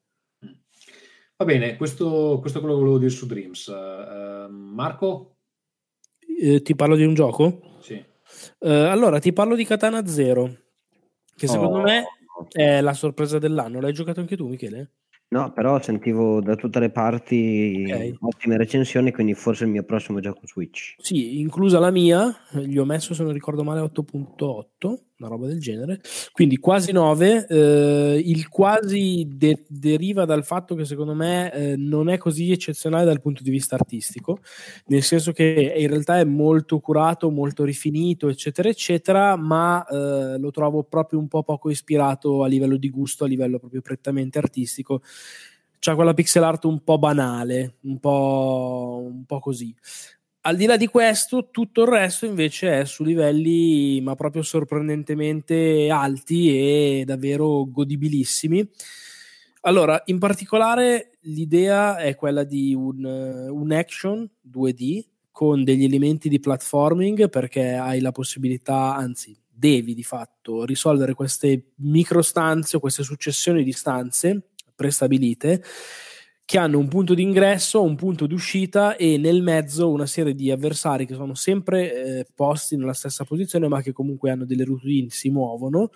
Va bene, questo, questo è quello che volevo dire su Dreams. Uh, Marco? Eh, ti parlo di un gioco? Sì. Eh, allora, ti parlo di Katana Zero, che secondo Oh, me è la sorpresa dell'anno. L'hai giocato anche tu, Michele? No, però sentivo da tutte le parti Ok. ottime recensioni, quindi forse il mio prossimo gioco Switch. Sì, inclusa la mia, gli ho messo, se non ricordo male, otto virgola otto, una roba del genere, quindi quasi nove. Eh, il quasi de- deriva dal fatto che secondo me eh, non è così eccezionale dal punto di vista artistico, nel senso che in realtà è molto curato, molto rifinito, eccetera, eccetera, ma eh, lo trovo proprio un po' poco ispirato a livello di gusto, a livello proprio prettamente artistico. C'ha quella pixel art un po' banale, un po', un po' così. Al di là di questo, tutto il resto invece è su livelli ma proprio sorprendentemente alti e davvero godibilissimi. Allora, in particolare l'idea è quella di un, un action due D con degli elementi di platforming, perché hai la possibilità, anzi devi di fatto risolvere queste microstanze o queste successioni di stanze prestabilite che hanno un punto di ingresso, un punto di uscita e nel mezzo una serie di avversari che sono sempre eh, posti nella stessa posizione ma che comunque hanno delle routine, si muovono.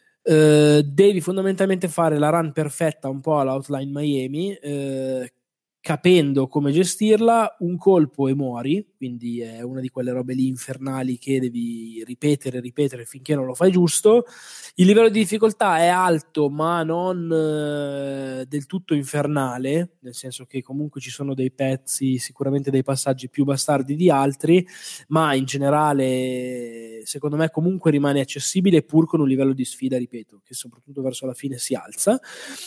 Eh, devi fondamentalmente fare la run perfetta un po' all'Outline Miami, eh, capendo come gestirla, un colpo e muori, quindi è una di quelle robe lì infernali che devi ripetere, ripetere finché non lo fai giusto. Il livello di difficoltà è alto, ma non eh, del tutto infernale, nel senso che comunque ci sono dei pezzi, sicuramente dei passaggi più bastardi di altri, ma in generale secondo me comunque rimane accessibile, pur con un livello di sfida, ripeto, che soprattutto verso la fine si alza.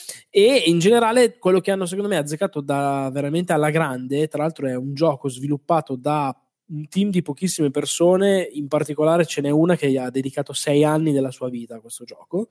E in generale quello che hanno secondo me azzeccato da veramente alla grande, tra l'altro è un gioco sviluppato da un team di pochissime persone, in particolare ce n'è una che ha dedicato sei anni della sua vita a questo gioco,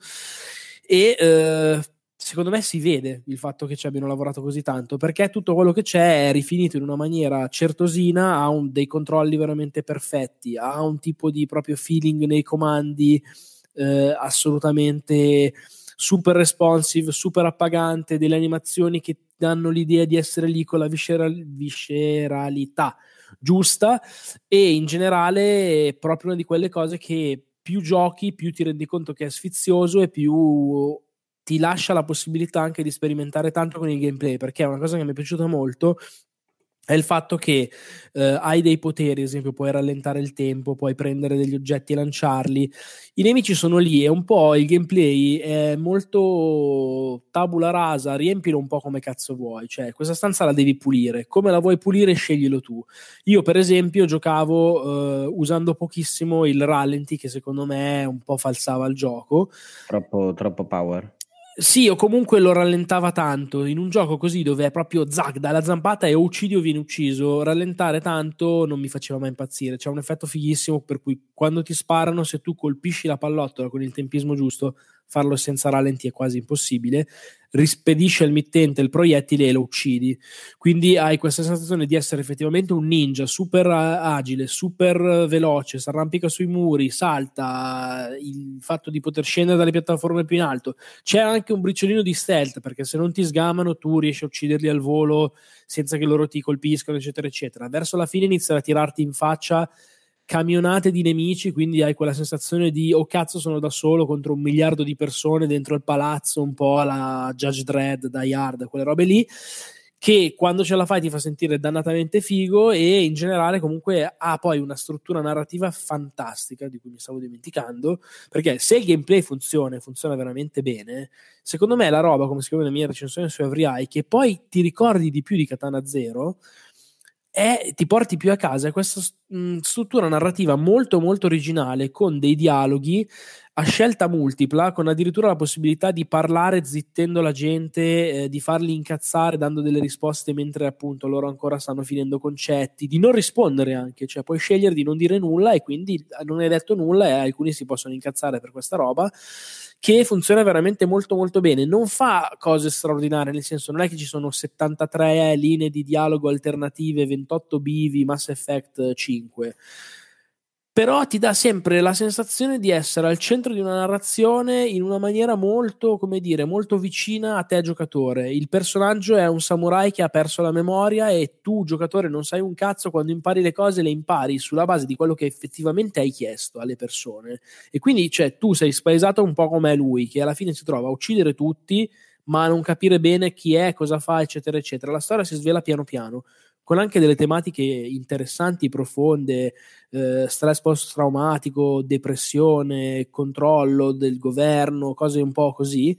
e eh, secondo me si vede il fatto che ci abbiano lavorato così tanto, perché tutto quello che c'è è rifinito in una maniera certosina, ha un, dei controlli veramente perfetti, ha un tipo di proprio feeling nei comandi eh, assolutamente super responsive, super appagante, delle animazioni che danno l'idea di essere lì con la visceral- visceralità giusta, e in generale è proprio una di quelle cose che più giochi più ti rendi conto che è sfizioso e più ti lascia la possibilità anche di sperimentare tanto con il gameplay, perché è una cosa che mi è piaciuta molto è il fatto che eh, hai dei poteri, ad esempio puoi rallentare il tempo, puoi prendere degli oggetti e lanciarli, i nemici sono lì, e un po' il gameplay è molto tabula rasa, riempilo un po' come cazzo vuoi, cioè questa stanza la devi pulire, come la vuoi pulire sceglilo tu. Io per esempio giocavo eh, usando pochissimo il rallenti, che secondo me un po' falsava il gioco, troppo, troppo power. Sì, o comunque lo rallentava tanto. In un gioco così dove è proprio zac, dalla zampata e o uccidi o vieni ucciso, rallentare tanto non mi faceva mai impazzire. C'è un effetto fighissimo per cui quando ti sparano, se tu colpisci la pallottola con il tempismo giusto, farlo senza rallenti è quasi impossibile, rispedisce al mittente il proiettile e lo uccidi, quindi hai questa sensazione di essere effettivamente un ninja super agile, super veloce, si arrampica sui muri, salta, il fatto di poter scendere dalle piattaforme più in alto, c'è anche un briciolino di stealth, perché se non ti sgamano tu riesci a ucciderli al volo senza che loro ti colpiscano, eccetera eccetera. Verso la fine iniziano a tirarti in faccia camionate di nemici, quindi hai quella sensazione di oh cazzo sono da solo contro un miliardo di persone dentro il palazzo, un po' alla Judge Dredd, Die Hard, quelle robe lì, che quando ce la fai ti fa sentire dannatamente figo, e in generale comunque ha poi una struttura narrativa fantastica di cui mi stavo dimenticando, perché se il gameplay funziona e funziona veramente bene, secondo me la roba, come scrivo nella mia recensione su Every che poi ti ricordi di più di Katana Zero e ti porti più a casa questa mh, struttura narrativa molto molto originale, con dei dialoghi a scelta multipla, con addirittura la possibilità di parlare zittendo la gente, eh, di farli incazzare dando delle risposte mentre appunto loro ancora stanno finendo concetti, di non rispondere anche, cioè puoi scegliere di non dire nulla e quindi non hai detto nulla e alcuni si possono incazzare per questa roba, che funziona veramente molto molto bene. Non fa cose straordinarie, nel senso non è che ci sono settantatré linee di dialogo alternative, ventotto bivi, Mass Effect cinque, però ti dà sempre la sensazione di essere al centro di una narrazione in una maniera molto, come dire, molto vicina a te giocatore. Il personaggio è un samurai che ha perso la memoria e tu giocatore non sai un cazzo, quando impari le cose le impari sulla base di quello che effettivamente hai chiesto alle persone, e quindi cioè tu sei spaesato un po' come lui, che alla fine si trova a uccidere tutti ma a non capire bene chi è, cosa fa, eccetera eccetera. La storia si svela piano piano, con anche delle tematiche interessanti, profonde, eh, stress post-traumatico, depressione, controllo del governo, cose un po' così.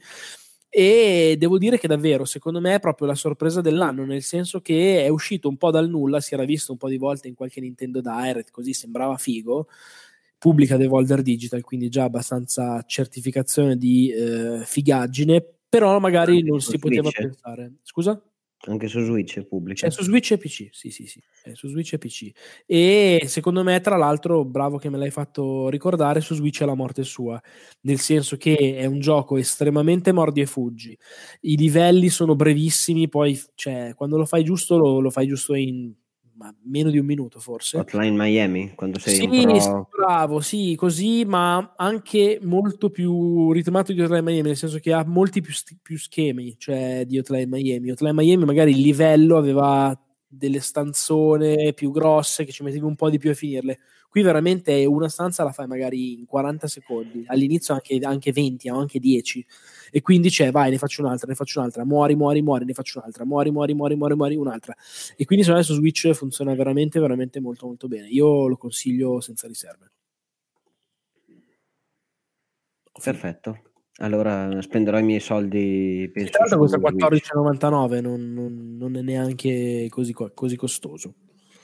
E devo dire che davvero, secondo me, è proprio la sorpresa dell'anno, nel senso che è uscito un po' dal nulla, si era visto un po' di volte in qualche Nintendo Direct, così sembrava figo, pubblica Devolver Digital, quindi già abbastanza certificazione di eh, figaggine, però magari non si poteva pensare. Scusa? Anche su Switch è pubblica. C'è su Switch e P C, sì sì sì, è su Switch e P C. E secondo me, tra l'altro, bravo che me l'hai fatto ricordare, su Switch è la morte sua, nel senso che è un gioco estremamente mordi e fuggi, i livelli sono brevissimi, poi cioè, quando lo fai giusto lo, lo fai giusto in ma meno di un minuto forse. Hotline Miami, quando sei sì, un pro... sì, bravo, sì, così, ma anche molto più ritmato di Hotline Miami, nel senso che ha molti più, st- più schemi, cioè di Hotline Miami. Hotline Miami magari il livello aveva delle stanzone più grosse che ci mettevi un po' di più a finirle. Qui veramente una stanza la fai magari in quaranta secondi, all'inizio anche, anche venti o anche dieci, e quindi c'è vai, ne faccio un'altra, ne faccio un'altra, muori, muori, muori, ne faccio un'altra, muori, muori, muori, muori, muori, un'altra. E quindi secondo me su Switch funziona veramente, veramente molto, molto bene. Io lo consiglio senza riserve. Perfetto. Allora spenderò i miei soldi, penso, Tra l'altro su costa Switch. quattordici e novantanove, non, non, non è neanche così, co- così costoso.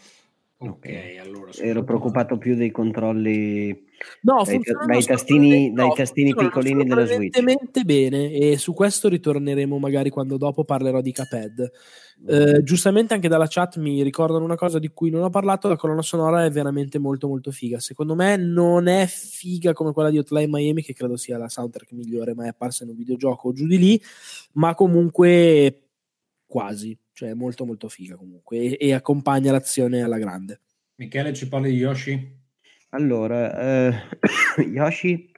Ok, allora ero preoccupato più dei controlli, No, dai, funzionano dai tastini, dai no, tastini funzionano piccolini della Switch. sorprendentemente bene, e su questo ritorneremo magari quando dopo parlerò di Cuphead. Eh, giustamente anche dalla chat mi ricordano una cosa di cui non ho parlato: la colonna sonora è veramente molto molto figa. Secondo me non è figa come quella di Hotline Miami, che credo sia la soundtrack migliore mai apparsa in un videogioco o giù di lì, ma comunque quasi, cioè molto molto figa comunque, e, e accompagna l'azione alla grande. Michele, ci parli di Yoshi? Allora, eh, Yoshi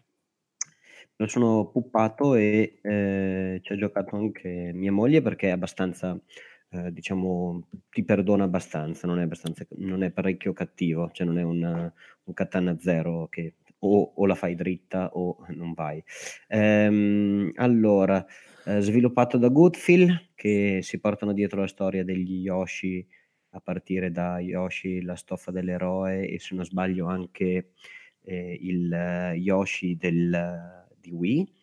lo sono puppato e eh, ci ha giocato anche mia moglie, perché è abbastanza, eh, diciamo, ti perdona abbastanza, non è abbastanza, non è parecchio cattivo, cioè non è un, un Katana Zero che o, o la fai dritta o non vai. Ehm, allora, eh, sviluppato da Goodfield, che si portano dietro la storia degli Yoshi a partire da Yoshi, la stoffa dell'eroe, e se non sbaglio anche eh, il uh, Yoshi del, di Wii.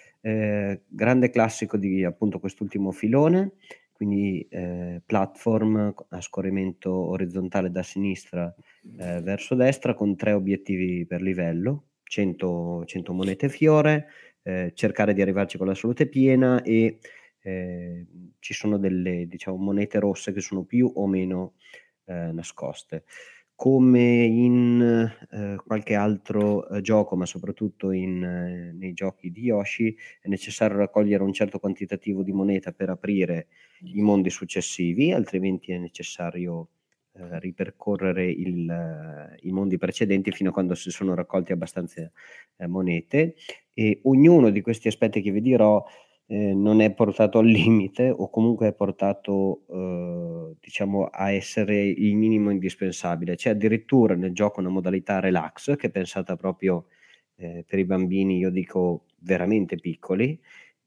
Eh, grande classico di appunto quest'ultimo filone, quindi eh, platform a scorrimento orizzontale da sinistra eh, verso destra, con tre obiettivi per livello, cento, cento monete fiore, eh, cercare di arrivarci con la salute piena, e eh, ci sono delle, diciamo, monete rosse che sono più o meno eh, nascoste. Come in eh, qualche altro eh, gioco, ma soprattutto in, eh, nei giochi di Yoshi, è necessario raccogliere un certo quantitativo di moneta per aprire i mondi successivi, altrimenti è necessario eh, ripercorrere il, eh, i mondi precedenti fino a quando si sono raccolti abbastanza eh, monete, e ognuno di questi aspetti che vi dirò Eh, non è portato al limite, o comunque è portato eh, diciamo a essere il minimo indispensabile. C'è addirittura nel gioco una modalità relax che è pensata proprio eh, per i bambini, io dico veramente piccoli,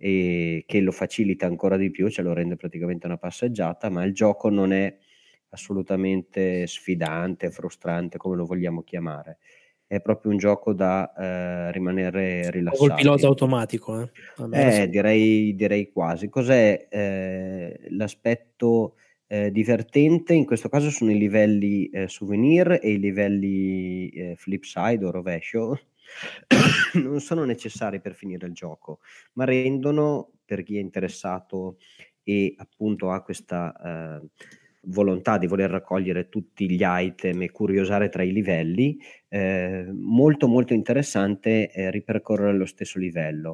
e che lo facilita ancora di più, cioè lo rende praticamente una passeggiata, ma il gioco non è assolutamente sfidante, frustrante, come lo vogliamo chiamare. È proprio un gioco da eh, rimanere rilassati. Col pilota automatico, eh? Eh, direi, direi quasi. Cos'è eh, l'aspetto eh, divertente? In questo caso sono i livelli eh, souvenir e i livelli eh, flip side o rovescio. Non sono necessari per finire il gioco, ma rendono, per chi è interessato e appunto ha questa eh, volontà di voler raccogliere tutti gli item e curiosare tra i livelli, eh, molto molto interessante eh, ripercorrere lo stesso livello.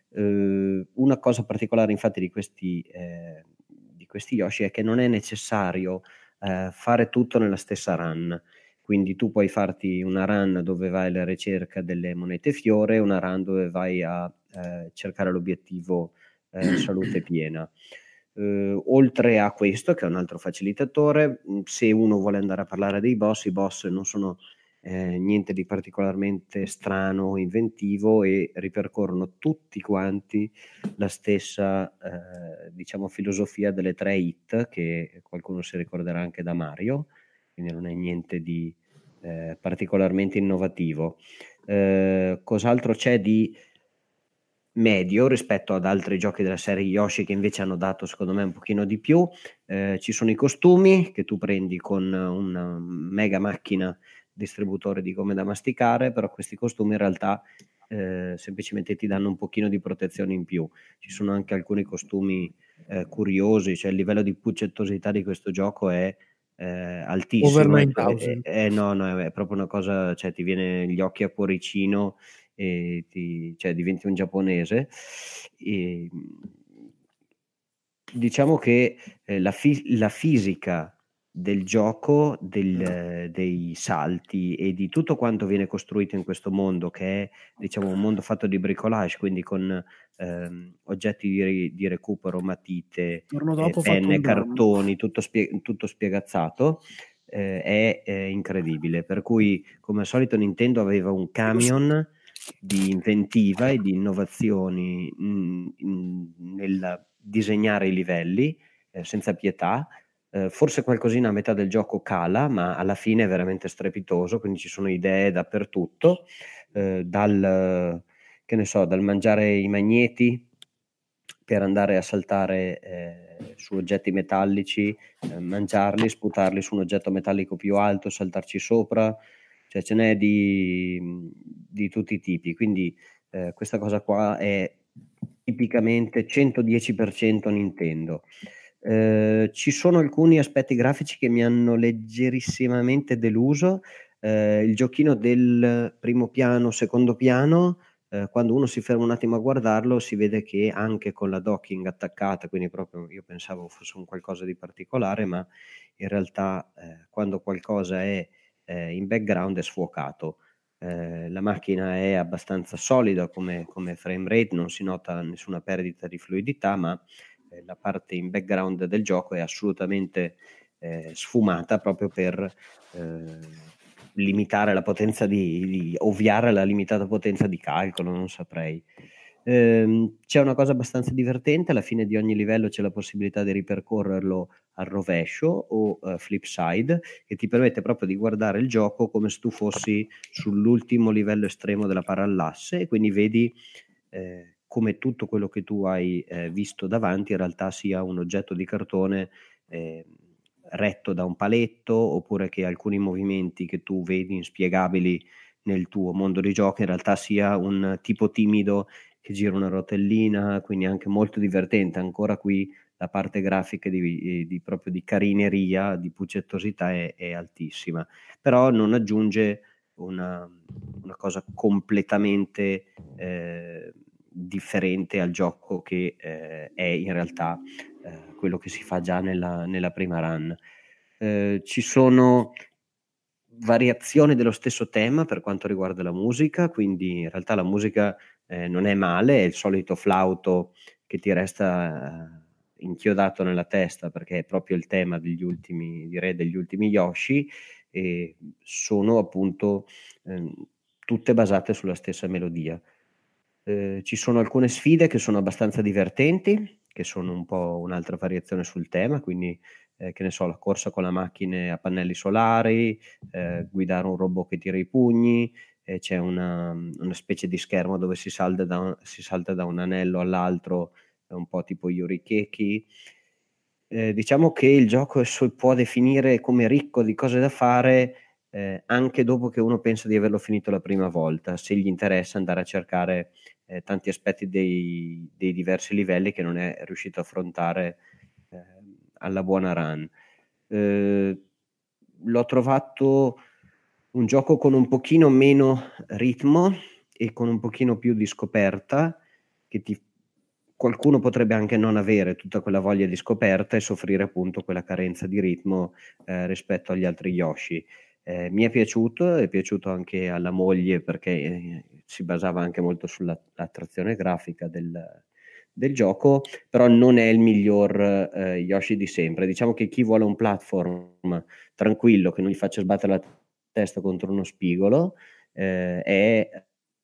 Uh, una cosa particolare infatti di questi, eh, di questi Yoshi è che non è necessario eh, fare tutto nella stessa run, quindi tu puoi farti una run dove vai alla ricerca delle monete fiore, una run dove vai a eh, cercare l'obiettivo eh, salute piena. Uh, oltre a questo, che è un altro facilitatore, se uno vuole andare a parlare dei boss, i boss non sono Eh, niente di particolarmente strano o inventivo, e ripercorrono tutti quanti la stessa eh, diciamo filosofia delle tre hit, che qualcuno si ricorderà anche da Mario, quindi non è niente di eh, particolarmente innovativo. Eh, cos'altro c'è di medio rispetto ad altri giochi della serie Yoshi, che invece hanno dato secondo me un pochino di più? Eh, ci sono i costumi che tu prendi con una mega macchina distributore di gomme da masticare, però questi costumi in realtà eh, semplicemente ti danno un pochino di protezione in più. Ci sono anche alcuni costumi eh, curiosi, cioè il livello di puccettosità di questo gioco è eh, altissimo. Over È, novemila. è, è, no, no, è proprio una cosa, cioè ti viene gli occhi a cuoricino e ti, cioè, diventi un giapponese. E, diciamo che eh, la, fi- la fisica del gioco, del, dei salti e di tutto quanto viene costruito in questo mondo, che è, diciamo, un mondo fatto di bricolage, quindi con ehm, oggetti di, di recupero, matite, Giorno eh, dopo ho fatto penne, un drum. cartoni, tutto, spie- tutto spiegazzato, eh, è, è incredibile. Per cui, come al solito, Nintendo aveva un camion di inventiva e di innovazioni mh, mh, nel disegnare i livelli eh, senza pietà. Eh, forse qualcosina a metà del gioco cala, ma alla fine è veramente strepitoso, quindi ci sono idee dappertutto, eh, dal, che ne so, dal mangiare i magneti per andare a saltare eh, su oggetti metallici, eh, mangiarli, sputarli su un oggetto metallico più alto, saltarci sopra, cioè ce n'è di, di tutti i tipi, quindi eh, questa cosa qua è tipicamente centodieci per cento Nintendo. Eh, ci sono alcuni aspetti grafici che mi hanno leggerissimamente deluso. Eh, il giochino del primo piano, secondo piano, eh, quando uno si ferma un attimo a guardarlo si vede che anche con la docking attaccata, quindi proprio io pensavo fosse un qualcosa di particolare, ma in realtà eh, quando qualcosa è eh, in background è sfuocato. Eh, la macchina è abbastanza solida come, come frame rate, non si nota nessuna perdita di fluidità, ma eh, la parte in background del gioco è assolutamente eh, sfumata proprio per eh, limitare la potenza di, di ovviare la limitata potenza di calcolo, non saprei. Ehm, c'è una cosa abbastanza divertente, alla fine di ogni livello c'è la possibilità di ripercorrerlo al rovescio o uh, flip side, che ti permette proprio di guardare il gioco come se tu fossi sull'ultimo livello estremo della parallasse, e quindi vedi eh, come tutto quello che tu hai eh, visto davanti in realtà sia un oggetto di cartone eh, retto da un paletto, oppure che alcuni movimenti che tu vedi inspiegabili nel tuo mondo di gioco in realtà sia un tipo timido che gira una rotellina, quindi anche molto divertente. Ancora qui la parte grafica di, di proprio di carineria, di puccettosità è, è altissima, però non aggiunge una, una cosa completamente eh, differente al gioco, che eh, è in realtà eh, quello che si fa già nella, nella prima run. Eh, ci sono variazioni dello stesso tema per quanto riguarda la musica, quindi in realtà la musica eh, non è male, è il solito flauto che ti resta eh, inchiodato nella testa, perché è proprio il tema degli ultimi, direi degli ultimi Yoshi, e sono appunto eh, tutte basate sulla stessa melodia. Eh, ci sono alcune sfide che sono abbastanza divertenti, che sono un po' un'altra variazione sul tema, quindi eh, che ne so, la corsa con la macchina a pannelli solari, eh, guidare un robot che tira i pugni, eh, c'è una, una specie di schermo dove si salta da un, si salta da un anello all'altro, è un po' tipo Yurikeki. Eh, diciamo che il gioco si può definire come ricco di cose da fare eh, anche dopo che uno pensa di averlo finito la prima volta, se gli interessa andare a cercare eh, tanti aspetti dei, dei diversi livelli che non è riuscito a affrontare eh, alla buona run. Eh, l'ho trovato un gioco con un pochino meno ritmo e con un pochino più di scoperta, che ti qualcuno potrebbe anche non avere tutta quella voglia di scoperta e soffrire appunto quella carenza di ritmo eh, rispetto agli altri Yoshi. Eh, mi è piaciuto, è piaciuto anche alla moglie, perché eh, si basava anche molto sull'attrazione grafica del, del gioco, però non è il miglior eh, Yoshi di sempre. Diciamo che chi vuole un platform tranquillo, che non gli faccia sbattere la testa contro uno spigolo, eh, è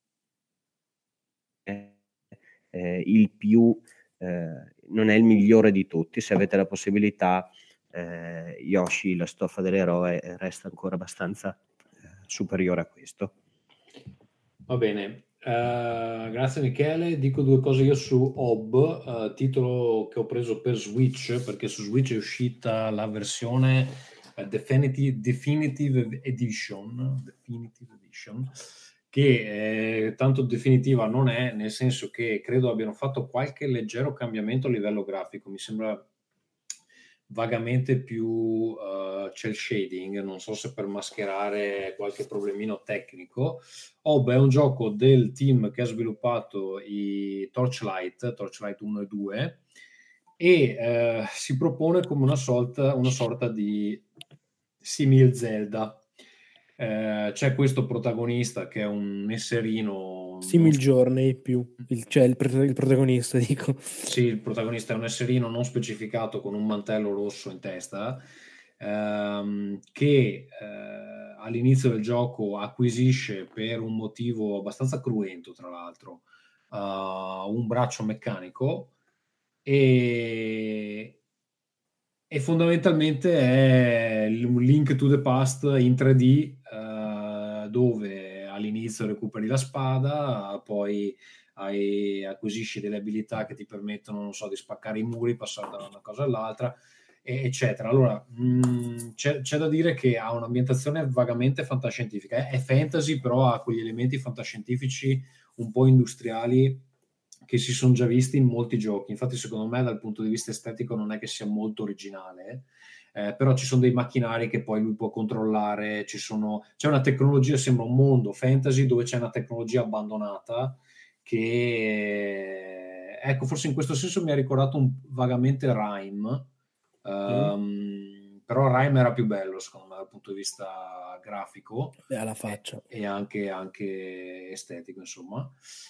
Eh, il più eh, non è il migliore di tutti. Se avete la possibilità, eh, Yoshi, la stoffa dell'eroe, resta ancora abbastanza eh, superiore a questo. Va bene, uh, grazie Michele. Dico due cose io su Ob, uh, titolo che ho preso per Switch, perché su Switch è uscita la versione uh, Definitive, Definitive Edition, Definitive Edition, che eh, tanto definitiva non è, nel senso che credo abbiano fatto qualche leggero cambiamento a livello grafico. Mi sembra vagamente più uh, cel shading, non so se per mascherare qualche problemino tecnico. Ob è un gioco del team che ha sviluppato i Torchlight, Torchlight uno e due, e uh, si propone come una sorta, una sorta di simil Zelda. Eh, c'è questo protagonista che è un esserino simil Journey più il, cioè il, il protagonista dico sì, il protagonista è un esserino non specificato con un mantello rosso in testa, ehm, che eh, all'inizio del gioco acquisisce per un motivo abbastanza cruento, tra l'altro, uh, un braccio meccanico e e fondamentalmente è un Link to the Past in tre D, eh, dove all'inizio recuperi la spada, poi hai, acquisisci delle abilità che ti permettono, non so, di spaccare i muri, passare da una cosa all'altra, e, eccetera. Allora, mh, c'è, c'è da dire che ha un'ambientazione vagamente fantascientifica. È fantasy, però ha quegli elementi fantascientifici un po' industriali che si sono già visti in molti giochi. Infatti secondo me dal punto di vista estetico non è che sia molto originale, eh, però ci sono dei macchinari che poi lui può controllare, ci sono, c'è una tecnologia, sembra un mondo fantasy dove c'è una tecnologia abbandonata che, ecco, forse in questo senso mi ha ricordato un, vagamente Rime, um, mm. però Rime era più bello secondo me dal punto di vista grafico. Beh, alla faccia. E, e anche, anche estetico, insomma.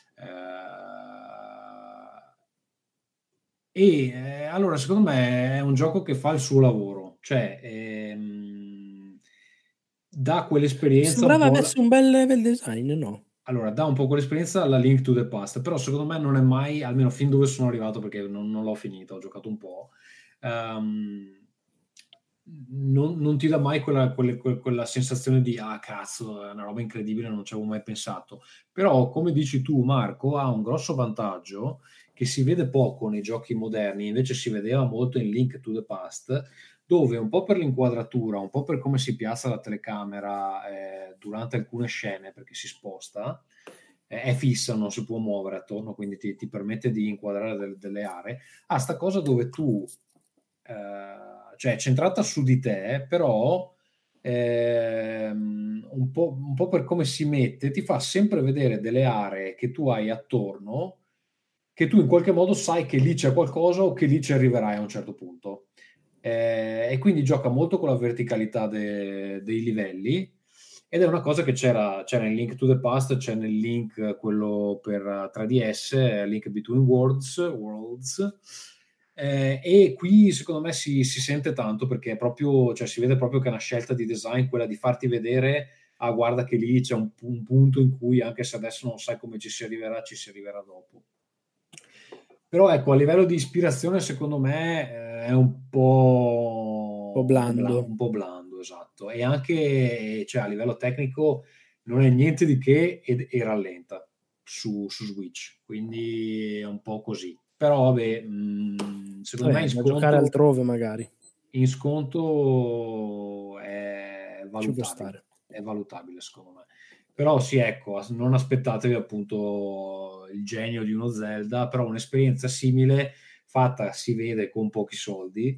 Uh, e eh, allora secondo me è un gioco che fa il suo lavoro, cioè ehm, dà quell'esperienza. Sembrava avesse un bel level design, no? Allora dà un po' quell'esperienza alla Link to the Past, però secondo me non è mai, almeno fin dove sono arrivato, perché non, non l'ho finito, ho giocato un po', um, Non, non ti dà mai quella, quella, quella sensazione di ah cazzo, è una roba incredibile, non ci avevo mai pensato. Però come dici tu Marco, ha un grosso vantaggio che si vede poco nei giochi moderni, invece si vedeva molto in Link to the Past, dove un po' per l'inquadratura, un po' per come si piazza la telecamera eh, durante alcune scene, perché si sposta, eh, è fissa, non si può muovere attorno, quindi ti, ti permette di inquadrare del, delle aree. Ha sta cosa dove tu eh, cioè è centrata su di te, però ehm, un po', un po' per come si mette ti fa sempre vedere delle aree che tu hai attorno, che tu in qualche modo sai che lì c'è qualcosa o che lì ci arriverai a un certo punto, eh, e quindi gioca molto con la verticalità de, dei livelli, ed è una cosa che c'era, c'era in Link to the Past, c'è nel Link quello per tre D S, Link Between Worlds, Worlds. Eh, e qui secondo me si, si sente tanto, perché è proprio, cioè si vede proprio che è una scelta di design quella di farti vedere ah guarda che lì c'è un, un punto in cui anche se adesso non sai come ci si arriverà, ci si arriverà dopo. Però ecco, a livello di ispirazione secondo me eh, è un po', un po' blando, un po' blando, esatto, e anche cioè, a livello tecnico non è niente di che e, e rallenta su, su Switch, quindi è un po' così. Però vabbè, mh, secondo eh, me in sconto, giocare altrove magari in sconto è valutabile, è valutabile secondo me. Però sì, ecco, non aspettatevi appunto il genio di uno Zelda, però un'esperienza simile fatta, si vede, con pochi soldi,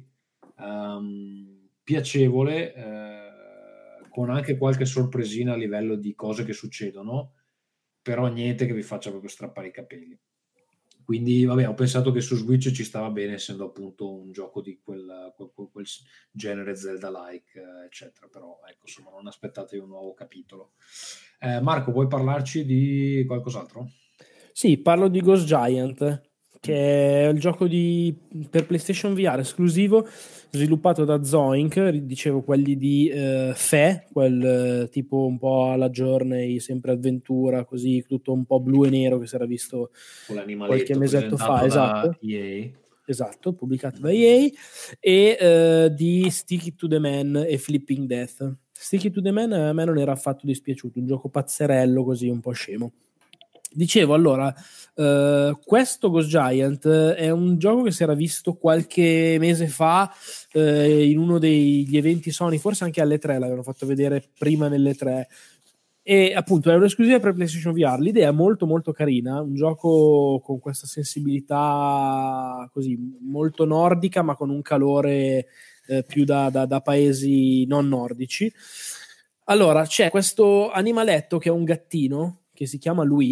um, piacevole, eh, con anche qualche sorpresina a livello di cose che succedono, però niente che vi faccia proprio strappare i capelli. Quindi vabbè, ho pensato che su Switch ci stava bene, essendo appunto un gioco di quel, quel, quel genere Zelda-like, eccetera. Però ecco, insomma, non aspettatevi un nuovo capitolo. Eh, Marco, vuoi parlarci di qualcos'altro? Sì, parlo di Ghost Giant, che è il gioco di, per PlayStation V R esclusivo, sviluppato da Zoink, dicevo quelli di eh, Fe, quel eh, tipo un po' alla Journey, sempre avventura, così tutto un po' blu e nero che si era visto qualche mesetto fa, esatto. E A. Esatto, pubblicato da E A, e eh, di Stick It to the Man e Flipping Death. Stick It to the Man a me non era affatto dispiaciuto, un gioco pazzerello così, un po' scemo. Dicevo, allora, eh, questo Ghost Giant è un gioco che si era visto qualche mese fa eh, in uno degli eventi Sony, forse anche alle tre, l'avevano fatto vedere prima nelle tre, e appunto è un'esclusiva per PlayStation V R. L'idea è molto molto carina, un gioco con questa sensibilità così molto nordica, ma con un calore eh, più da, da, da paesi non nordici. Allora, c'è questo animaletto che è un gattino, che si chiama Lui,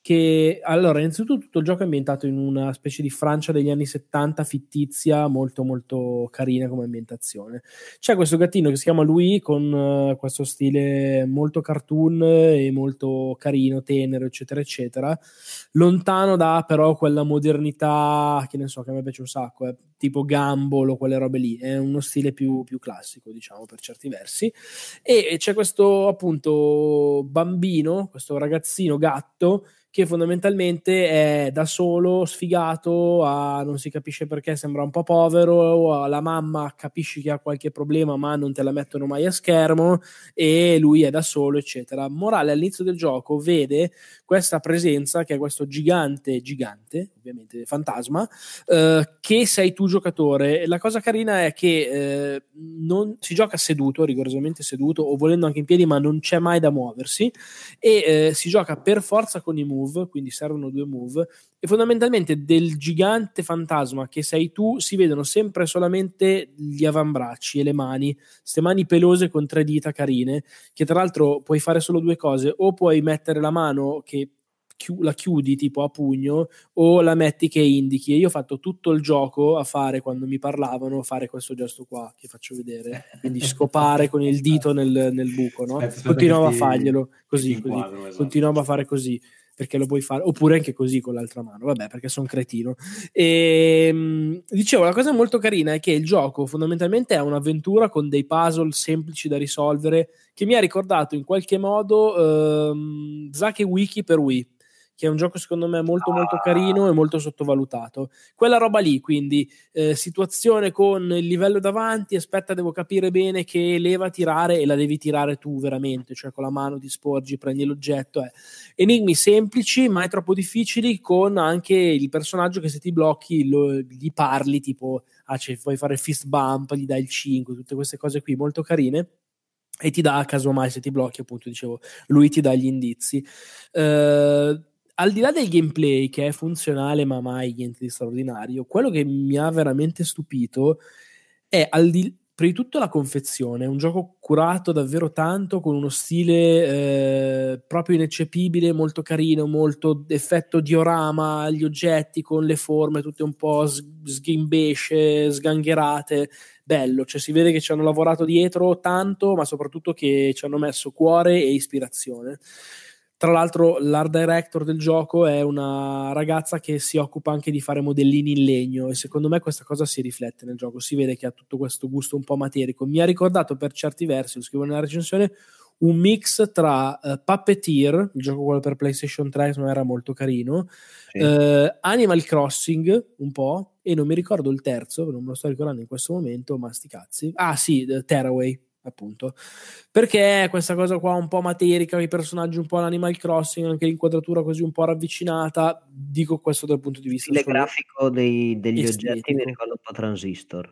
che allora innanzitutto tutto il gioco è ambientato in una specie di Francia degli anni settanta fittizia, molto molto carina come ambientazione. C'è questo gattino che si chiama Louis con uh, questo stile molto cartoon e molto carino, tenero, eccetera eccetera, lontano da però quella modernità che ne so, che a me piace un sacco, è tipo Gumball o quelle robe lì, è uno stile più, più classico, diciamo, per certi versi. E c'è questo appunto bambino, questo ragazzino gatto che fondamentalmente è da solo, sfigato, a, non si capisce perché, sembra un po' povero, la mamma capisci che ha qualche problema ma non te la mettono mai a schermo e lui è da solo, eccetera. Morale, all'inizio del gioco vede questa presenza che è questo gigante, gigante, ovviamente fantasma, eh, che sei tu giocatore. La cosa carina è che eh, non si gioca seduto, rigorosamente seduto, o volendo anche in piedi, ma non c'è mai da muoversi, e eh, si gioca per forza con i move, quindi servono due move, e fondamentalmente del gigante fantasma che sei tu si vedono sempre solamente gli avambracci e le mani, ste mani pelose con tre dita carine, che tra l'altro puoi fare solo due cose: o puoi mettere la mano che la chiudi tipo a pugno, o la metti che indichi. E io ho fatto tutto il gioco a fare, quando mi parlavano, fare questo gesto qua che faccio vedere, quindi scopare con il dito nel, nel buco, no? Aspetta, aspetta, continuavo a ti, farglielo così, inquadro, così. Esatto. Continuavo a fare così, perché lo puoi fare, oppure anche così con l'altra mano, vabbè, perché sono cretino. E dicevo, la cosa molto carina è che il gioco fondamentalmente è un'avventura con dei puzzle semplici da risolvere, che mi ha ricordato in qualche modo ehm, Zack e Wiki per Wii, che è un gioco secondo me molto molto carino e molto sottovalutato. Quella roba lì, quindi eh, situazione con il livello davanti, aspetta, devo capire bene che leva tirare, e la devi tirare tu veramente, cioè con la mano ti sporgi, prendi l'oggetto. Eh. Enigmi semplici, mai troppo difficili, con anche il personaggio che se ti blocchi lo, gli parli, tipo ah, cioè, puoi fare fist bump, gli dai il cinque, tutte queste cose qui molto carine. E ti dà, casomai se ti blocchi, appunto dicevo, lui ti dà gli indizi. Eh, al di là del gameplay, che è funzionale ma mai niente di straordinario, quello che mi ha veramente stupito è, al di, prima di tutto, la confezione. È un gioco curato davvero tanto, con uno stile eh, proprio ineccepibile, molto carino, molto effetto diorama, gli oggetti con le forme tutte un po' sghimbesce, sgangherate, bello, cioè si vede che ci hanno lavorato dietro tanto, ma soprattutto che ci hanno messo cuore e ispirazione. Tra l'altro l'art director del gioco è una ragazza che si occupa anche di fare modellini in legno, e secondo me questa cosa si riflette nel gioco, si vede che ha tutto questo gusto un po' materico. Mi ha ricordato per certi versi, lo scrivo nella recensione, un mix tra uh, Puppeteer, il gioco quello per PlayStation tre, non era molto carino, sì. uh, Animal Crossing un po', e non mi ricordo il terzo, non me lo sto ricordando in questo momento, ma sti cazzi. Ah sì, Tearaway, appunto, perché questa cosa qua un po' materica, i personaggi un po' all'Animal Crossing, anche l'inquadratura così un po' ravvicinata, dico questo dal punto di vista il grafico dei, degli estetico. Oggetti mi ricorda un po' Transistor,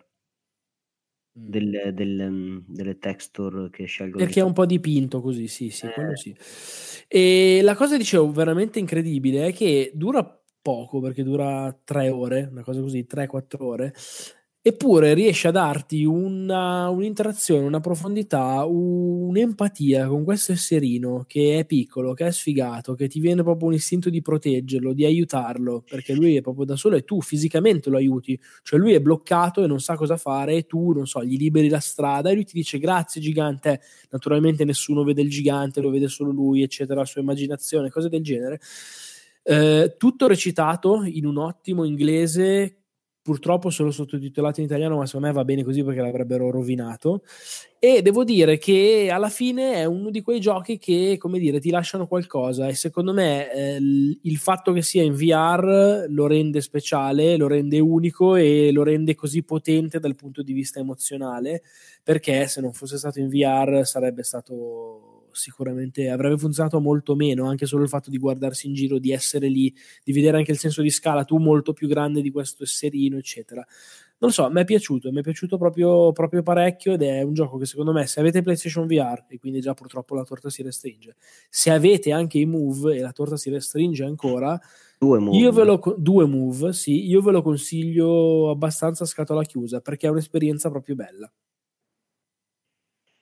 mm. del, del, delle texture che scelgo, perché è un po' dipinto così, sì, sì, eh. quello sì. E la cosa, dicevo, veramente incredibile è che dura poco, perché dura tre ore, una cosa così, tre quattro ore, eppure riesce a darti una, un'interazione, una profondità, un'empatia con questo esserino che è piccolo, che è sfigato, che ti viene proprio un istinto di proteggerlo, di aiutarlo, perché lui è proprio da solo e tu fisicamente lo aiuti, cioè lui è bloccato e non sa cosa fare e tu, non so, gli liberi la strada e lui ti dice grazie gigante. Naturalmente nessuno vede il gigante, lo vede solo lui, eccetera, la sua immaginazione, cose del genere. Eh, tutto recitato in un ottimo inglese, purtroppo solo sottotitolato in italiano, ma secondo me va bene così perché l'avrebbero rovinato. E devo dire che alla fine è uno di quei giochi che, come dire, ti lasciano qualcosa, e secondo me eh, il fatto che sia in V R lo rende speciale, lo rende unico e lo rende così potente dal punto di vista emozionale, perché se non fosse stato in V R sarebbe stato sicuramente, avrebbe funzionato molto meno, anche solo il fatto di guardarsi in giro, di essere lì, di vedere anche il senso di scala, tu molto più grande di questo esserino, eccetera. Non lo so, mi è piaciuto, mi è piaciuto proprio, proprio parecchio, ed è un gioco che secondo me, se avete PlayStation V R, e quindi già purtroppo la torta si restringe, se avete anche i Move e la torta si restringe ancora, due move, io ve lo, due move sì, io ve lo consiglio abbastanza a scatola chiusa, perché è un'esperienza proprio bella.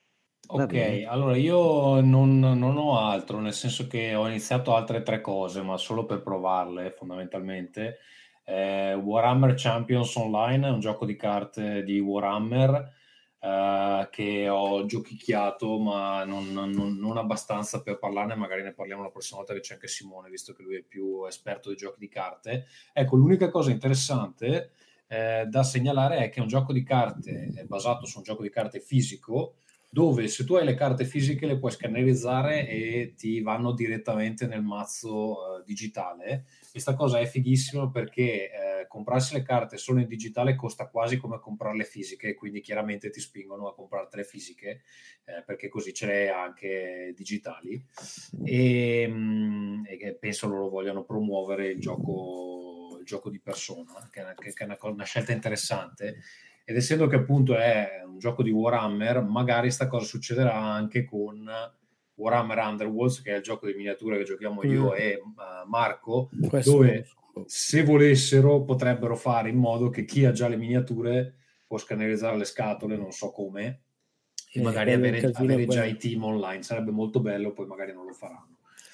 Ok, allora io non, non ho altro, nel senso che ho iniziato altre tre cose, ma solo per provarle fondamentalmente. Eh, Warhammer Champions Online è un gioco di carte di Warhammer eh, che ho giochicchiato, ma non, non- non abbastanza per parlarne. Magari ne parliamo la prossima volta che c'è anche Simone, visto che lui è più esperto di giochi di carte. Ecco, l'unica cosa interessante eh, da segnalare è che è un gioco di carte, è basato su un gioco di carte fisico, dove se tu hai le carte fisiche le puoi scannerizzare e ti vanno direttamente nel mazzo eh, digitale. Questa cosa è fighissima perché eh, comprarsi le carte solo in digitale costa quasi come comprarle fisiche, quindi chiaramente ti spingono a comprartele fisiche eh, perché così ce le hai anche digitali e, mh, e che penso loro vogliano promuovere il gioco, il gioco di persona, che è una, che è una, una scelta interessante. Ed essendo che appunto è un gioco di Warhammer, magari sta cosa succederà anche con Warhammer Underworlds, che è il gioco di miniature che giochiamo io Mm. e uh, Marco, Questo non dove lo so. se volessero potrebbero fare in modo che chi ha già le miniature può scannerizzare le scatole, non so come, e Eh, magari quello è un avere, casino, avere già quello. i team online. Sarebbe molto bello, poi magari non lo faranno.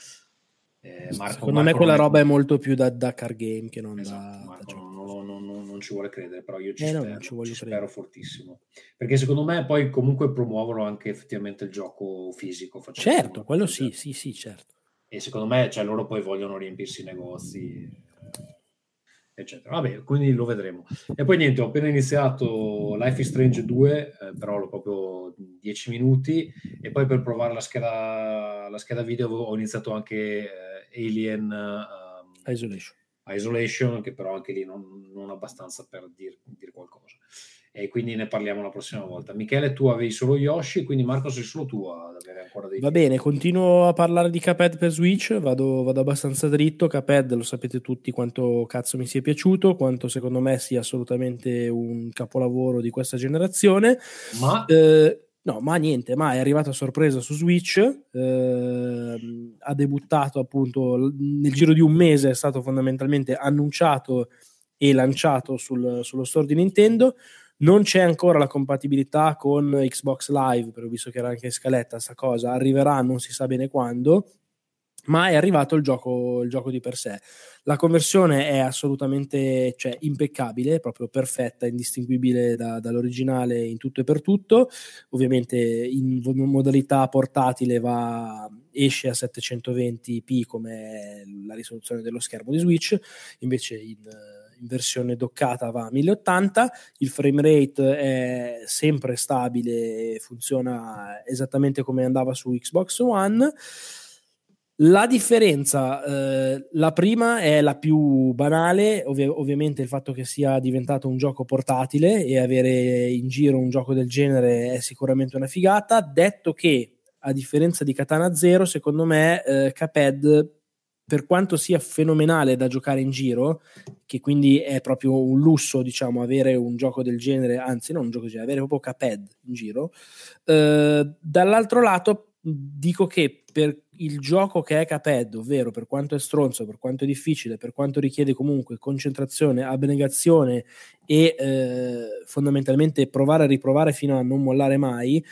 Eh, Marco, Secondo Marco me quella non è- roba è molto più da, da card game che non Esatto, da, da Marco gioco. non, non- non- non- non ci vuole credere, però io ci Eh no, spero, non ci voglio ci credere. spero fortissimo. Perché secondo me poi comunque promuovono anche effettivamente il gioco fisico. facendo Certo, una quello cosa sì, del sì, sì, certo. E secondo me, cioè, loro poi vogliono riempirsi i negozi, eh, eccetera. Vabbè, quindi lo vedremo. E poi niente, ho appena iniziato Life is Strange due, eh, però l'ho proprio dieci minuti, e poi per provare la scheda, la scheda video ho iniziato anche eh, Alien ehm, Isolation. Isolation, che però anche lì non, non abbastanza per dir, dir qualcosa. E quindi ne parliamo la prossima volta. Michele, tu avevi solo Yoshi, quindi Marco sei solo tu ad avere ancora dei Va titoli. bene, continuo a parlare di Cuphead per Switch, vado, vado abbastanza dritto. Cuphead lo sapete tutti quanto cazzo mi sia piaciuto, quanto secondo me sia assolutamente un capolavoro di questa generazione. Ma Eh, no, ma niente, ma è arrivato a sorpresa su Switch, eh, ha debuttato appunto l- nel giro di un mese, è stato fondamentalmente annunciato e lanciato sul- sullo store di Nintendo. Non c'è ancora la compatibilità con Xbox Live, perché ho visto che era anche in scaletta sta cosa, arriverà non si sa bene quando, ma è arrivato il gioco, il gioco di per sé. La conversione è assolutamente, cioè, impeccabile, proprio perfetta, indistinguibile da, dall'originale in tutto e per tutto. Ovviamente in modalità portatile va, esce a settecentoventi p come la risoluzione dello schermo di Switch, invece in in versione doccata va a mille ottanta, il frame rate è sempre stabile, funziona esattamente come andava su Xbox One. La differenza, eh, la prima è la più banale, ovvi- ovviamente il fatto che sia diventato un gioco portatile e avere in giro un gioco del genere è sicuramente una figata, detto che a differenza di Katana Zero, secondo me eh, Cuphead, per quanto sia fenomenale da giocare in giro, che quindi è proprio un lusso, diciamo, avere un gioco del genere, anzi non un gioco del genere, avere proprio Cuphead in giro, eh, dall'altro lato dico che per il gioco che è Cuphead, ovvero per quanto è stronzo, per quanto è difficile, per quanto richiede comunque concentrazione, abnegazione e eh, fondamentalmente provare a riprovare fino a non mollare mai,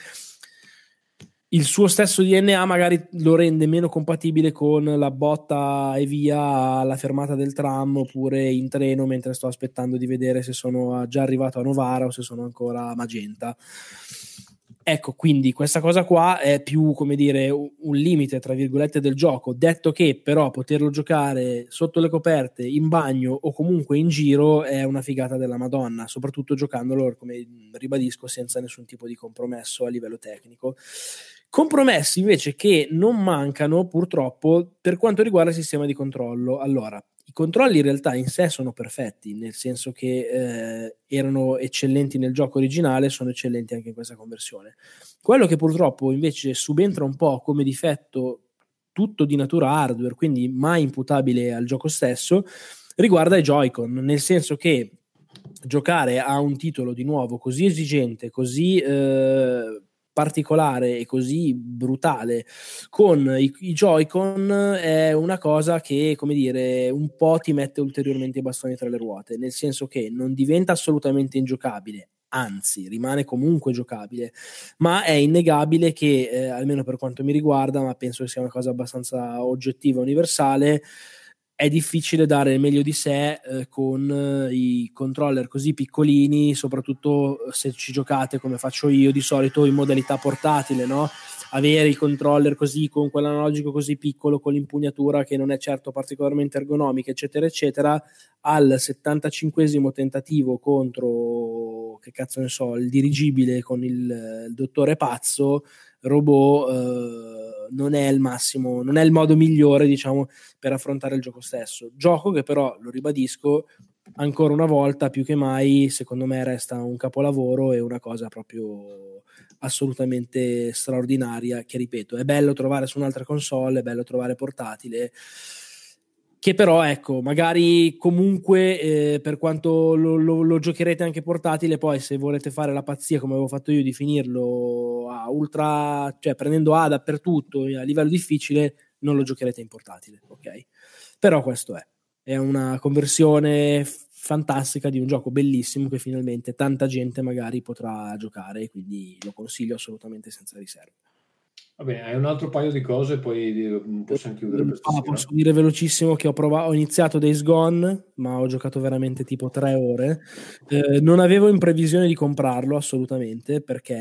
il suo stesso D N A magari lo rende meno compatibile con la botta e via alla fermata del tram oppure in treno mentre sto aspettando di vedere se sono già arrivato a Novara o se sono ancora a Magenta. Ecco, quindi questa cosa qua è più, come dire, un limite, tra virgolette, del gioco, detto che però poterlo giocare sotto le coperte, in bagno o comunque in giro è una figata della Madonna, soprattutto giocandolo, come ribadisco, senza nessun tipo di compromesso a livello tecnico. Compromessi invece che non mancano purtroppo per quanto riguarda il sistema di controllo. Allora, i controlli in realtà in sé sono perfetti, nel senso che eh, erano eccellenti nel gioco originale, sono eccellenti anche in questa conversione. Quello che purtroppo invece subentra un po' come difetto, tutto di natura hardware, quindi mai imputabile al gioco stesso, riguarda i Joy-Con, nel senso che giocare a un titolo di nuovo così esigente, così eh, particolare e così brutale con i, i Joy-Con è una cosa che, come dire, un po' ti mette ulteriormente i bastoni tra le ruote, nel senso che non diventa assolutamente ingiocabile, anzi rimane comunque giocabile, ma è innegabile che eh, almeno per quanto mi riguarda, ma penso che sia una cosa abbastanza oggettiva, universale, è difficile dare il meglio di sé eh, con eh, i controller così piccolini, soprattutto se ci giocate come faccio io di solito in modalità portatile, no? Avere il controller così con quell'analogico così piccolo, con l'impugnatura che non è certo particolarmente ergonomica, eccetera eccetera, al settantacinquesimo tentativo contro, che cazzo ne so, il dirigibile con il, il dottore pazzo, robot, eh, non è il massimo, non è il modo migliore, diciamo, per affrontare il gioco stesso. Gioco che però, lo ribadisco, ancora una volta, più che mai, secondo me resta un capolavoro e una cosa proprio assolutamente straordinaria, che ripeto, è bello trovare su un'altra console, è bello trovare portatile, che però ecco, magari comunque eh, per quanto lo, lo, lo giocherete anche portatile, poi se volete fare la pazzia come avevo fatto io di finirlo a ultra, cioè prendendo A dappertutto a livello difficile, non lo giocherete in portatile, ok? Però questo è è una conversione fantastica di un gioco bellissimo che finalmente tanta gente magari potrà giocare, quindi lo consiglio assolutamente senza riserve. Va bene, hai un altro paio di cose, poi possiamo chiudere per ah, posso dire velocissimo che ho provato, ho iniziato Days Gone, ma ho giocato veramente tipo tre ore. Eh, non avevo in previsione di comprarlo assolutamente, perché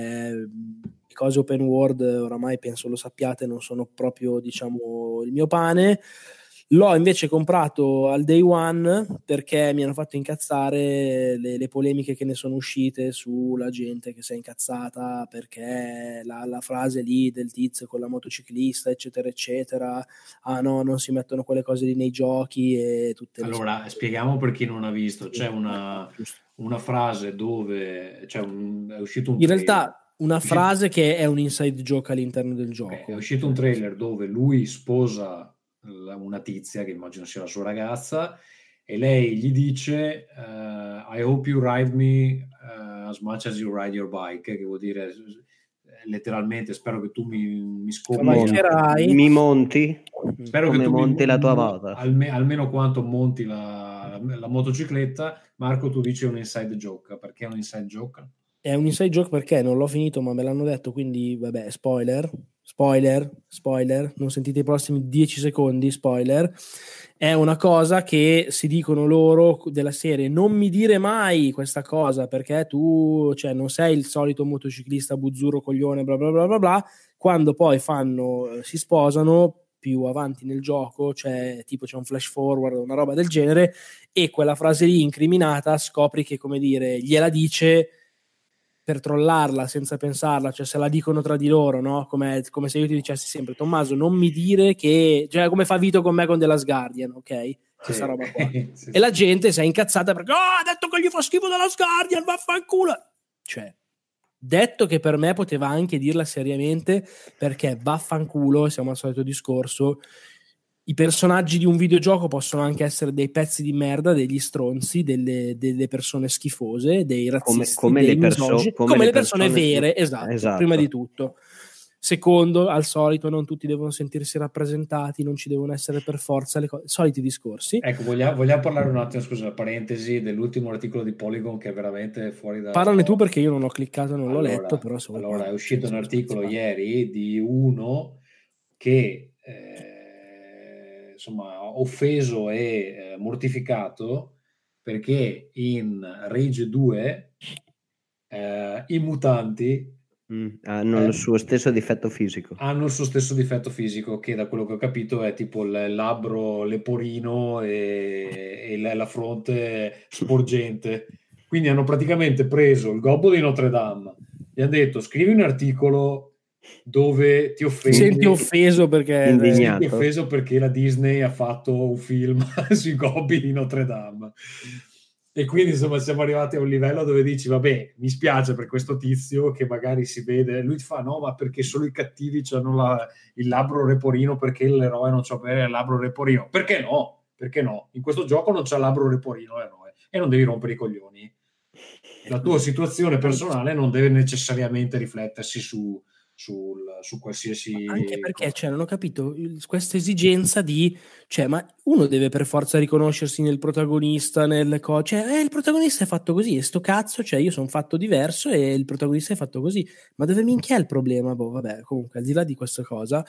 le cose open world oramai penso lo sappiate non sono proprio, diciamo, il mio pane. L'ho invece comprato al day one perché mi hanno fatto incazzare le, le polemiche che ne sono uscite sulla gente che si è incazzata perché la, la frase lì del tizio con la motociclista eccetera eccetera, ah no, non si mettono quelle cose lì nei giochi e tutte le allora cose. Spieghiamo per chi non ha visto, c'è una, una frase dove cioè un, è uscito un in trailer. realtà una frase che è un inside joke all'interno del gioco. Okay, è uscito un trailer dove lui sposa una tizia che immagino sia la sua ragazza e lei gli dice uh, I hope you ride me uh, as much as you ride your bike, che vuol dire letteralmente spero che tu mi, mi scopri, mi monti, spero come che tu monti mi, la tua moto, alme, almeno quanto monti la, la, la motocicletta. Marco, tu dici un inside joke, perché è un inside joke? È un inside joke perché non l'ho finito ma me l'hanno detto, quindi vabbè, spoiler spoiler, spoiler, non sentite i prossimi dieci secondi, spoiler. È una cosa che si dicono loro della serie, non mi dire mai questa cosa perché tu, cioè, non sei il solito motociclista buzzurro coglione bla bla bla bla bla. Quando poi fanno, si sposano più avanti nel gioco, cioè tipo c'è un flash forward, una roba del genere, e quella frase lì incriminata scopri che, come dire, gliela dice per trollarla senza pensarla, cioè se la dicono tra di loro, no? Come, come se io ti dicessi sempre, Tommaso, non mi dire che, cioè come fa Vito con me con The Last Guardian, ok? Questa sì. roba qua. sì, sì. E la gente si è incazzata perché, oh, ha detto che gli fa schifo The Last Guardian, vaffanculo! Cioè, detto che per me poteva anche dirla seriamente, perché vaffanculo, siamo al solito discorso, i personaggi di un videogioco possono anche essere dei pezzi di merda, degli stronzi, delle, delle persone schifose, dei razzisti, come, come dei le, perso- misogini, come come le le persone, persone vere, su... esatto, esatto, prima di tutto. Secondo, al solito non tutti devono sentirsi rappresentati, non ci devono essere per forza le cose, soliti discorsi. Ecco, vogliamo, vogliamo parlare un attimo, scusa, parentesi, dell'ultimo articolo di Polygon che è veramente fuori da... Parlane tu perché io non ho cliccato, non allora, l'ho letto, però... Allora, è uscito un articolo ieri di uno che... Eh, insomma, offeso e eh, mortificato perché in Rage due eh, i mutanti mm, hanno eh, il suo stesso difetto fisico. Hanno il suo stesso difetto fisico, che da quello che ho capito è tipo il labbro leporino e, e la, la fronte sporgente. Quindi hanno praticamente preso il gobbo di Notre Dame, gli hanno detto scrivi un articolo dove ti offendi, senti offeso perché senti offeso perché la Disney ha fatto un film sui gobbi di Notre Dame, e quindi insomma siamo arrivati a un livello dove dici vabbè, mi spiace per questo tizio che magari si vede, lui fa no ma perché solo i cattivi hanno la, il labbro leporino, perché l'eroe non c'ha il labbro leporino, perché no? Perché no? In questo gioco non c'ha il labbro leporino l'eroe e non devi rompere i coglioni. La tua situazione personale non deve necessariamente riflettersi su sul, su qualsiasi... Anche perché, cioè, non ho capito questa esigenza di, cioè, ma uno deve per forza riconoscersi nel protagonista, nelle cose, cioè, eh, il protagonista è fatto così, e sto cazzo, cioè, io sono fatto diverso e il protagonista è fatto così, ma dove minchia è il problema? Boh, vabbè, comunque, al di là di questa cosa,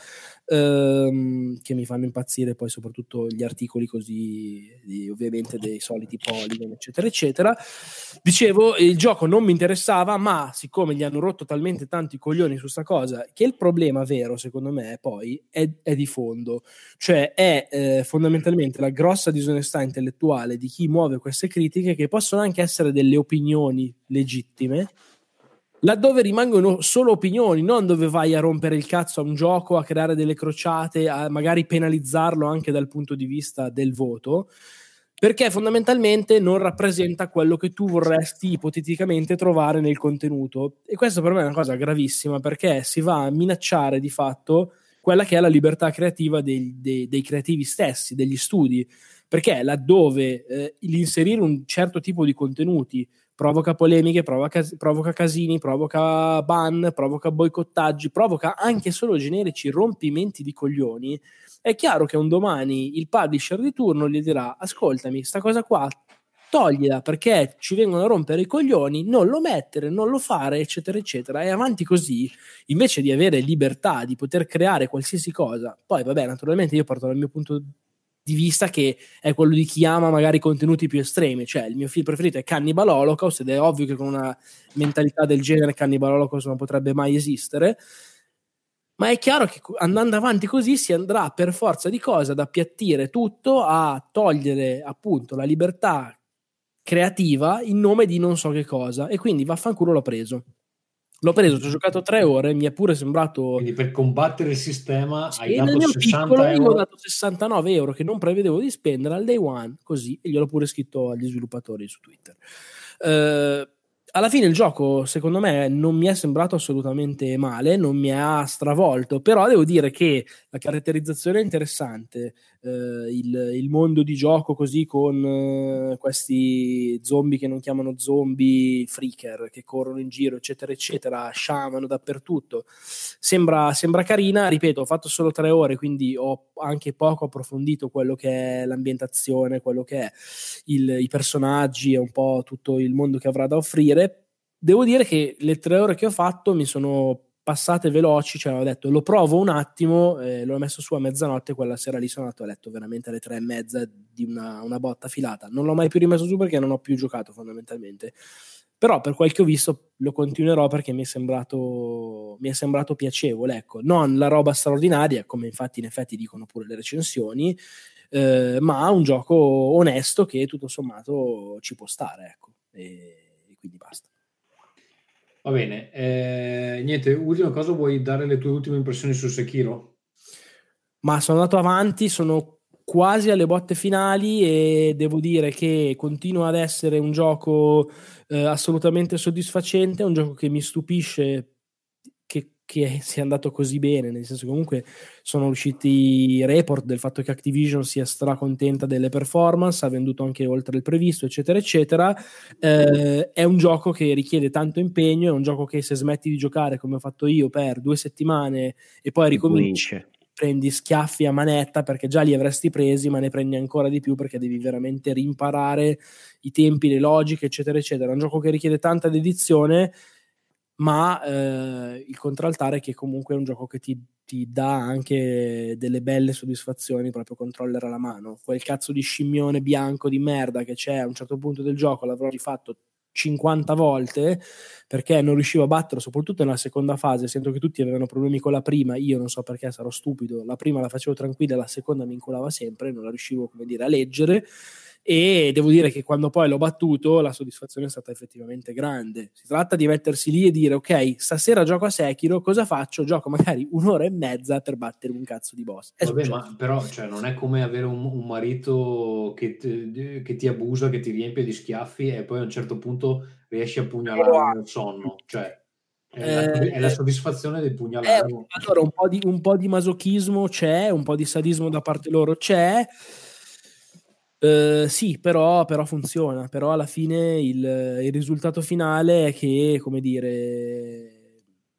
ehm, che mi fanno impazzire poi soprattutto gli articoli così, di, ovviamente, dei soliti Polygon, eccetera, eccetera, dicevo, il gioco non mi interessava, ma siccome gli hanno rotto talmente tanti coglioni su sta cosa, che il problema vero secondo me poi è, è di fondo, cioè è eh, fondamentalmente la grossa disonestà intellettuale di chi muove queste critiche, che possono anche essere delle opinioni legittime, laddove rimangono solo opinioni, non dove vai a rompere il cazzo a un gioco, a creare delle crociate, a magari penalizzarlo anche dal punto di vista del voto, perché fondamentalmente non rappresenta quello che tu vorresti ipoteticamente trovare nel contenuto. E questo per me è una cosa gravissima, perché si va a minacciare di fatto quella che è la libertà creativa dei, dei, dei creativi stessi, degli studi, perché laddove eh, l'inserire un certo tipo di contenuti provoca polemiche, provoca, provoca casini, provoca ban, provoca boicottaggi, provoca anche solo generici rompimenti di coglioni, è chiaro che un domani il publisher di turno gli dirà: ascoltami, sta cosa qua toglila, perché ci vengono a rompere i coglioni, non lo mettere, non lo fare, eccetera eccetera, e avanti così, invece di avere libertà di poter creare qualsiasi cosa. Poi vabbè, naturalmente io parto dal mio punto di vista, che è quello di chi ama magari contenuti più estremi, cioè il mio film preferito è Cannibal Holocaust, ed è ovvio che con una mentalità del genere Cannibal Holocaust non potrebbe mai esistere. Ma è chiaro che andando avanti così si andrà per forza di cose ad appiattire tutto, a togliere appunto la libertà creativa in nome di non so che cosa, e quindi vaffanculo l'ho preso. L'ho preso, ci ho giocato tre ore, mi è pure sembrato... Quindi per combattere il sistema sì, hai nel dato mio sessanta piccolo euro? io ho dato sessantanove euro che non prevedevo di spendere al day one, così, e gliel'ho pure scritto agli sviluppatori su Twitter. Eh, alla fine il gioco secondo me non mi è sembrato assolutamente male, non mi ha stravolto, però devo dire che la caratterizzazione è interessante, eh, il, il mondo di gioco così con eh, questi zombie che non chiamano zombie, freaker che corrono in giro eccetera eccetera, sciamano dappertutto, sembra, sembra carina. Ripeto, ho fatto solo tre ore, quindi ho anche poco approfondito quello che è l'ambientazione, quello che è il, i personaggi e un po' tutto il mondo che avrà da offrire. Devo dire che le tre ore che ho fatto mi sono passate veloci, cioè ho detto lo provo un attimo, eh, l'ho messo su a mezzanotte, quella sera lì sono andato a letto veramente alle tre e mezza di una, una botta filata, non l'ho mai più rimesso su perché non ho più giocato fondamentalmente, però per quel che ho visto lo continuerò perché mi è sembrato mi è sembrato piacevole, ecco, non la roba straordinaria come infatti in effetti dicono pure le recensioni, eh, ma un gioco onesto che tutto sommato ci può stare, ecco, e quindi basta. Va bene, eh, niente, ultima cosa, vuoi dare le tue ultime impressioni su Sekiro? Ma sono andato avanti, sono quasi alle botte finali e devo dire che continua ad essere un gioco eh, assolutamente soddisfacente, è un gioco che mi stupisce che, che sia andato così bene, nel senso che comunque sono usciti report del fatto che Activision sia stracontenta delle performance, ha venduto anche oltre il previsto eccetera eccetera. Eh, è un gioco che richiede tanto impegno, è un gioco che se smetti di giocare come ho fatto io per due settimane e poi ricominci, prendi schiaffi a manetta, perché già li avresti presi, ma ne prendi ancora di più perché devi veramente rimparare i tempi, le logiche eccetera eccetera. È un gioco che richiede tanta dedizione, ma eh, il contraltare è che comunque è un gioco che ti, ti dà anche delle belle soddisfazioni, proprio controller alla mano. Quel cazzo di scimmione bianco di merda che c'è a un certo punto del gioco l'avrò rifatto cinquanta volte perché non riuscivo a batterlo, soprattutto nella seconda fase. Sento che tutti avevano problemi con la prima, io non so perché, sarò stupido, la prima la facevo tranquilla, la seconda mi inculava sempre, non la riuscivo, come dire, a leggere, e devo dire che quando poi l'ho battuto la soddisfazione è stata effettivamente grande. Si tratta di mettersi lì e dire ok, stasera gioco a Sekiro, cosa faccio? Gioco magari un'ora e mezza per battere un cazzo di boss. È Vabbè, successo. ma però cioè, non è come avere un, un marito che ti, che ti abusa, che ti riempie di schiaffi e poi a un certo punto riesci a pugnalarlo nel sonno, cioè è, la, Eh, è la soddisfazione del Eh, pugnalarlo. allora un po' di, un po' di masochismo c'è, un po' di sadismo da parte loro c'è, eh, sì, però, però funziona, però alla fine il, il risultato finale è che, come dire,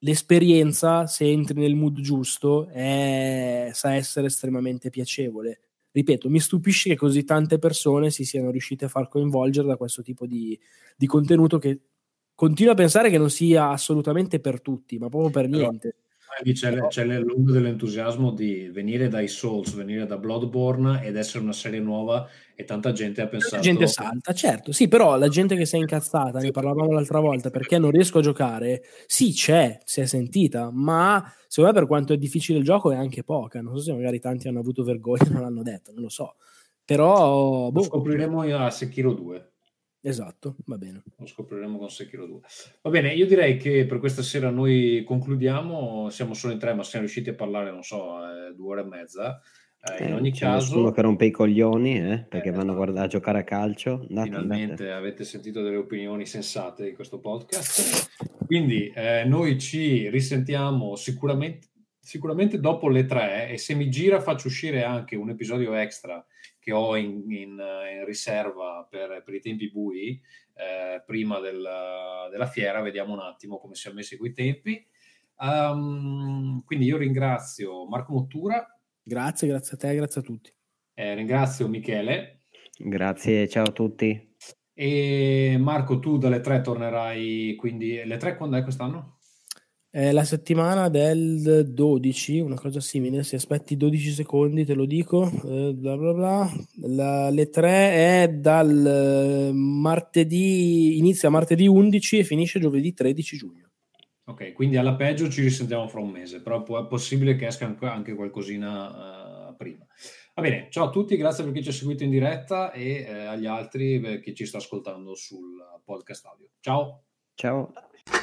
l'esperienza, se entri nel mood giusto, è, sa essere estremamente piacevole. Ripeto, mi stupisce che così tante persone si siano riuscite a far coinvolgere da questo tipo di, di contenuto, che continuo a pensare che non sia assolutamente per tutti, ma proprio per niente. Lì c'è, c'è l'onda dell'entusiasmo di venire dai Souls, venire da Bloodborne ed essere una serie nuova, e tanta gente ha pensato... La gente salta, certo, sì, però la gente che si è incazzata, ne parlavamo l'altra volta, perché non riesco a giocare, sì, c'è, si è sentita, ma secondo me per quanto è difficile il gioco è anche poca. Non so se magari tanti hanno avuto vergogna e non l'hanno detto, non lo so, però... Boh. Lo scopriremo a Sekiro due. Esatto, va bene. Lo scopriremo con Sekiro due. Va bene, io direi che per questa sera noi concludiamo, siamo solo in tre, ma siamo riusciti a parlare, non so, eh, due ore e mezza. Eh, in Eh, ogni c'è caso... nessuno che rompe i coglioni, eh, perché Eh, vanno a, esatto. guardare, a giocare a calcio. Andate, Finalmente andate. avete sentito delle opinioni sensate di questo podcast. Quindi eh, noi ci risentiamo sicuramente, sicuramente dopo le tre, e se mi gira faccio uscire anche un episodio extra che ho in, in, in riserva per, per i tempi bui, eh, prima del, della fiera. Vediamo un attimo come siamo messi coi tempi. Um, quindi io ringrazio Marco Mottura. Grazie, grazie a te, grazie a tutti. Eh, ringrazio Michele. Grazie, ciao a tutti. E Marco, tu dalle tre tornerai, quindi le tre quando è quest'anno? È la settimana del dodici, una cosa simile, se aspetti dodici secondi te lo dico, eh, bla bla bla. La, le tre è dal martedì, inizia martedì undici e finisce giovedì tredici giugno. Ok, quindi alla peggio ci risentiamo fra un mese, però può, è possibile che esca anche qualcosina uh, prima. Va bene, ciao a tutti, grazie per chi ci ha seguito in diretta, e eh, agli altri per chi ci sta ascoltando sul podcast audio. Ciao. Ciao.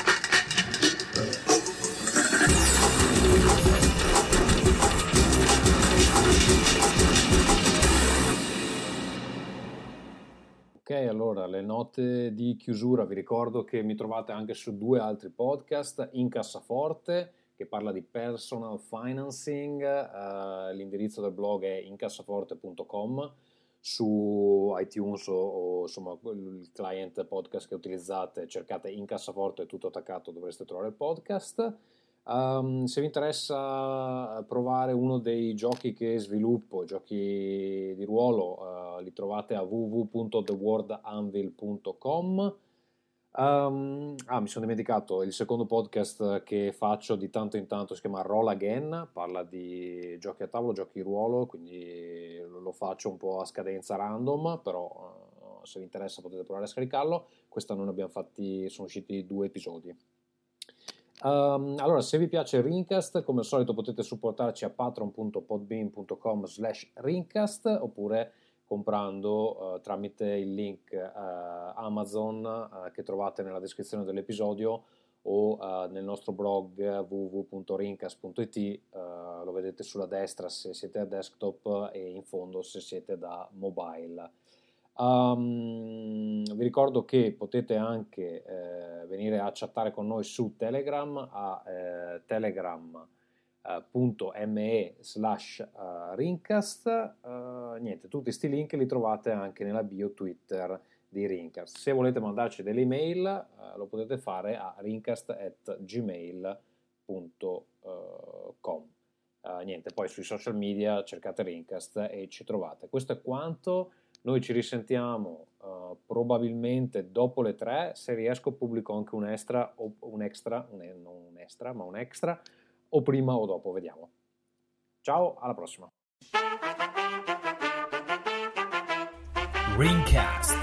Ok, allora le note di chiusura, vi ricordo che mi trovate anche su due altri podcast, in Cassaforte, che parla di personal financing, uh, l'indirizzo del blog è incassaforte punto com, su iTunes o, o insomma il client podcast che utilizzate cercate In Cassaforte, tutto attaccato, dovreste trovare il podcast. Um, se vi interessa provare uno dei giochi che sviluppo, giochi di ruolo, uh, li trovate a w w w punto the world anvil punto com. Um, ah, mi sono dimenticato, il secondo podcast che faccio di tanto in tanto si chiama Roll Again, parla di giochi a tavolo, giochi di ruolo, quindi lo faccio un po' a scadenza random, però uh, se vi interessa potete provare a scaricarlo. Quest'anno ne abbiamo fatti, sono usciti due episodi. Um, allora, se vi piace il Rincast, come al solito potete supportarci a patreon punto podbean punto com slash rincast, oppure comprando uh, tramite il link uh, Amazon uh, che trovate nella descrizione dell'episodio, o uh, nel nostro blog w w w punto rincast punto i t, uh, lo vedete sulla destra se siete a desktop e in fondo se siete da mobile. Um, vi ricordo che potete anche eh, venire a chattare con noi su Telegram a eh, telegram punto me slash rincast. Uh, niente, tutti questi link li trovate anche nella bio Twitter di Rincast. Se volete mandarci delle email uh, lo potete fare a rincast at gmail punto com. Uh, niente, poi sui social media cercate Rincast e ci trovate. Questo è quanto. Noi ci risentiamo uh, probabilmente dopo le tre. Se riesco pubblico anche un extra, o un extra, un, non un extra, ma un extra, o prima o dopo, vediamo. Ciao, alla prossima. Rincast.